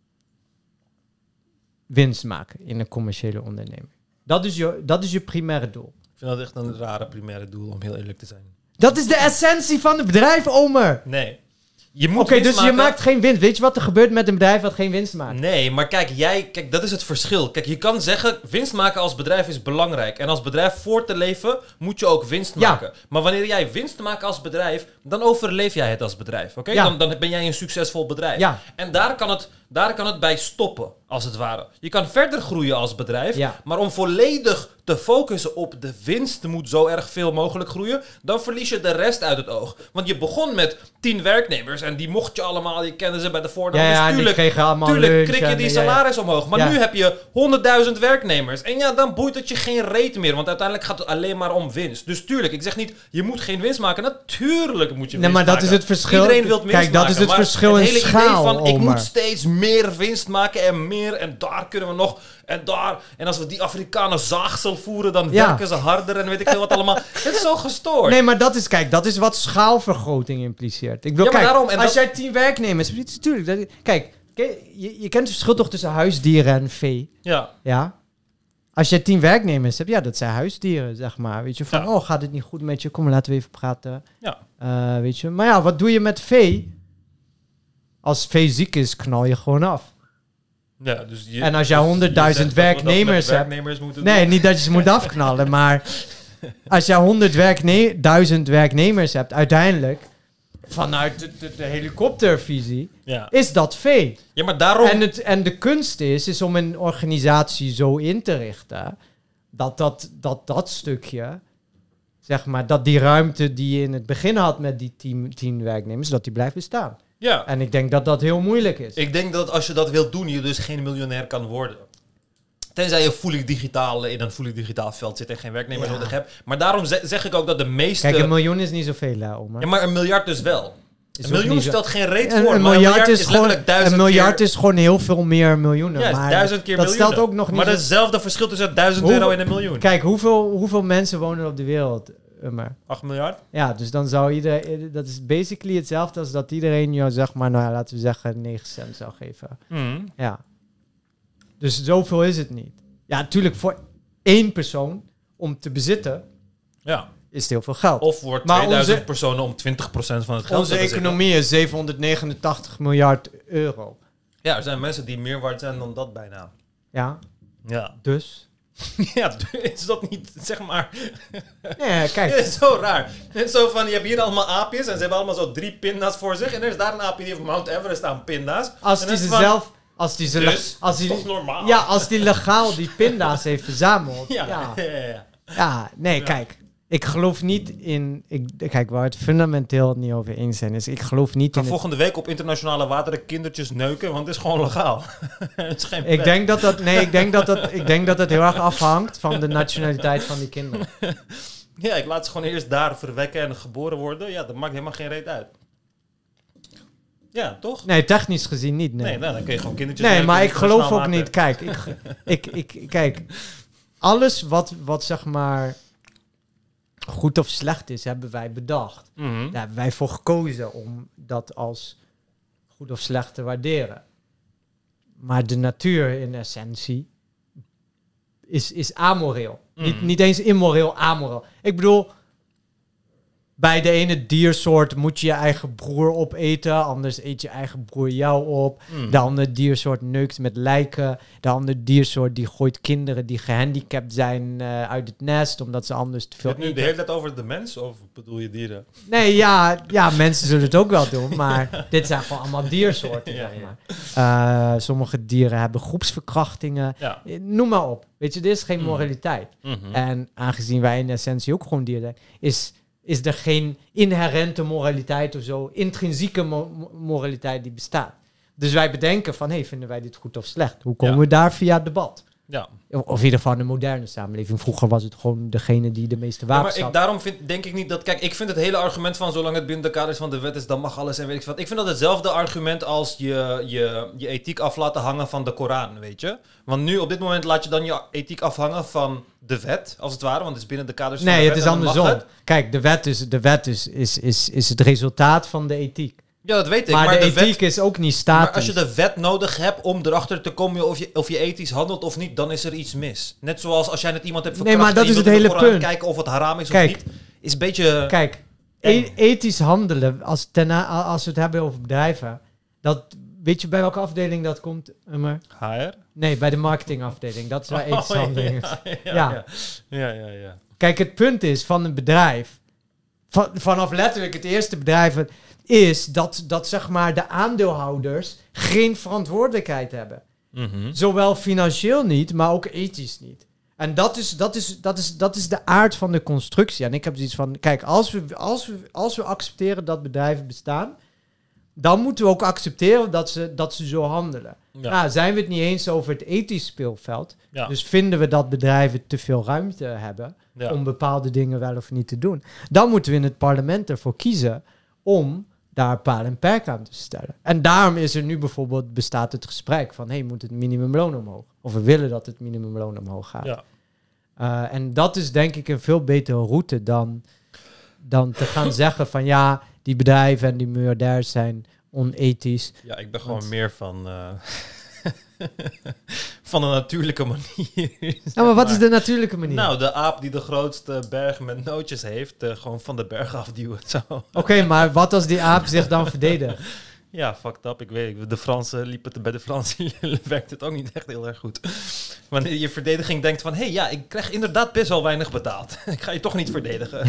winst maken in een commerciële onderneming. Dat is je primaire doel.
Ik vind dat echt een rare primaire doel, om heel eerlijk te zijn.
Dat is de essentie van het bedrijf, Omer.
Nee. Je moet
Oké,
winst
dus je
maken.
maakt geen winst. Weet je wat er gebeurt met een bedrijf wat geen winst maakt?
Nee, maar kijk, dat is het verschil. Kijk, je kan zeggen, winst maken als bedrijf is belangrijk. En als bedrijf voor te leven, moet je ook winst
Ja.
maken. Maar wanneer jij winst maakt als bedrijf, dan overleef jij het als bedrijf. Oké?
Ja.
Dan ben jij een succesvol bedrijf.
Ja.
En daar kan het bij stoppen, als het ware. Je kan verder groeien als bedrijf,
Ja.
maar om volledig te focussen op de winst moet zo erg veel mogelijk groeien, dan verlies je de rest uit het oog. Want je begon met 10 werknemers en die mocht je allemaal, je kende ze bij de voornaam.
Ja,
Dus
en die
tuurlijk,
kregen allemaal
tuurlijk
lunch
krik je
en-
die
ja,
salaris omhoog. Maar
Ja.
nu heb je 100.000 werknemers. En ja, dan boeit het je geen reet meer. Want uiteindelijk gaat het alleen maar om winst. Dus tuurlijk, ik zeg niet, je moet geen winst maken. Natuurlijk moet je
Nee,
winst
maar dat
maken.
is het verschil.
Iedereen wil winst
Kijk, dat
maken,
is het
maar
verschil in
het hele
schaal,
idee van, ik
Omar.
moet steeds meer winst maken en meer. En daar kunnen we nog. En daar. En als we die Afrikanen zaagsel voeren, dan
Ja.
werken ze harder. En weet ik veel wat allemaal. Het is zo gestoord.
Nee, maar dat is wat schaalvergroting impliceert. Ik wil,
Ja, maar
kijk,
daarom, en
als
dat-
jij 10 werknemers hebt, natuurlijk. Kijk, je kent het verschil toch tussen huisdieren en vee.
Ja.
Ja? Als je 10 werknemers hebt, ja, dat zijn huisdieren, zeg maar. Weet je, van,
Ja.
gaat het niet goed met je? Kom, laten we even praten.
Ja.
Weet je, maar ja, wat doe je met vee? Als vee ziek is, knal je gewoon af.
Ja, dus
En als jij 100.000
je zegt dat we dat met
werknemers hebt-
werknemers moeten
Nee,
doen?
niet dat je ze moet afknallen, maar als jij 100.000 werknemers hebt, uiteindelijk, vanuit de helikoptervisie,
Ja.
is dat vee.
Ja, maar daarom...
En de kunst is om een organisatie zo in te richten dat stukje, zeg maar, dat die ruimte die je in het begin had met die 10 werknemers, dat die blijft bestaan.
Ja.
En ik denk dat dat heel moeilijk is.
Ik denk dat als je dat wilt doen, je dus geen miljonair kan worden. Tenzij je fully digitaal in een fully digitaal veld zit en geen werknemers
Ja.
nodig hebt. Maar daarom zeg ik ook dat de meeste...
Kijk, 1 miljoen is niet zoveel, hè, Omar.
Ja, maar 1 miljard dus wel.
Is
Een
ook
miljoen
niet zo-
stelt geen reet
Een
voor, maar
miljard is gewoon
letterlijk 1000
een miljard
keer...
is gewoon heel veel meer miljoenen.
Ja,
maar
1000 keer
dat
miljoenen.
stelt ook nog niet.
Maar
zo-
hetzelfde verschil tussen 1000
Hoeveel-
euro en 1 miljoen.
Kijk, hoeveel mensen wonen op de wereld? Maar
8 miljard?
ja, dus dan zou iedereen... Dat is basically hetzelfde als dat iedereen jou, zeg maar, nou, laten we zeggen, 9 cent zou geven. Ja. Dus zoveel is het niet. Ja, natuurlijk voor 1 persoon om te bezitten
Ja.
is het heel veel geld.
Of voor
Maar
2000
onze-
personen om 20% van het geld
Onze
te bezitten.
economie is 789 miljard euro.
Ja, er zijn mensen die meer waard zijn dan dat bijna.
Ja,
Ja.
dus...
Ja, is dat niet, zeg maar...
Nee, kijk.
Het is zo raar. Het is zo van, je hebt hier allemaal aapjes en ze hebben allemaal zo 3 pinda's voor zich. En er is daar een aapje die heeft Mount Everest aan pinda's.
Als
En
die
dat
ze
is van,
zelf... Als die ze
Dus,
als
dat is
die,
toch normaal?
ja, als die legaal die pinda's heeft verzameld.
Ja,
Ja,
ja, ja, ja.
ja nee,
Ja.
kijk. Ik geloof niet in... Kijk, waar we het fundamenteel niet over eens zijn, is ik geloof niet
Kan
in het...
volgende week op internationale wateren kindertjes neuken, want het is gewoon legaal. Het is geen
Ik
pet.
denk dat dat... Nee, ik denk dat het heel erg afhangt van de nationaliteit van die kinderen.
Ja, ik laat ze gewoon eerst daar verwekken en geboren worden. Ja, dat maakt helemaal geen reet uit. Ja, toch?
Nee, technisch gezien niet, nee.
Nee, nou, dan kun je gewoon kindertjes
Nee,
neuken
maar
die
ik geloof ook
internationaal
niet. Kijk, kijk, alles wat zeg maar goed of slecht is, hebben wij bedacht.
maken. Mhm.
Daar hebben wij voor gekozen om dat als goed of slecht te waarderen. Maar de natuur in essentie is amoreel.
Mhm.
Niet eens immoreel, amoreel. Ik bedoel, bij de ene diersoort moet je je eigen broer opeten, anders eet je eigen broer jou op.
Mhm.
De andere diersoort neukt met lijken. De andere diersoort die gooit kinderen die gehandicapt zijn uit het nest, omdat ze anders te
Je
veel
hebt nu de
eten.
hele tijd over de mens, of bedoel je dieren?
Nee, ja, mensen zullen het ook wel doen, maar dit zijn gewoon allemaal diersoorten,
Ja,
zeg maar. Sommige dieren hebben groepsverkrachtingen.
Ja.
Noem maar op. Weet je, dit is geen
Mm.
moraliteit.
Mhm.
En aangezien wij in essentie ook gewoon dieren zijn, is er geen inherente moraliteit of zo, intrinsieke moraliteit die bestaat. Dus wij bedenken van, vinden wij dit goed of slecht? Hoe komen
Ja.
we daar via debat?
Ja.
Of in ieder geval in een moderne samenleving. Vroeger was het gewoon degene die de meeste
Ja,
wapens
maar
had.
daarom denk ik niet dat... Kijk, ik vind het hele argument van zolang het binnen de kaders van de wet is, dan mag alles en weet ik wat. Ik vind dat hetzelfde argument als je ethiek af laten hangen van de Koran, weet je? Want nu, op dit moment, laat je dan je ethiek afhangen van de wet, als het ware. Want het is binnen de kaders van de
Nee,
wet.
het is
en dan mag
andersom.
het.
Kijk, de wet is het resultaat van de ethiek.
Ja, dat weet ik.
Maar, de
wet-
ethiek is ook niet statisch.
Maar als je de wet nodig hebt om erachter te komen of je ethisch handelt of niet, dan is er iets mis. Net zoals als jij net iemand hebt
Nee,
verkracht
maar dat
en je
is
wilt
het
in de
hele
Koran
punt.
kijken of het haram is
Kijk.
of niet, is een beetje...
Kijk, ethisch handelen, als we het hebben over bedrijven, weet je bij welke afdeling dat komt?
HR?
Nee, bij de marketingafdeling. Dat is waar ethisch handelen is.
Ja.
Kijk, het punt is van een bedrijf, vanaf letterlijk het eerste bedrijf, is dat zeg maar de aandeelhouders geen verantwoordelijkheid hebben.
Mhm.
Zowel financieel niet, maar ook ethisch niet. En dat is de aard van de constructie. En ik heb zoiets van, kijk, als we accepteren dat bedrijven bestaan, dan moeten we ook accepteren dat ze zo handelen.
Ja.
Nou, zijn we het niet eens over het ethisch speelveld?
Ja.
Dus vinden we dat bedrijven te veel ruimte hebben
Ja.
om bepaalde dingen wel of niet te doen? Dan moeten we in het parlement ervoor kiezen om daar paal en perk aan te stellen. En daarom is er nu bijvoorbeeld bestaat het gesprek van, moet het minimumloon omhoog? Of we willen dat het minimumloon omhoog gaat.
Ja.
En dat is denk ik een veel betere route dan te gaan zeggen van die bedrijven en die miljardairs zijn onethisch.
Ja, ik ben gewoon meer van... Van een natuurlijke manier.
Ja, maar wat is de natuurlijke manier?
Nou, de aap die de grootste berg met nootjes heeft, gewoon van de berg afduwen. Zo.
Oké, maar wat als die aap zich dan verdedigt?
Ja, fucked up. Ik weet het. De Fransen liepen bij de Fransen werkt het ook niet echt heel erg goed. Wanneer je verdediging denkt van, ja, ik krijg inderdaad best wel weinig betaald. Ik ga je toch niet verdedigen.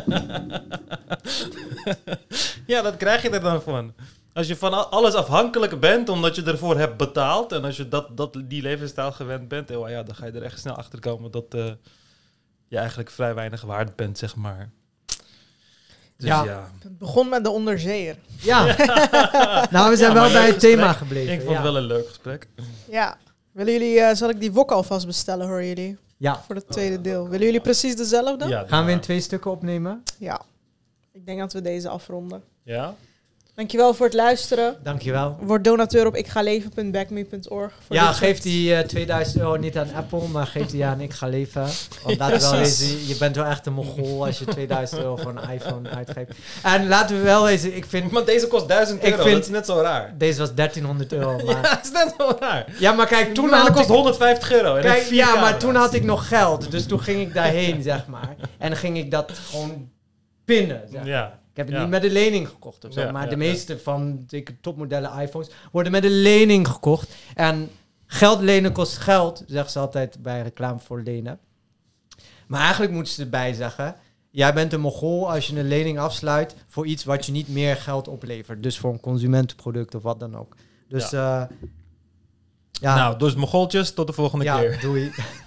Ja, dat krijg je er dan van. Als je van alles afhankelijk bent, omdat je ervoor hebt betaald, en als je die levensstijl gewend bent, ja, dan ga je er echt snel achter komen dat je eigenlijk vrij weinig waard bent, zeg maar. Dus ja.
Het begon met de onderzeeër.
Ja. Nou, we zijn wel bij het thema gebleven.
Ik vond het wel een leuk gesprek.
Ja. Willen jullie, zal ik die wok alvast bestellen, hoor jullie?
Ja.
Voor het tweede deel. Willen jullie precies dezelfde?
Ja,
Gaan we in 2 stukken opnemen?
Ja. Ik denk dat we deze afronden.
Ja?
Dankjewel voor het luisteren.
Dankjewel.
Word donateur op ikgaleven.backme.org.
Ja, geef die €2000 niet aan Apple, maar geef die aan Ik Ga Leven. Want laten we wel wezen, je bent wel echt een mongool als je €2000 voor een iPhone uitgeeft. En laten we wel wezen, ik vind...
Maar deze kost €1000, dat is net zo raar.
Deze was €1300, maar...
Ja, dat is net zo raar.
Ja, maar kijk, toen
Dat
had
kost
ik...
€150. En
Kijk,
een 4
ja, maar
camera's.
toen had ik nog geld. Dus toen ging ik daarheen, zeg maar. En dan ging ik dat gewoon pinnen, zeg maar.
Ja.
Ik heb het
Ja.
niet met een lening gekocht of zo.
Ja,
maar
ja,
de meeste van de topmodellen iPhones worden met een lening gekocht. En geld lenen kost geld, zeggen ze altijd bij reclame voor lenen. Maar eigenlijk moeten ze erbij zeggen... Jij bent een mogol als je een lening afsluit voor iets wat je niet meer geld oplevert. Dus voor een consumentenproduct of wat dan ook. Dus ja.
Nou, dus mogoltjes, tot de volgende keer.
Doei.